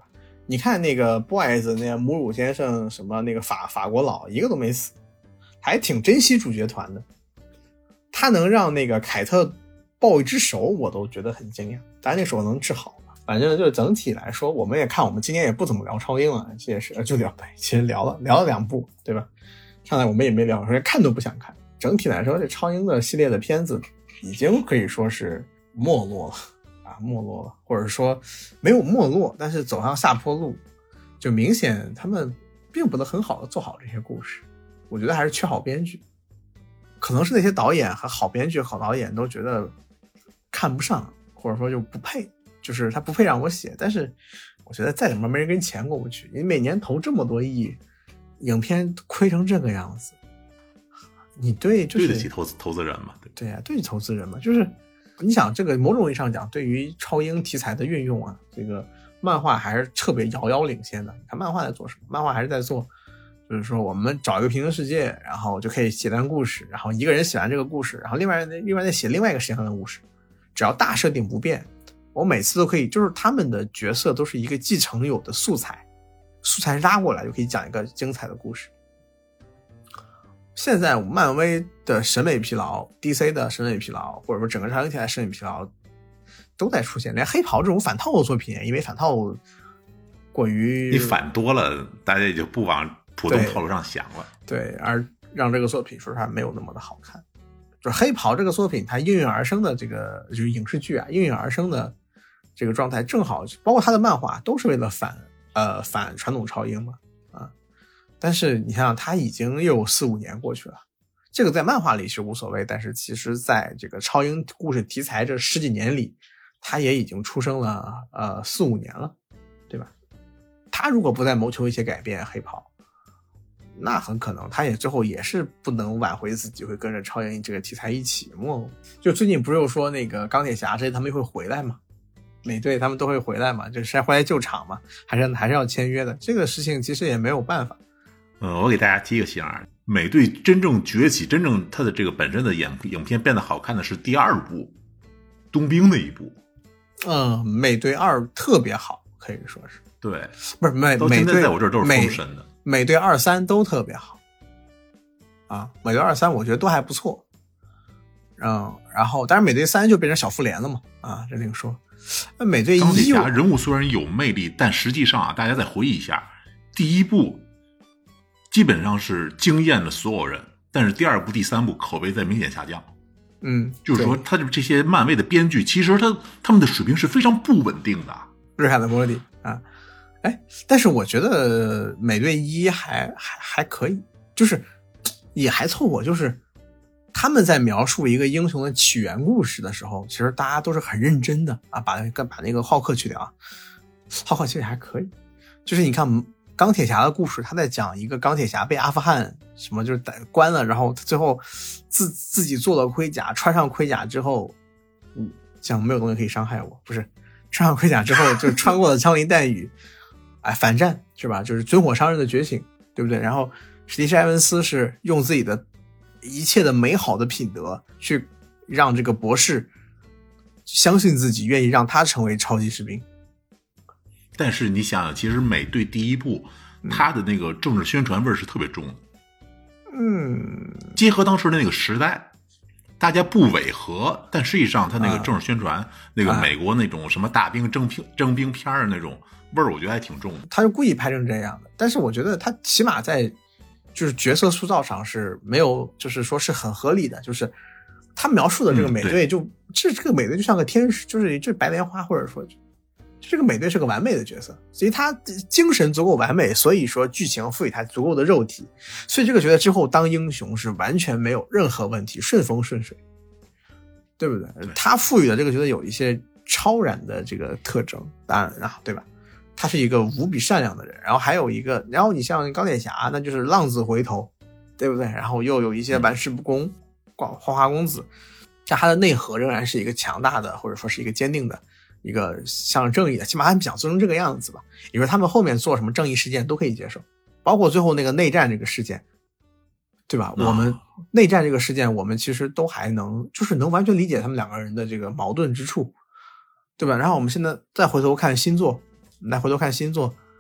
Speaker 1: 你看那个 boys 那个母乳先生什么那个法法国佬一个都没死，还挺珍惜主角团的。他能让那个凯特抱一只手，我都觉得很惊讶。当然那手能治好了。反正就整体来说，我们也看，我们今年也不怎么聊超英了，这也是就聊呗，其实聊了聊了两部，对吧？上来我们也没聊，说看都不想看。整体来说，这超英的系列的片子已经可以说是没落了啊，没落了，或者说没有没落，但是走上下坡路，就明显他们并不能很好的做好这些故事。我觉得还是缺好编剧，可能是那些导演和好编剧、好导演都觉得看不上，或者说就不配，就是他不配让我写。但是我觉得再怎么没人跟钱过不去，你每年投这么多亿，影片亏成这个样子，你对就是
Speaker 2: 对得起投资投资人嘛？
Speaker 1: 对呀、啊，对得起投资人嘛。就是你想，这个某种意义上讲，对于超英题材的运用啊，这个漫画还是特别遥遥领先的。你看漫画在做什么？漫画还是在做。就是说我们找一个平行世界，然后就可以写段故事，然后一个人写完这个故事，然后另外人另外再写另外一个世界上的故事，只要大设定不变，我每次都可以，就是他们的角色都是一个继承有的素材，素材拉过来就可以讲一个精彩的故事。现在漫威的审美疲劳， D C 的审美疲劳，或者说整个超英题材审美疲劳都在出现，连黑袍这种反套路作品，因为反套路过于
Speaker 2: 你反多了，大家也就不往普通套路上想了。
Speaker 1: 对，对，而让这个作品说实话没有那么的好看。就是黑袍这个作品，它应运而生的这个就是影视剧啊，应运而生的这个状态，正好包括它的漫画都是为了反呃反传统超英嘛啊。但是你想想，它已经又有四五年过去了，这个在漫画里是无所谓，但是其实在这个超英故事题材这十几年里，它也已经出生了呃四五年了，对吧？他如果不再谋求一些改变，黑袍。那很可能他也最后也是不能挽回自己，会跟着超英这个题材一起没。就最近不是又说那个钢铁侠这些他们会回来吗？美队他们都会回来嘛，就是回来救场嘛，还是还是要签约的。这个事情其实也没有办法。
Speaker 2: 呃，我给大家提一个醒啊，美队真正崛起，真正它的这个本身的影影片变得好看的是第二部冬兵那一部。
Speaker 1: 嗯，美队二特别好，可以说是。
Speaker 2: 对，
Speaker 1: 不是美
Speaker 2: 到现在在我这儿都是封神的。
Speaker 1: 美队二三都特别好啊，美队二三我觉得都还不错。嗯，然后当然美队三就变成小复联了嘛，啊，这另说。那美队一
Speaker 2: 钢铁侠人物虽然有魅力，但实际上啊，大家再回忆一下，第一部基本上是惊艳了所有人，但是第二部、第三部口碑在明显下降。
Speaker 1: 嗯，
Speaker 2: 就是说，他这些漫威的编剧，其实他他们的水平是非常不稳定的。
Speaker 1: 瑞海的波蒂啊。哎，但是我觉得美队一还还还可以，就是也还凑合。就是他们在描述一个英雄的起源故事的时候，其实大家都是很认真的啊。把把那个浩克去掉啊，浩克其实还可以。就是你看钢铁侠的故事，他在讲一个钢铁侠被阿富汗什么就是关了，然后最后自自己做了盔甲，穿上盔甲之后，嗯，讲没有东西可以伤害我，不是穿上盔甲之后就穿过了枪林弹雨。哎，反战是吧？就是军火商人的觉醒，对不对？然后史蒂夫·埃文斯是用自己的一切的美好的品德去让这个博士相信自己，愿意让他成为超级士兵。
Speaker 2: 但是你想想，其实美队第一部，嗯、他的那个政治宣传味是特别重的。
Speaker 1: 嗯，
Speaker 2: 结合当时的那个时代，大家不违和，但实际上他那个政治宣传，啊、那个美国那种什么大兵征兵征兵片的那种。味儿我觉得还挺重的，
Speaker 1: 他是故意拍成这样的，但是我觉得他起码在就是角色塑造上是没有，就是说是很合理的，就是他描述的这个美队就、嗯、这这个美队就像个天使，就是就是白莲花，或者说这个美队是个完美的角色，所以他精神足够完美，所以说剧情赋予他足够的肉体，所以这个角色之后当英雄是完全没有任何问题，顺风顺水，对不对？对，他赋予的这个角色有一些超然的这个特征，当然啊，对吧？他是一个无比善良的人，然后还有一个，然后你像钢铁侠，那就是浪子回头，对不对？然后又有一些玩世不恭、花花公子，但他的内核仍然是一个强大的，或者说是一个坚定的，一个向正义的，起码他们想做成这个样子吧。也就是他们后面做什么正义事件都可以接受，包括最后那个内战这个事件，对吧？我们内战这个事件，我们其实都还能，就是能完全理解他们两个人的这个矛盾之处，对吧？然后我们现在再回头看星座。来回头看星座，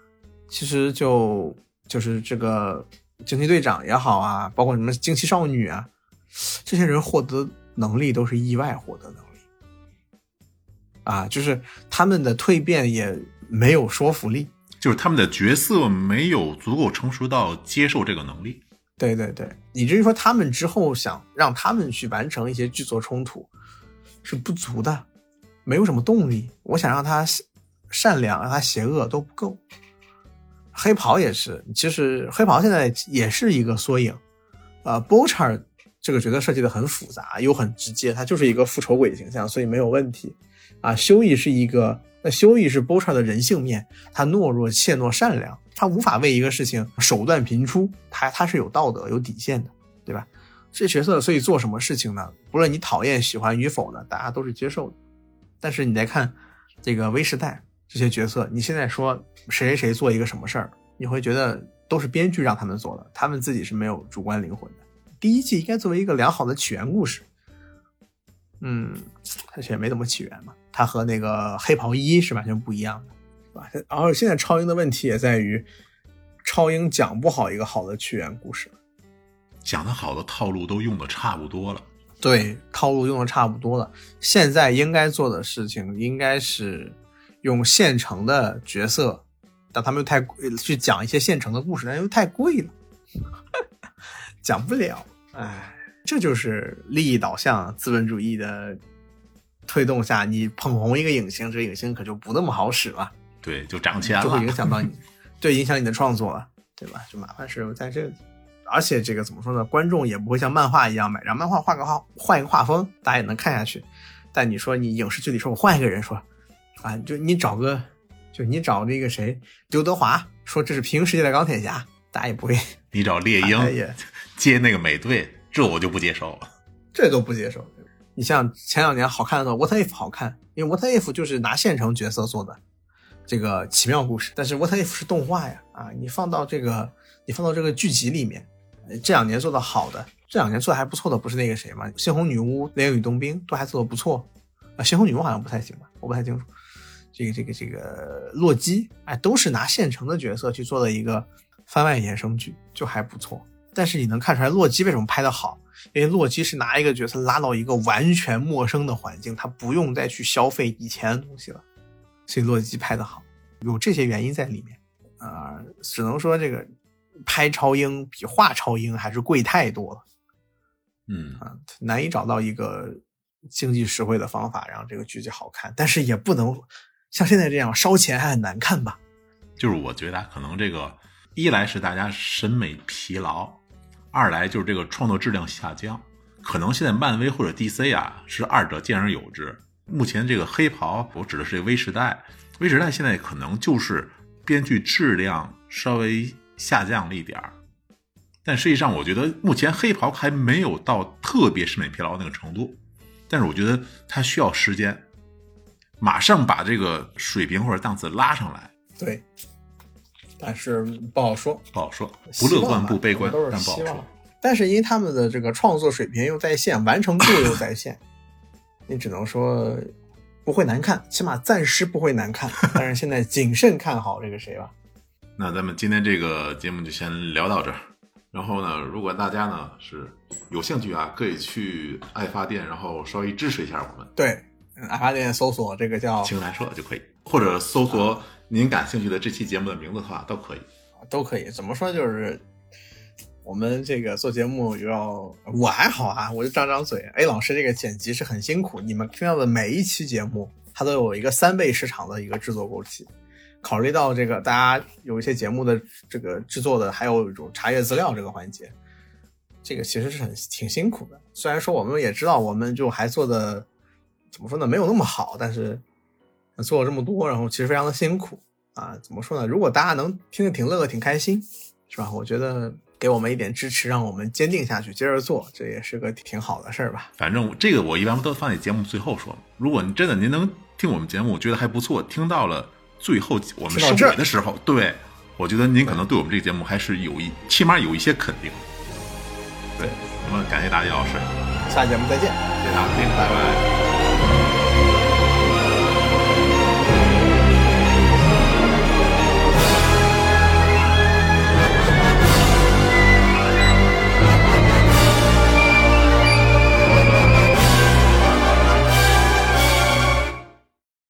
Speaker 1: 其实就就是这个惊奇队长也好啊，包括什么惊奇少女啊，这些人获得能力都是意外获得能力啊，就是他们的蜕变也没有说服力，
Speaker 2: 就是他们的角色没有足够成熟到接受这个能力。
Speaker 1: 对对对，以至于说他们之后想让他们去完成一些剧作冲突是不足的，没有什么动力。我想让他善良，让他邪恶都不够。黑袍也是，其实黑袍现在也是一个缩影。呃 Bouchard 这个角色设计的很复杂又很直接，他就是一个复仇鬼形象，所以没有问题。啊，修义是一个，那修义是 Bouchard 的人性面，他懦弱、怯懦、善良，他无法为一个事情手段频出，他他是有道德、有底线的，对吧？这角色所以做什么事情呢？不论你讨厌、喜欢与否呢，大家都是接受的。但是你再看这个微时代这些角色，你现在说谁谁谁做一个什么事儿，你会觉得都是编剧让他们做的，他们自己是没有主观灵魂的。第一季应该作为一个良好的起源故事，嗯，它也没怎么起源嘛。它和那个黑袍一是完全不一样的，是吧？然后现在超英的问题也在于，超英讲不好一个好的起源故事，
Speaker 2: 讲的好的套路都用的差不多了。
Speaker 1: 对，套路用的差不多了。现在应该做的事情应该是用现成的角色，但他们又太去讲一些现成的故事，但又太贵了，讲不了。哎，这就是利益导向资本主义的推动下，你捧红一个影星，这个影星可就不那么好使了。
Speaker 2: 对，就涨钱了，
Speaker 1: 就会影响到你，对，影响你的创作了，对吧？就麻烦是在这里。而且这个怎么说呢？观众也不会像漫画一样买，让漫画画个画换一个画风，大家也能看下去。但你说你影视剧里说我换一个人说，啊，就你找个，就你找那个谁刘德华说这是平行世界的钢铁侠，大家也不会。
Speaker 2: 你找猎鹰接那个美队，这我就不接受了，
Speaker 1: 这都不接受。你像前两年好看的时候 What If 好看，因为 What If 就是拿现成角色做的这个奇妙故事，但是 What If 是动画呀，啊，你放到这个你放到这个剧集里面，这两年做的好的，这两年做的还不错的不是那个谁吗？猩红女巫、雷影与冬兵都还做的不错啊，猩红女巫好像不太行吧，我不太清楚。这个这个这个洛基，哎，都是拿现成的角色去做的一个番外衍生剧，就还不错。但是你能看出来洛基为什么拍得好，因为洛基是拿一个角色拉到一个完全陌生的环境，他不用再去消费以前的东西了，所以洛基拍得好，有这些原因在里面啊、呃，只能说这个拍超英比画超英还是贵太多了，
Speaker 2: 嗯
Speaker 1: 啊，难以找到一个经济实惠的方法让这个剧集好看，但是也不能像现在这样烧钱还很难看吧。
Speaker 2: 就是我觉得可能这个一来是大家审美疲劳，二来就是这个创作质量下降，可能现在漫威或者 D C 啊是二者兼而有之。目前这个黑袍，我指的是微时代，微时代现在可能就是编剧质量稍微下降了一点，但实际上我觉得目前黑袍还没有到特别审美疲劳那个程度，但是我觉得它需要时间马上把这个水平或者档次拉上来。
Speaker 1: 对，但是不好说，
Speaker 2: 不好说，不乐观不悲观，但不好说。
Speaker 1: 但是因为他们的这个创作水平又在线，完成度又在线，你只能说不会难看，起码暂时不会难看。但是现在谨慎看好这个谁吧。
Speaker 2: 那咱们今天这个节目就先聊到这儿。然后呢，如果大家呢是有兴趣啊，可以去爱发电，然后稍微支持一下我们。
Speaker 1: 对，爱发电搜索这个叫
Speaker 2: 青蓝社就可以，或者搜索您感兴趣的这期节目的名字的话都可以，
Speaker 1: 都可以。怎么说，就是我们这个做节目要，我还好啊，我就张张嘴。A 老师这个剪辑是很辛苦，你们听到的每一期节目，它都有一个三倍时长的一个制作周期。考虑到这个大家有一些节目的这个制作的，还有一种查阅资料这个环节，这个其实是很挺辛苦的。虽然说我们也知道，我们就还做的怎么说呢，没有那么好，但是做了这么多，然后其实非常的辛苦啊。怎么说呢？如果大家能听得挺乐，挺开心，是吧？我觉得给我们一点支持，让我们坚定下去，接着做，这也是个挺好的事儿吧。
Speaker 2: 反正这个我一般都放在节目最后说。如果你真的您能听我们节目，觉得还不错，听到了最后我们收尾的时候，对，我觉得您可能对我们这个节目还是有一，起码有一些肯定。对，那么感谢大家老师，
Speaker 1: 下期节目再见，
Speaker 2: 谢谢大家听，拜拜。